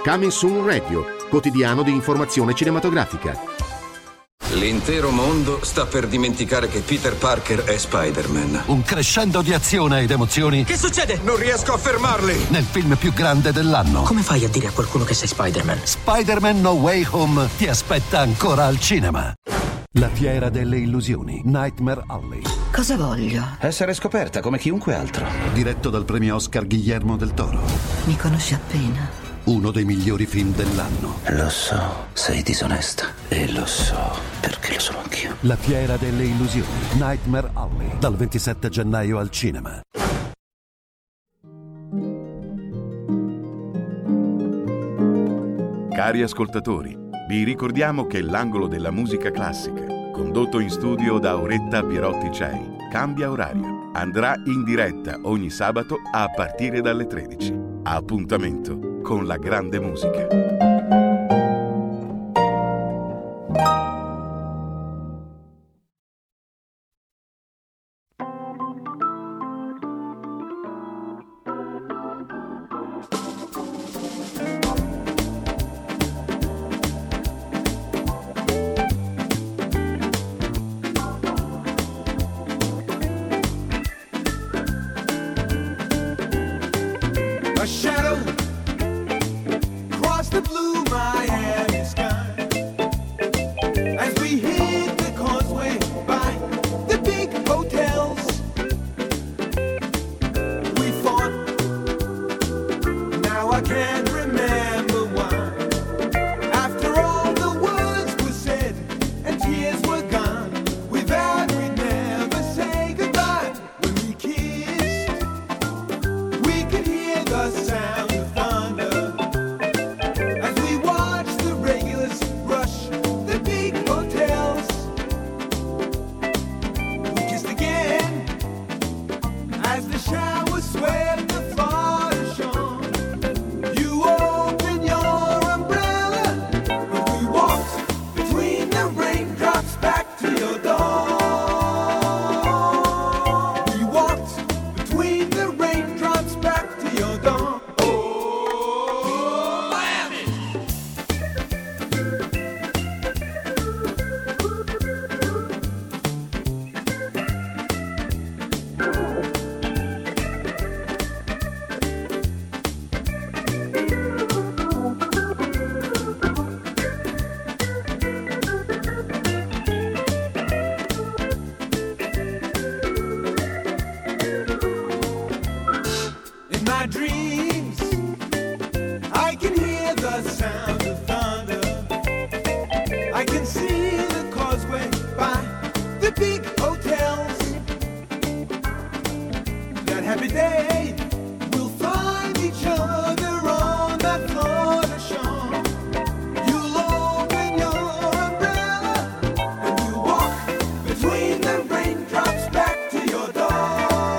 Coming Soon Radio, quotidiano di informazione cinematografica. L'intero mondo sta per dimenticare che Peter Parker è Spider-Man. Un crescendo di azione ed emozioni. Che succede? Non riesco a fermarli! Nel film più grande dell'anno. Come fai a dire a qualcuno che sei Spider-Man? Spider-Man No Way Home ti aspetta ancora al cinema. La fiera delle illusioni, Nightmare Alley. Cosa voglio? Essere scoperta come chiunque altro. Diretto dal premio Oscar Guillermo del Toro. Mi conosci appena. Uno dei migliori film dell'anno. Lo so, sei disonesta. E lo so, perché lo sono anch'io. La fiera delle illusioni, Nightmare Alley. Dal ventisette gennaio al cinema. Cari ascoltatori, vi ricordiamo che l'angolo della musica classica, condotto in studio da Auretta Pierotti Cei, cambia orario. Andrà in diretta ogni sabato a partire dalle tredici. Appuntamento con la grande musica. A shadow across the blue Miami sky as we hit the causeway by the big hotels. We fought, now I can't remember why. After all the words were said and tears were gone, we vowed we'd never say goodbye. When we kissed, we could hear the sound of thunder as we watched the regulars rush the big hotels. We kissed again as the shower swept the Florida shore. You opened your umbrella and we walked between the raindrops back to your door. We walked between the raindrops back to your door. Oh, Miami. In my dreams, I can hear the sound of thunder. I can see the causeway by the big hotels. That happy day, we'll find each other on that Florida shore. You'll open your umbrella and we'll walk between the raindrops back to your door.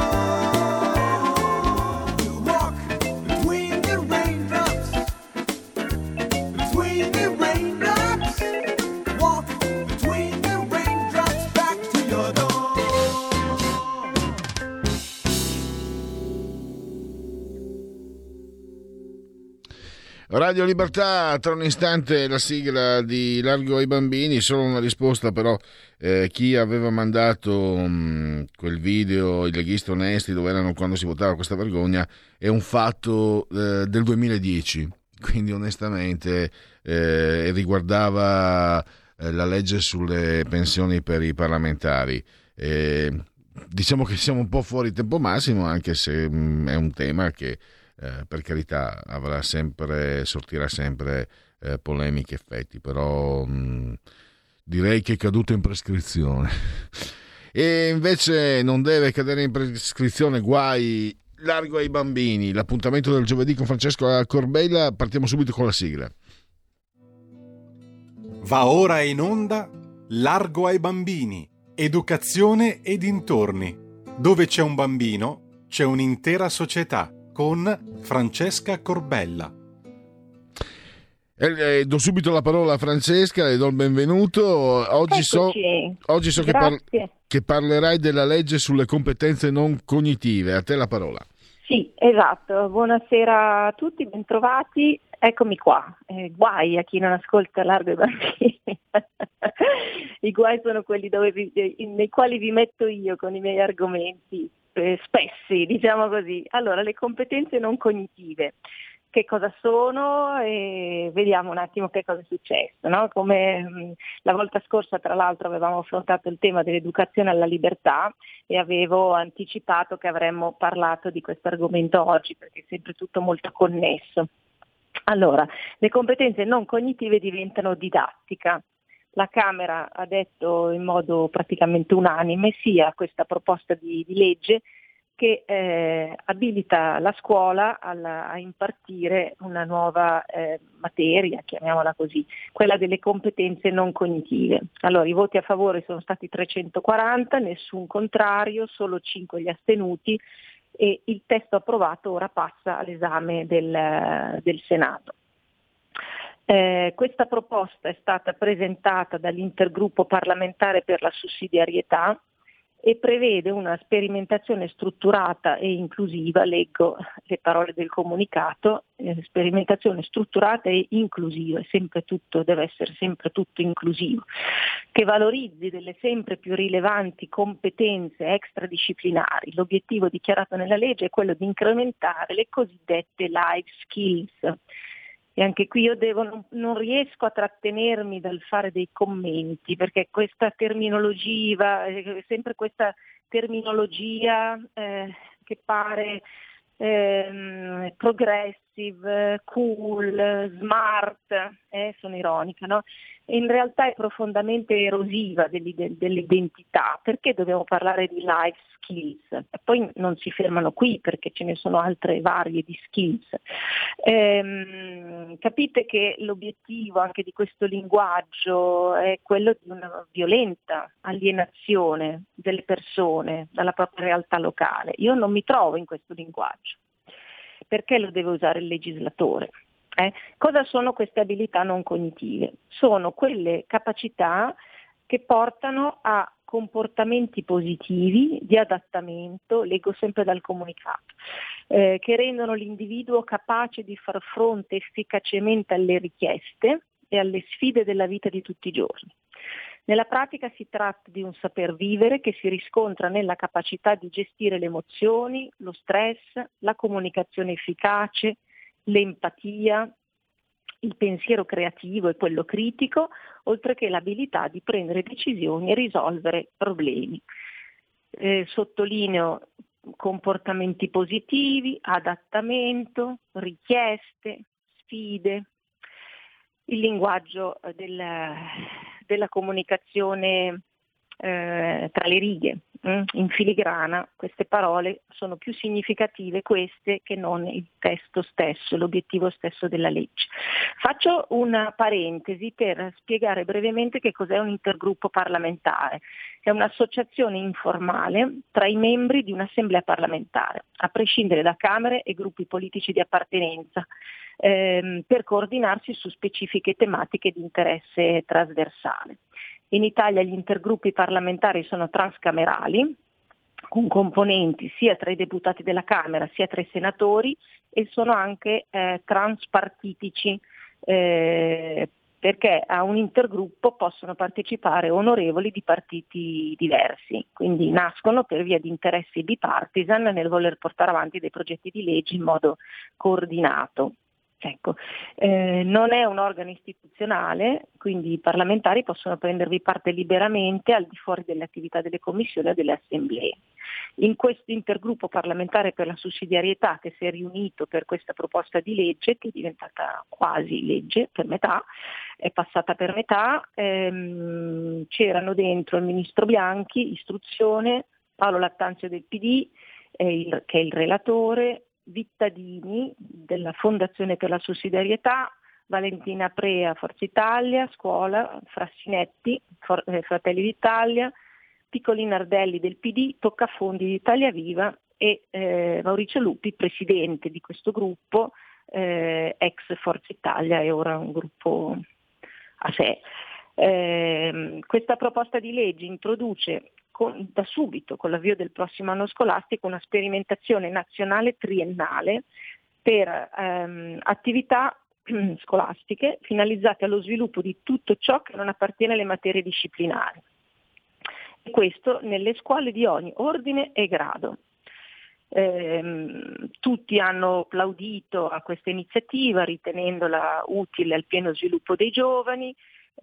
We'll walk between the raindrops, between the raindrops, walk between the raindrops back to your door. Radio Libertà, tra un istante la sigla di Largo ai bambini. Solo una risposta però, eh, chi aveva mandato mh, quel video, i leghisti onesti, dove erano quando si votava questa vergogna, è un fatto eh, del duemiladieci, quindi onestamente eh, riguardava eh, la legge sulle pensioni per i parlamentari. Eh, diciamo che siamo un po' fuori tempo massimo, anche se mh, è un tema che Eh, per carità avrà sempre, sortirà sempre eh, polemiche, effetti, però mh, direi che è caduto in prescrizione. E invece non deve cadere in prescrizione, guai, Largo ai bambini, l'appuntamento del giovedì con Francesco Corbella. Partiamo subito con la sigla. Va ora in onda Largo ai bambini, educazione e dintorni. Dove c'è un bambino, c'è un'intera società. Con Francesca Corbella. Eh, eh, do subito la parola a Francesca, le do il benvenuto. Oggi so, oggi so che, par- che parlerai della legge sulle competenze non cognitive. A te la parola. Sì, esatto. Buonasera a tutti, bentrovati. Eccomi qua, eh, guai a chi non ascolta Largo i bambini. I guai sono quelli dove vi, nei quali vi metto io con i miei argomenti eh, spessi, diciamo così. Allora, le competenze non cognitive, che cosa sono? E vediamo un attimo che cosa è successo, no? Come mh, la volta scorsa, tra l'altro, avevamo affrontato il tema dell'educazione alla libertà e avevo anticipato che avremmo parlato di questo argomento oggi, perché è sempre tutto molto connesso. Allora, le competenze non cognitive diventano didattica. La Camera ha detto in modo praticamente unanime sì a questa proposta di, di legge che eh, abilita la scuola alla, a impartire una nuova eh, materia, chiamiamola così, quella delle competenze non cognitive. Allora, i voti a favore sono stati trecentoquaranta, nessun contrario, solo cinque gli astenuti, e il testo approvato ora passa all'esame del, del Senato. Eh, questa proposta è stata presentata dall'intergruppo parlamentare per la sussidiarietà e prevede una sperimentazione strutturata e inclusiva, leggo le parole del comunicato, eh, sperimentazione strutturata e inclusiva, sempre tutto, deve essere sempre tutto inclusivo, che valorizzi delle sempre più rilevanti competenze extradisciplinari. L'obiettivo dichiarato nella legge è quello di incrementare le cosiddette life skills. E anche qui io devo, non, non riesco a trattenermi dal fare dei commenti, perché questa terminologia, eh, sempre questa terminologia eh, che pare eh, progressive, cool, smart, eh, sono ironica, no? E in realtà è profondamente erosiva dell'identità. Perché dobbiamo parlare di life skills? E poi non si fermano qui, perché ce ne sono altre varie di skills. Ehm, capite che l'obiettivo anche di questo linguaggio è quello di una violenta alienazione delle persone dalla propria realtà locale. Io non mi trovo in questo linguaggio. Perché lo deve usare il legislatore? Eh? Cosa sono queste abilità non cognitive? Sono quelle capacità che portano a comportamenti positivi di adattamento, leggo sempre dal comunicato, eh, che rendono l'individuo capace di far fronte efficacemente alle richieste e alle sfide della vita di tutti i giorni. Nella pratica si tratta di un saper vivere che si riscontra nella capacità di gestire le emozioni, lo stress, la comunicazione efficace, l'empatia, il pensiero creativo e quello critico, oltre che l'abilità di prendere decisioni e risolvere problemi. Eh, sottolineo comportamenti positivi, adattamento, richieste, sfide, il linguaggio della, della comunicazione eh, tra le righe, mh? in filigrana. Queste parole sono più significative queste che non il testo stesso, l'obiettivo stesso della legge. Faccio una parentesi per spiegare brevemente che cos'è un intergruppo parlamentare. È un'associazione informale tra i membri di un'assemblea parlamentare, a prescindere da Camere e gruppi politici di appartenenza, ehm, per coordinarsi su specifiche tematiche di interesse trasversale. In Italia gli intergruppi parlamentari sono transcamerali, con componenti sia tra i deputati della Camera sia tra i senatori, e sono anche eh, transpartitici, eh, perché a un intergruppo possono partecipare onorevoli di partiti diversi, quindi nascono per via di interessi bipartisan nel voler portare avanti dei progetti di legge in modo coordinato. Ecco, eh, non è un organo istituzionale, quindi i parlamentari possono prendervi parte liberamente al di fuori delle attività delle commissioni o delle assemblee. In questo intergruppo parlamentare per la sussidiarietà che si è riunito per questa proposta di legge, che è diventata quasi legge per metà, è passata per metà, ehm, c'erano dentro il ministro Bianchi, istruzione, Paolo Lattanzio del P D, eh, il, che è il relatore, Vittadini della Fondazione per la Sussidiarietà, Valentina Prea, Forza Italia, Scuola, Frassinetti, For- eh, Fratelli d'Italia, Piccoli Nardelli del P D, Toccafondi di Italia Viva e eh, Maurizio Lupi, presidente di questo gruppo, eh, ex Forza Italia e ora un gruppo a sé. Eh, questa proposta di legge introduce Con, da subito, con l'avvio del prossimo anno scolastico, una sperimentazione nazionale triennale per ehm, attività scolastiche finalizzate allo sviluppo di tutto ciò che non appartiene alle materie disciplinari. E questo nelle scuole di ogni ordine e grado. Eh, tutti hanno applaudito a questa iniziativa ritenendola utile al pieno sviluppo dei giovani,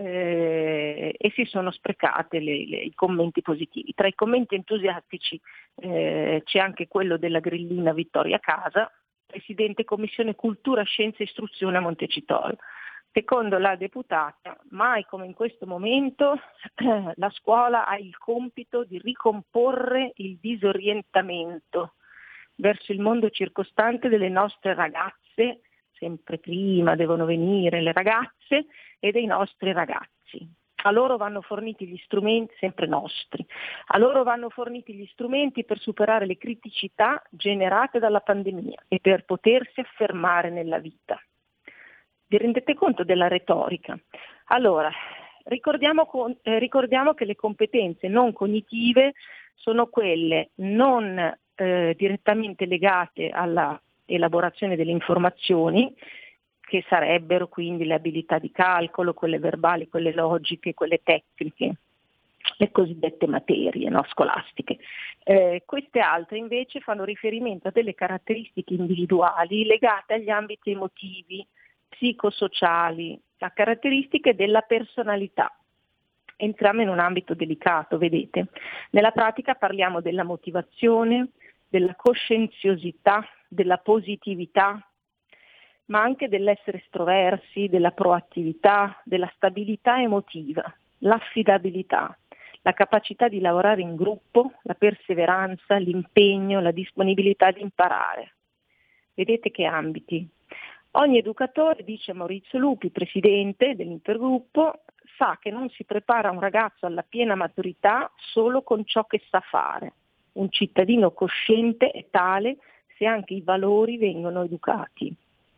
eh, e si sono sprecate le, le, i commenti positivi. Tra i commenti entusiastici eh, c'è anche quello della grillina Vittoria Casa, Presidente Commissione Cultura, Scienza e Istruzione a Montecitorio. Secondo la deputata, mai come in questo momento eh, la scuola ha il compito di ricomporre il disorientamento verso il mondo circostante delle nostre ragazze, sempre prima devono venire le ragazze, e dei nostri ragazzi. A loro vanno forniti gli strumenti, sempre nostri, a loro vanno forniti gli strumenti per superare le criticità generate dalla pandemia e per potersi affermare nella vita. Vi rendete conto della retorica? Allora, ricordiamo, eh, ricordiamo che le competenze non cognitive sono quelle non eh, direttamente legate alla elaborazione delle informazioni, che sarebbero quindi le abilità di calcolo, quelle verbali, quelle logiche, quelle tecniche, le cosiddette materie, no, scolastiche. Eh, queste altre invece fanno riferimento a delle caratteristiche individuali legate agli ambiti emotivi, psicosociali, a caratteristiche della personalità. Entriamo in un ambito delicato, vedete. Nella pratica parliamo della motivazione, della coscienziosità, della positività, ma anche dell'essere estroversi, della proattività, della stabilità emotiva, l'affidabilità, la capacità di lavorare in gruppo, la perseveranza, l'impegno, la disponibilità di imparare. Vedete che ambiti. Ogni educatore, dice Maurizio Lupi, presidente dell'intergruppo, sa che non si prepara un ragazzo alla piena maturità solo con ciò che sa fare. Un cittadino cosciente è tale se anche i valori vengono educati.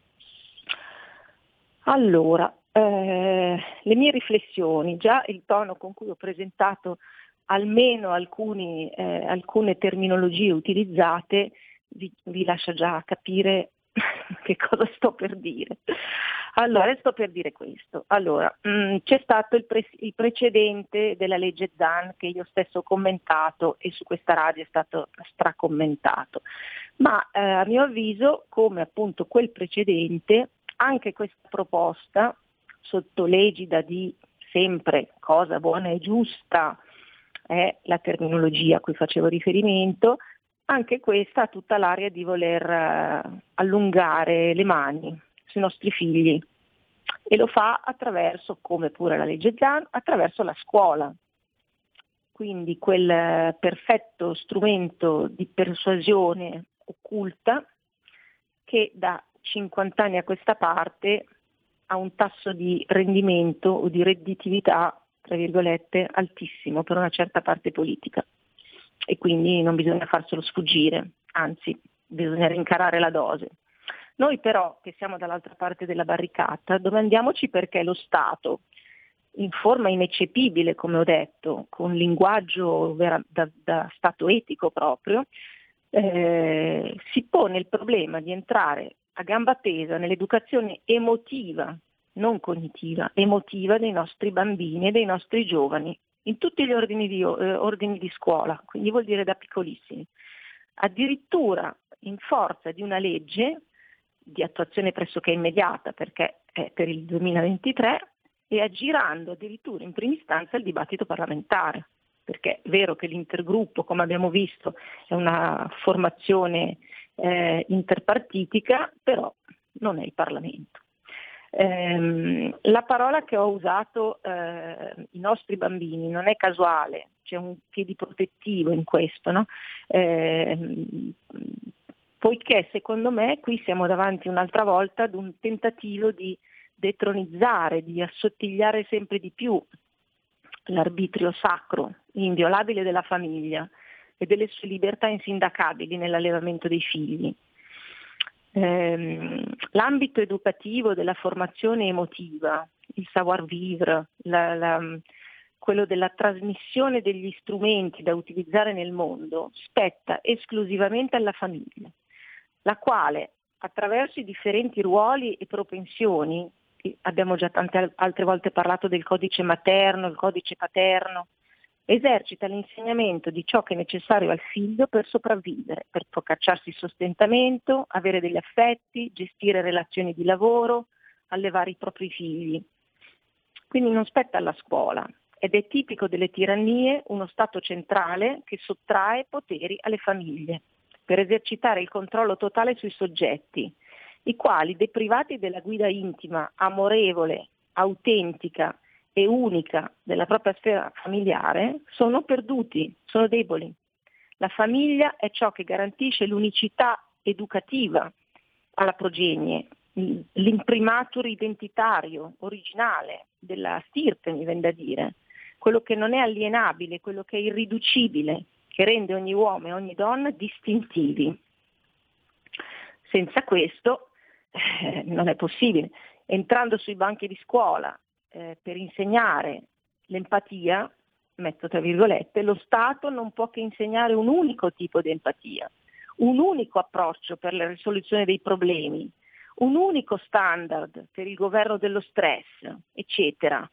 Allora, eh, le mie riflessioni, già il tono con cui ho presentato almeno alcuni, eh, alcune terminologie utilizzate vi, vi lascia già capire che cosa sto per dire. Allora, sto per dire questo. Allora, mh, c'è stato il, pre- il precedente della legge Zan che io stesso ho commentato e su questa radio è stato stracommentato, ma eh, a mio avviso, come appunto quel precedente, anche questa proposta, sotto l'egida di sempre cosa buona e giusta, è la terminologia a cui facevo riferimento, anche questa ha tutta l'aria di voler uh, allungare le mani sui nostri figli, e lo fa attraverso, come pure la legge Zan, attraverso la scuola. Quindi quel perfetto strumento di persuasione occulta che da cinquanta anni a questa parte ha un tasso di rendimento o di redditività, tra virgolette, altissimo per una certa parte politica, e quindi non bisogna farselo sfuggire, anzi bisogna rincarare la dose. Noi però, che siamo dall'altra parte della barricata, domandiamoci perché lo Stato, in forma ineccepibile, come ho detto, con linguaggio vera, da, da Stato etico proprio, eh, si pone il problema di entrare a gamba tesa nell'educazione emotiva, non cognitiva, emotiva dei nostri bambini e dei nostri giovani, in tutti gli ordini di, eh, ordini di scuola, quindi vuol dire da piccolissimi. Addirittura in forza di una legge di attuazione pressoché immediata, perché è per il duemilaventitré, e aggirando addirittura in prima istanza il dibattito parlamentare, perché è vero che l'intergruppo, come abbiamo visto, è una formazione eh, interpartitica, però non è il Parlamento. Ehm, la parola che ho usato, eh, i nostri bambini, non è casuale, c'è un piedi protettivo in questo, no? Ehm, poiché secondo me qui siamo davanti un'altra volta ad un tentativo di detronizzare, di assottigliare sempre di più l'arbitrio sacro, inviolabile della famiglia e delle sue libertà insindacabili nell'allevamento dei figli. Ehm, l'ambito educativo della formazione emotiva, il savoir-vivre, la, la, quello della trasmissione degli strumenti da utilizzare nel mondo, spetta esclusivamente alla famiglia, la quale attraverso i differenti ruoli e propensioni, abbiamo già tante altre volte parlato del codice materno, il codice paterno, esercita l'insegnamento di ciò che è necessario al figlio per sopravvivere, per procacciarsi il sostentamento, avere degli affetti, gestire relazioni di lavoro, allevare i propri figli. Quindi non spetta alla scuola ed è tipico delle tirannie uno Stato centrale che sottrae poteri alle famiglie per esercitare il controllo totale sui soggetti, i quali, deprivati della guida intima, amorevole, autentica e unica della propria sfera familiare, sono perduti, sono deboli. La famiglia è ciò che garantisce l'unicità educativa alla progenie, l'imprimatur identitario, originale, della stirpe, mi viene da dire, quello che non è alienabile, quello che è irriducibile, che rende ogni uomo e ogni donna distintivi. Senza questo eh, non è possibile. Entrando sui banchi di scuola eh, per insegnare l'empatia, metto tra virgolette, lo Stato non può che insegnare un unico tipo di empatia, un unico approccio per la risoluzione dei problemi, un unico standard per il governo dello stress, eccetera.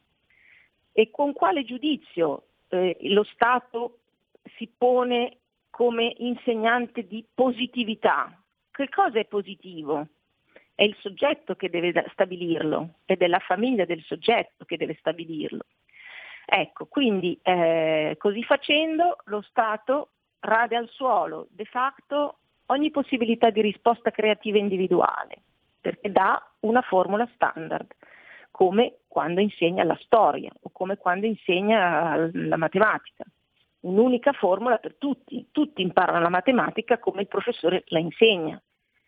E con quale giudizio eh, lo Stato si pone come insegnante di positività? Che cosa è positivo? È il soggetto che deve stabilirlo ed è la famiglia del soggetto che deve stabilirlo. Ecco, quindi eh, così facendo lo Stato rade al suolo de facto ogni possibilità di risposta creativa individuale, perché dà una formula standard, come quando insegna la storia o come quando insegna la matematica. Un'unica formula per tutti, tutti imparano la matematica come il professore la insegna.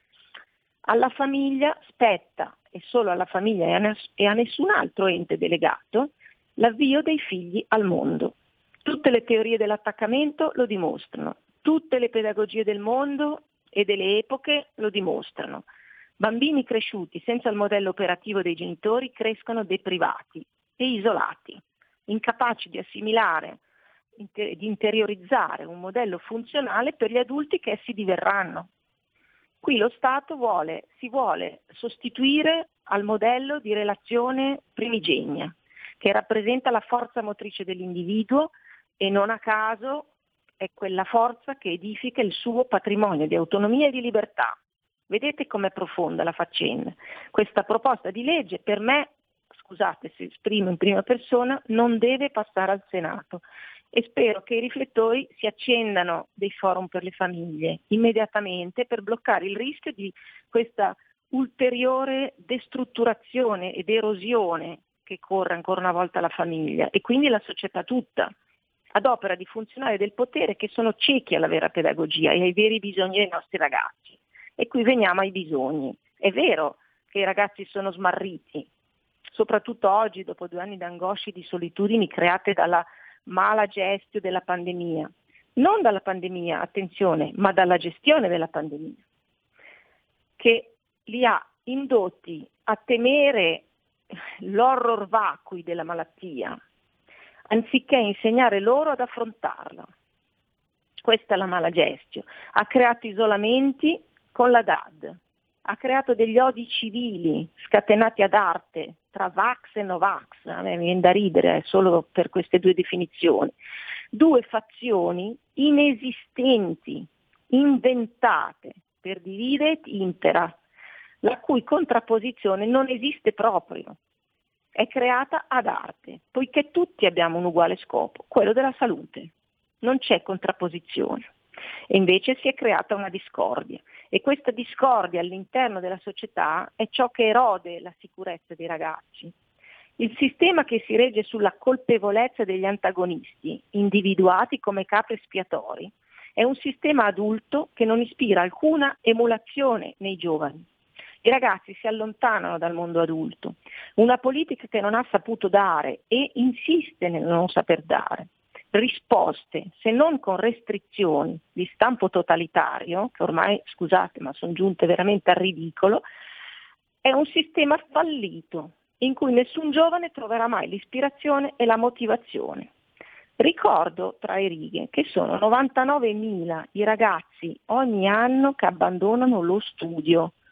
Alla famiglia spetta, e solo alla famiglia e a nessun altro ente delegato, l'avvio dei figli al mondo. Tutte le teorie dell'attaccamento lo dimostrano, tutte le pedagogie del mondo e delle epoche lo dimostrano. Bambini cresciuti senza il modello operativo dei genitori crescono deprivati e isolati, incapaci di assimilare, di interiorizzare un modello funzionale per gli adulti che essi diverranno. Qui lo Stato vuole, si vuole sostituire al modello di relazione primigenia, che rappresenta la forza motrice dell'individuo e non a caso è quella forza che edifica il suo patrimonio di autonomia e di libertà. Vedete com'è profonda la faccenda. Questa proposta di legge per me, scusate se esprimo in prima persona, non deve passare al Senato e spero che i riflettori si accendano dei forum per le famiglie immediatamente per bloccare il rischio di questa ulteriore destrutturazione ed erosione che corre ancora una volta la famiglia e quindi la società tutta, ad opera di funzionari del potere che sono ciechi alla vera pedagogia e ai veri bisogni dei nostri ragazzi. E qui veniamo ai bisogni. È vero che i ragazzi sono smarriti, soprattutto oggi dopo due anni di angosce e di solitudini create dalla mala gestio della pandemia. Non dalla pandemia, attenzione, ma dalla gestione della pandemia, che li ha indotti a temere l'horror vacui della malattia, anziché insegnare loro ad affrontarla. Questa è la mala gestio. Ha creato isolamenti con la D A D, ha creato degli odi civili scatenati ad arte tra Vax e Novax, a me viene da ridere solo per queste due definizioni, due fazioni inesistenti, inventate per divide et impera, la cui contrapposizione non esiste proprio, è creata ad arte, poiché tutti abbiamo un uguale scopo, quello della salute, non c'è contrapposizione. E invece si è creata una discordia e questa discordia all'interno della società è ciò che erode la sicurezza dei ragazzi. Il sistema che si regge sulla colpevolezza degli antagonisti, individuati come capri espiatori, è un sistema adulto che non ispira alcuna emulazione nei giovani. I ragazzi si allontanano dal mondo adulto, una politica che non ha saputo dare e insiste nel non saper dare risposte, se non con restrizioni di stampo totalitario, che ormai, scusate, ma sono giunte veramente al ridicolo, è un sistema fallito in cui nessun giovane troverà mai l'ispirazione e la motivazione. Ricordo tra le righe che sono novantanovemila i ragazzi ogni anno che abbandonano lo studio,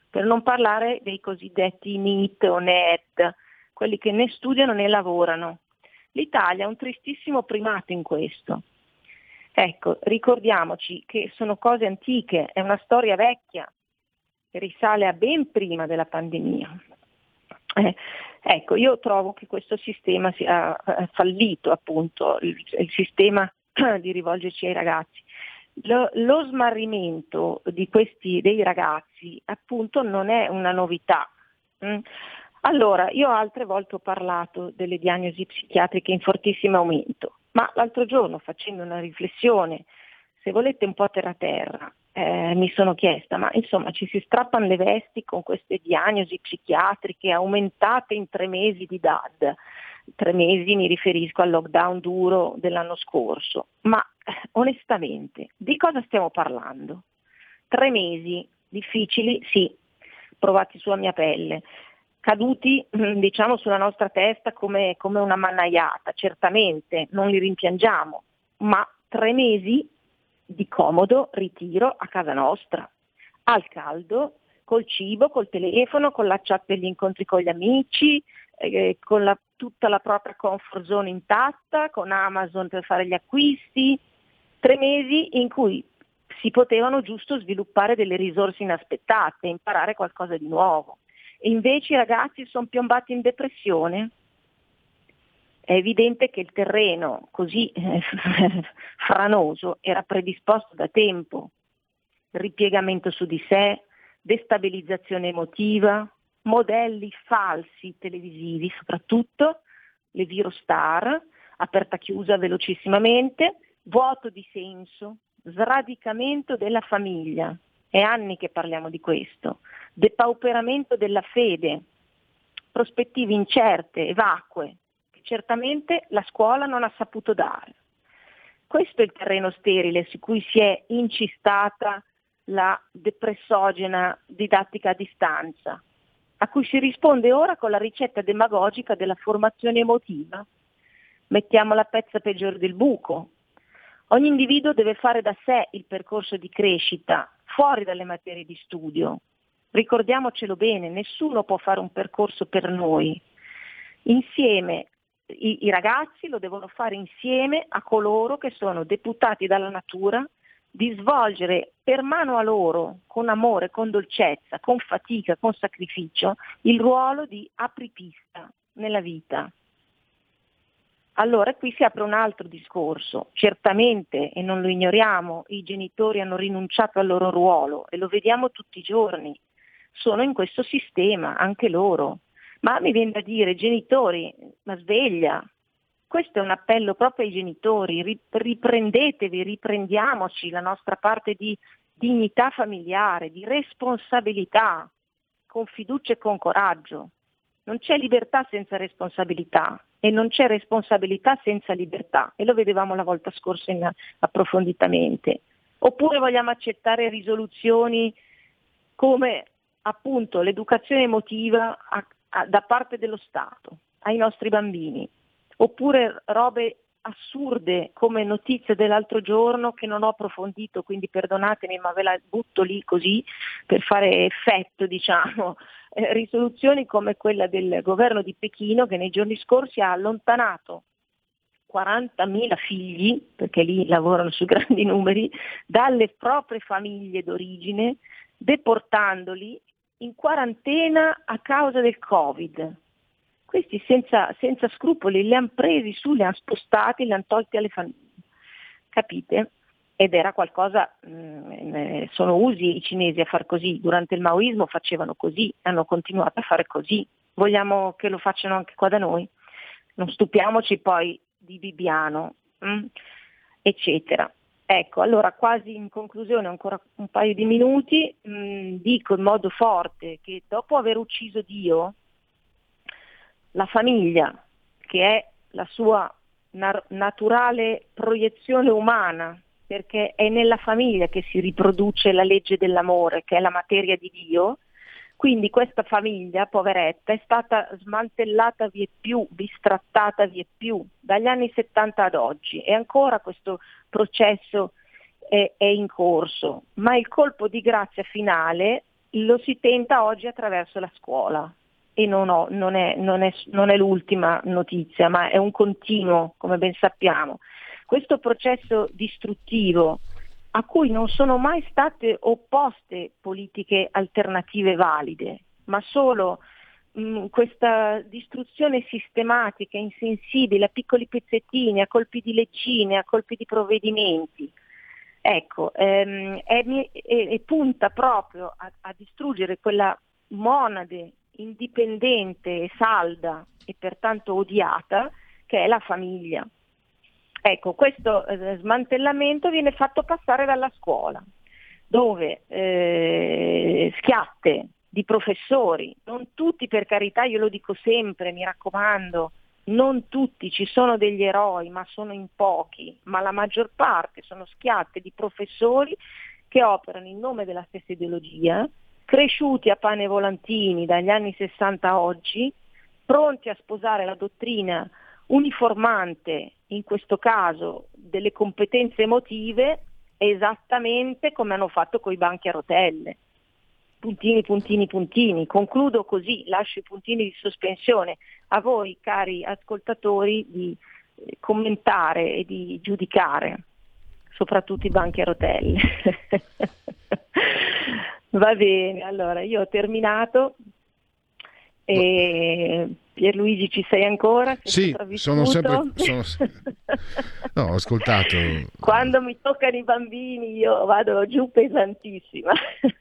per non parlare dei cosiddetti NEET o NEET, quelli che né studiano né lavorano. L'Italia ha un tristissimo primato in questo. Ecco, ricordiamoci che sono cose antiche, è una storia vecchia, che risale a ben prima della pandemia. Eh, ecco, io trovo che questo sistema sia fallito, appunto, il, il sistema di rivolgerci ai ragazzi. Lo, lo smarrimento di questi dei ragazzi, appunto, non è una novità. Mm? Allora, io altre volte ho parlato delle diagnosi psichiatriche in fortissimo aumento, ma l'altro giorno, facendo una riflessione, se volete un po' terra terra, eh, mi sono chiesta, ma insomma ci si strappano le vesti con queste diagnosi psichiatriche aumentate in tre mesi di D A D. Tre mesi mi riferisco al lockdown duro dell'anno scorso, ma eh, onestamente di cosa stiamo parlando? Tre mesi difficili, sì, provati sulla mia pelle, caduti diciamo sulla nostra testa come, come una mannaiata, certamente non li rimpiangiamo, ma tre mesi di comodo ritiro a casa nostra, al caldo, col cibo, col telefono, con la chat degli incontri con gli amici, eh, con la, tutta la propria comfort zone intatta, con Amazon per fare gli acquisti, tre mesi in cui si potevano giusto sviluppare delle risorse inaspettate, imparare qualcosa di nuovo. E invece i ragazzi sono piombati in depressione. È evidente che il terreno così eh, franoso era predisposto da tempo. Ripiegamento su di sé, destabilizzazione emotiva, modelli falsi televisivi soprattutto, le virostar, aperta chiusa velocissimamente, vuoto di senso, sradicamento della famiglia. È anni che parliamo di questo. Depauperamento della fede, prospettive incerte e vacue, che certamente la scuola non ha saputo dare. Questo è il terreno sterile su cui si è incistata la depressogena didattica a distanza, a cui si risponde ora con la ricetta demagogica della formazione emotiva. Mettiamo la pezza peggiore del buco. Ogni individuo deve fare da sé il percorso di crescita, fuori dalle materie di studio. Ricordiamocelo bene, nessuno può fare un percorso per noi. Insieme, i, i ragazzi lo devono fare insieme a coloro che sono deputati dalla natura di svolgere per mano a loro, con amore, con dolcezza, con fatica, con sacrificio, il ruolo di apripista nella vita. Allora qui si apre un altro discorso. Certamente, e non lo ignoriamo, i genitori hanno rinunciato al loro ruolo e lo vediamo tutti i giorni. Sono in questo sistema, anche loro. Ma mi viene da dire, genitori, ma sveglia. Questo è un appello proprio ai genitori, riprendetevi, riprendiamoci la nostra parte di dignità familiare, di responsabilità, con fiducia e con coraggio. Non c'è libertà senza responsabilità e non c'è responsabilità senza libertà, e lo vedevamo la volta scorsa in, approfonditamente. Oppure vogliamo accettare risoluzioni come appunto l'educazione emotiva a, a, da parte dello Stato ai nostri bambini, oppure robe assurde come notizie dell'altro giorno che non ho approfondito, quindi perdonatemi, ma ve la butto lì così per fare effetto, diciamo, eh, risoluzioni come quella del governo di Pechino che nei giorni scorsi ha allontanato quarantamila figli, perché lì lavorano su grandi numeri, dalle proprie famiglie d'origine, deportandoli in quarantena a causa del Covid. Questi senza, senza scrupoli li hanno presi su, li hanno spostati, li hanno tolti alle famiglie. Capite? Ed era qualcosa, mh, sono usi i cinesi a far così, durante il maoismo facevano così, hanno continuato a fare così. Vogliamo che lo facciano anche qua da noi? Non stupiamoci poi di Bibbiano, mh, eccetera. Ecco, allora quasi in conclusione, ancora un paio di minuti, mh, dico in modo forte che dopo aver ucciso Dio, la famiglia, che è la sua na- naturale proiezione umana, perché è nella famiglia che si riproduce la legge dell'amore, che è la materia di Dio, quindi questa famiglia, poveretta, è stata smantellata vie più, bistrattata vie più, dagli anni settanta ad oggi, e ancora questo processo è, è in corso, ma il colpo di grazia finale lo si tenta oggi attraverso la scuola e non, ho, non, è, non, è, non è l'ultima notizia, ma è un continuo, come ben sappiamo. Questo processo distruttivo a cui non sono mai state opposte politiche alternative valide, ma solo mh, questa distruzione sistematica, insensibile, a piccoli pezzettini, a colpi di leggine, a colpi di provvedimenti. Ecco, ehm, è, è, è punta proprio a, a distruggere quella monade indipendente e salda e pertanto odiata che è la famiglia. Ecco, questo eh, smantellamento viene fatto passare dalla scuola, dove eh, schiatte di professori, non tutti per carità, io lo dico sempre, mi raccomando, non tutti, ci sono degli eroi, ma sono in pochi, ma la maggior parte sono schiatte di professori che operano in nome della stessa ideologia, cresciuti a pane e volantini dagli anni sessanta a oggi, pronti a sposare la dottrina uniformante, in questo caso delle competenze emotive, esattamente come hanno fatto coi banchi a rotelle. Puntini, puntini, puntini. Concludo così, lascio i puntini di sospensione a voi, cari ascoltatori, di commentare e di giudicare, soprattutto i banchi a rotelle. Va bene, allora io ho terminato. E Pierluigi, ci sei ancora? Sei sì, sono sempre... Sono... No, ho ascoltato. Quando mi toccano i bambini io vado giù pesantissima.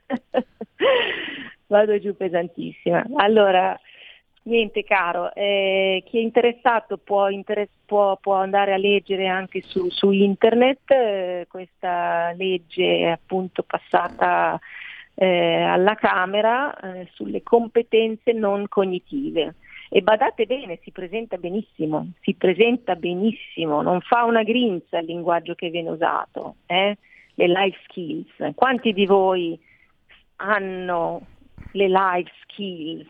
Vado giù pesantissima. Allora, niente caro, eh, chi è interessato può, interess- può, può andare a leggere anche su, su internet, eh, questa legge è appunto passata eh, alla Camera eh, sulle competenze non cognitive. E badate bene, si presenta benissimo, si presenta benissimo, non fa una grinza il linguaggio che viene usato, eh? Le life skills. Quanti di voi hanno le life skills?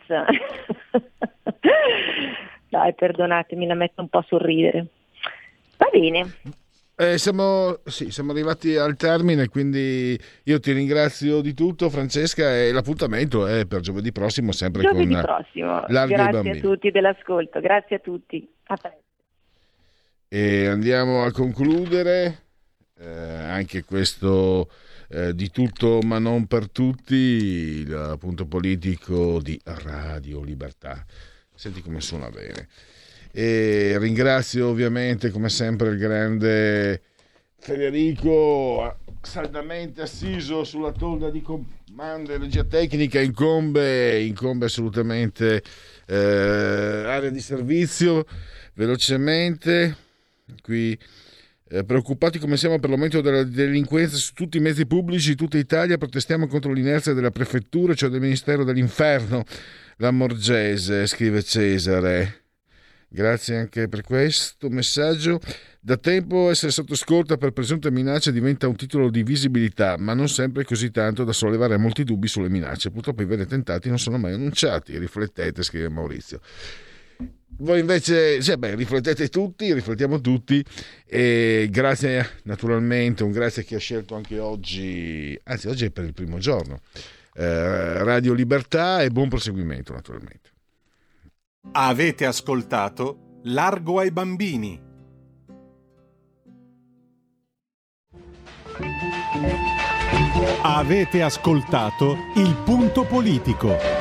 Dai, perdonatemi, la metto un po' a sorridere. Va bene. Eh, siamo, sì, siamo arrivati al termine, quindi io ti ringrazio di tutto, Francesca, e l'appuntamento è per giovedì prossimo, sempre giovedì con prossimo. Largo ai Grazie bambini. a tutti dell'ascolto, grazie a tutti. A presto. E andiamo a concludere eh, anche questo eh, di tutto ma non per tutti, il punto politico di Radio Libertà. Senti come suona bene. E ringrazio ovviamente come sempre il grande Federico, saldamente assiso sulla tolda di comando e regia tecnica, incombe, incombe assolutamente eh, area di servizio. Velocemente qui eh, preoccupati come siamo per l'aumento della delinquenza su tutti i mezzi pubblici di tutta Italia, protestiamo contro l'inerzia della prefettura, cioè del Ministero dell'Inferno, Lamorgese, scrive Cesare. Grazie anche per questo messaggio. Da tempo essere sotto scorta per presunte minacce diventa un titolo di visibilità, ma non sempre così tanto da sollevare molti dubbi sulle minacce. Purtroppo i veri attentati non sono mai annunciati. Riflettete, scrive Maurizio. Voi invece, cioè, beh, riflettete tutti, riflettiamo tutti, e grazie naturalmente, un grazie a chi ha scelto anche oggi, anzi oggi è per il primo giorno, eh, Radio Libertà, e buon proseguimento naturalmente. Avete ascoltato Largo ai bambini. Avete ascoltato Il Punto Politico.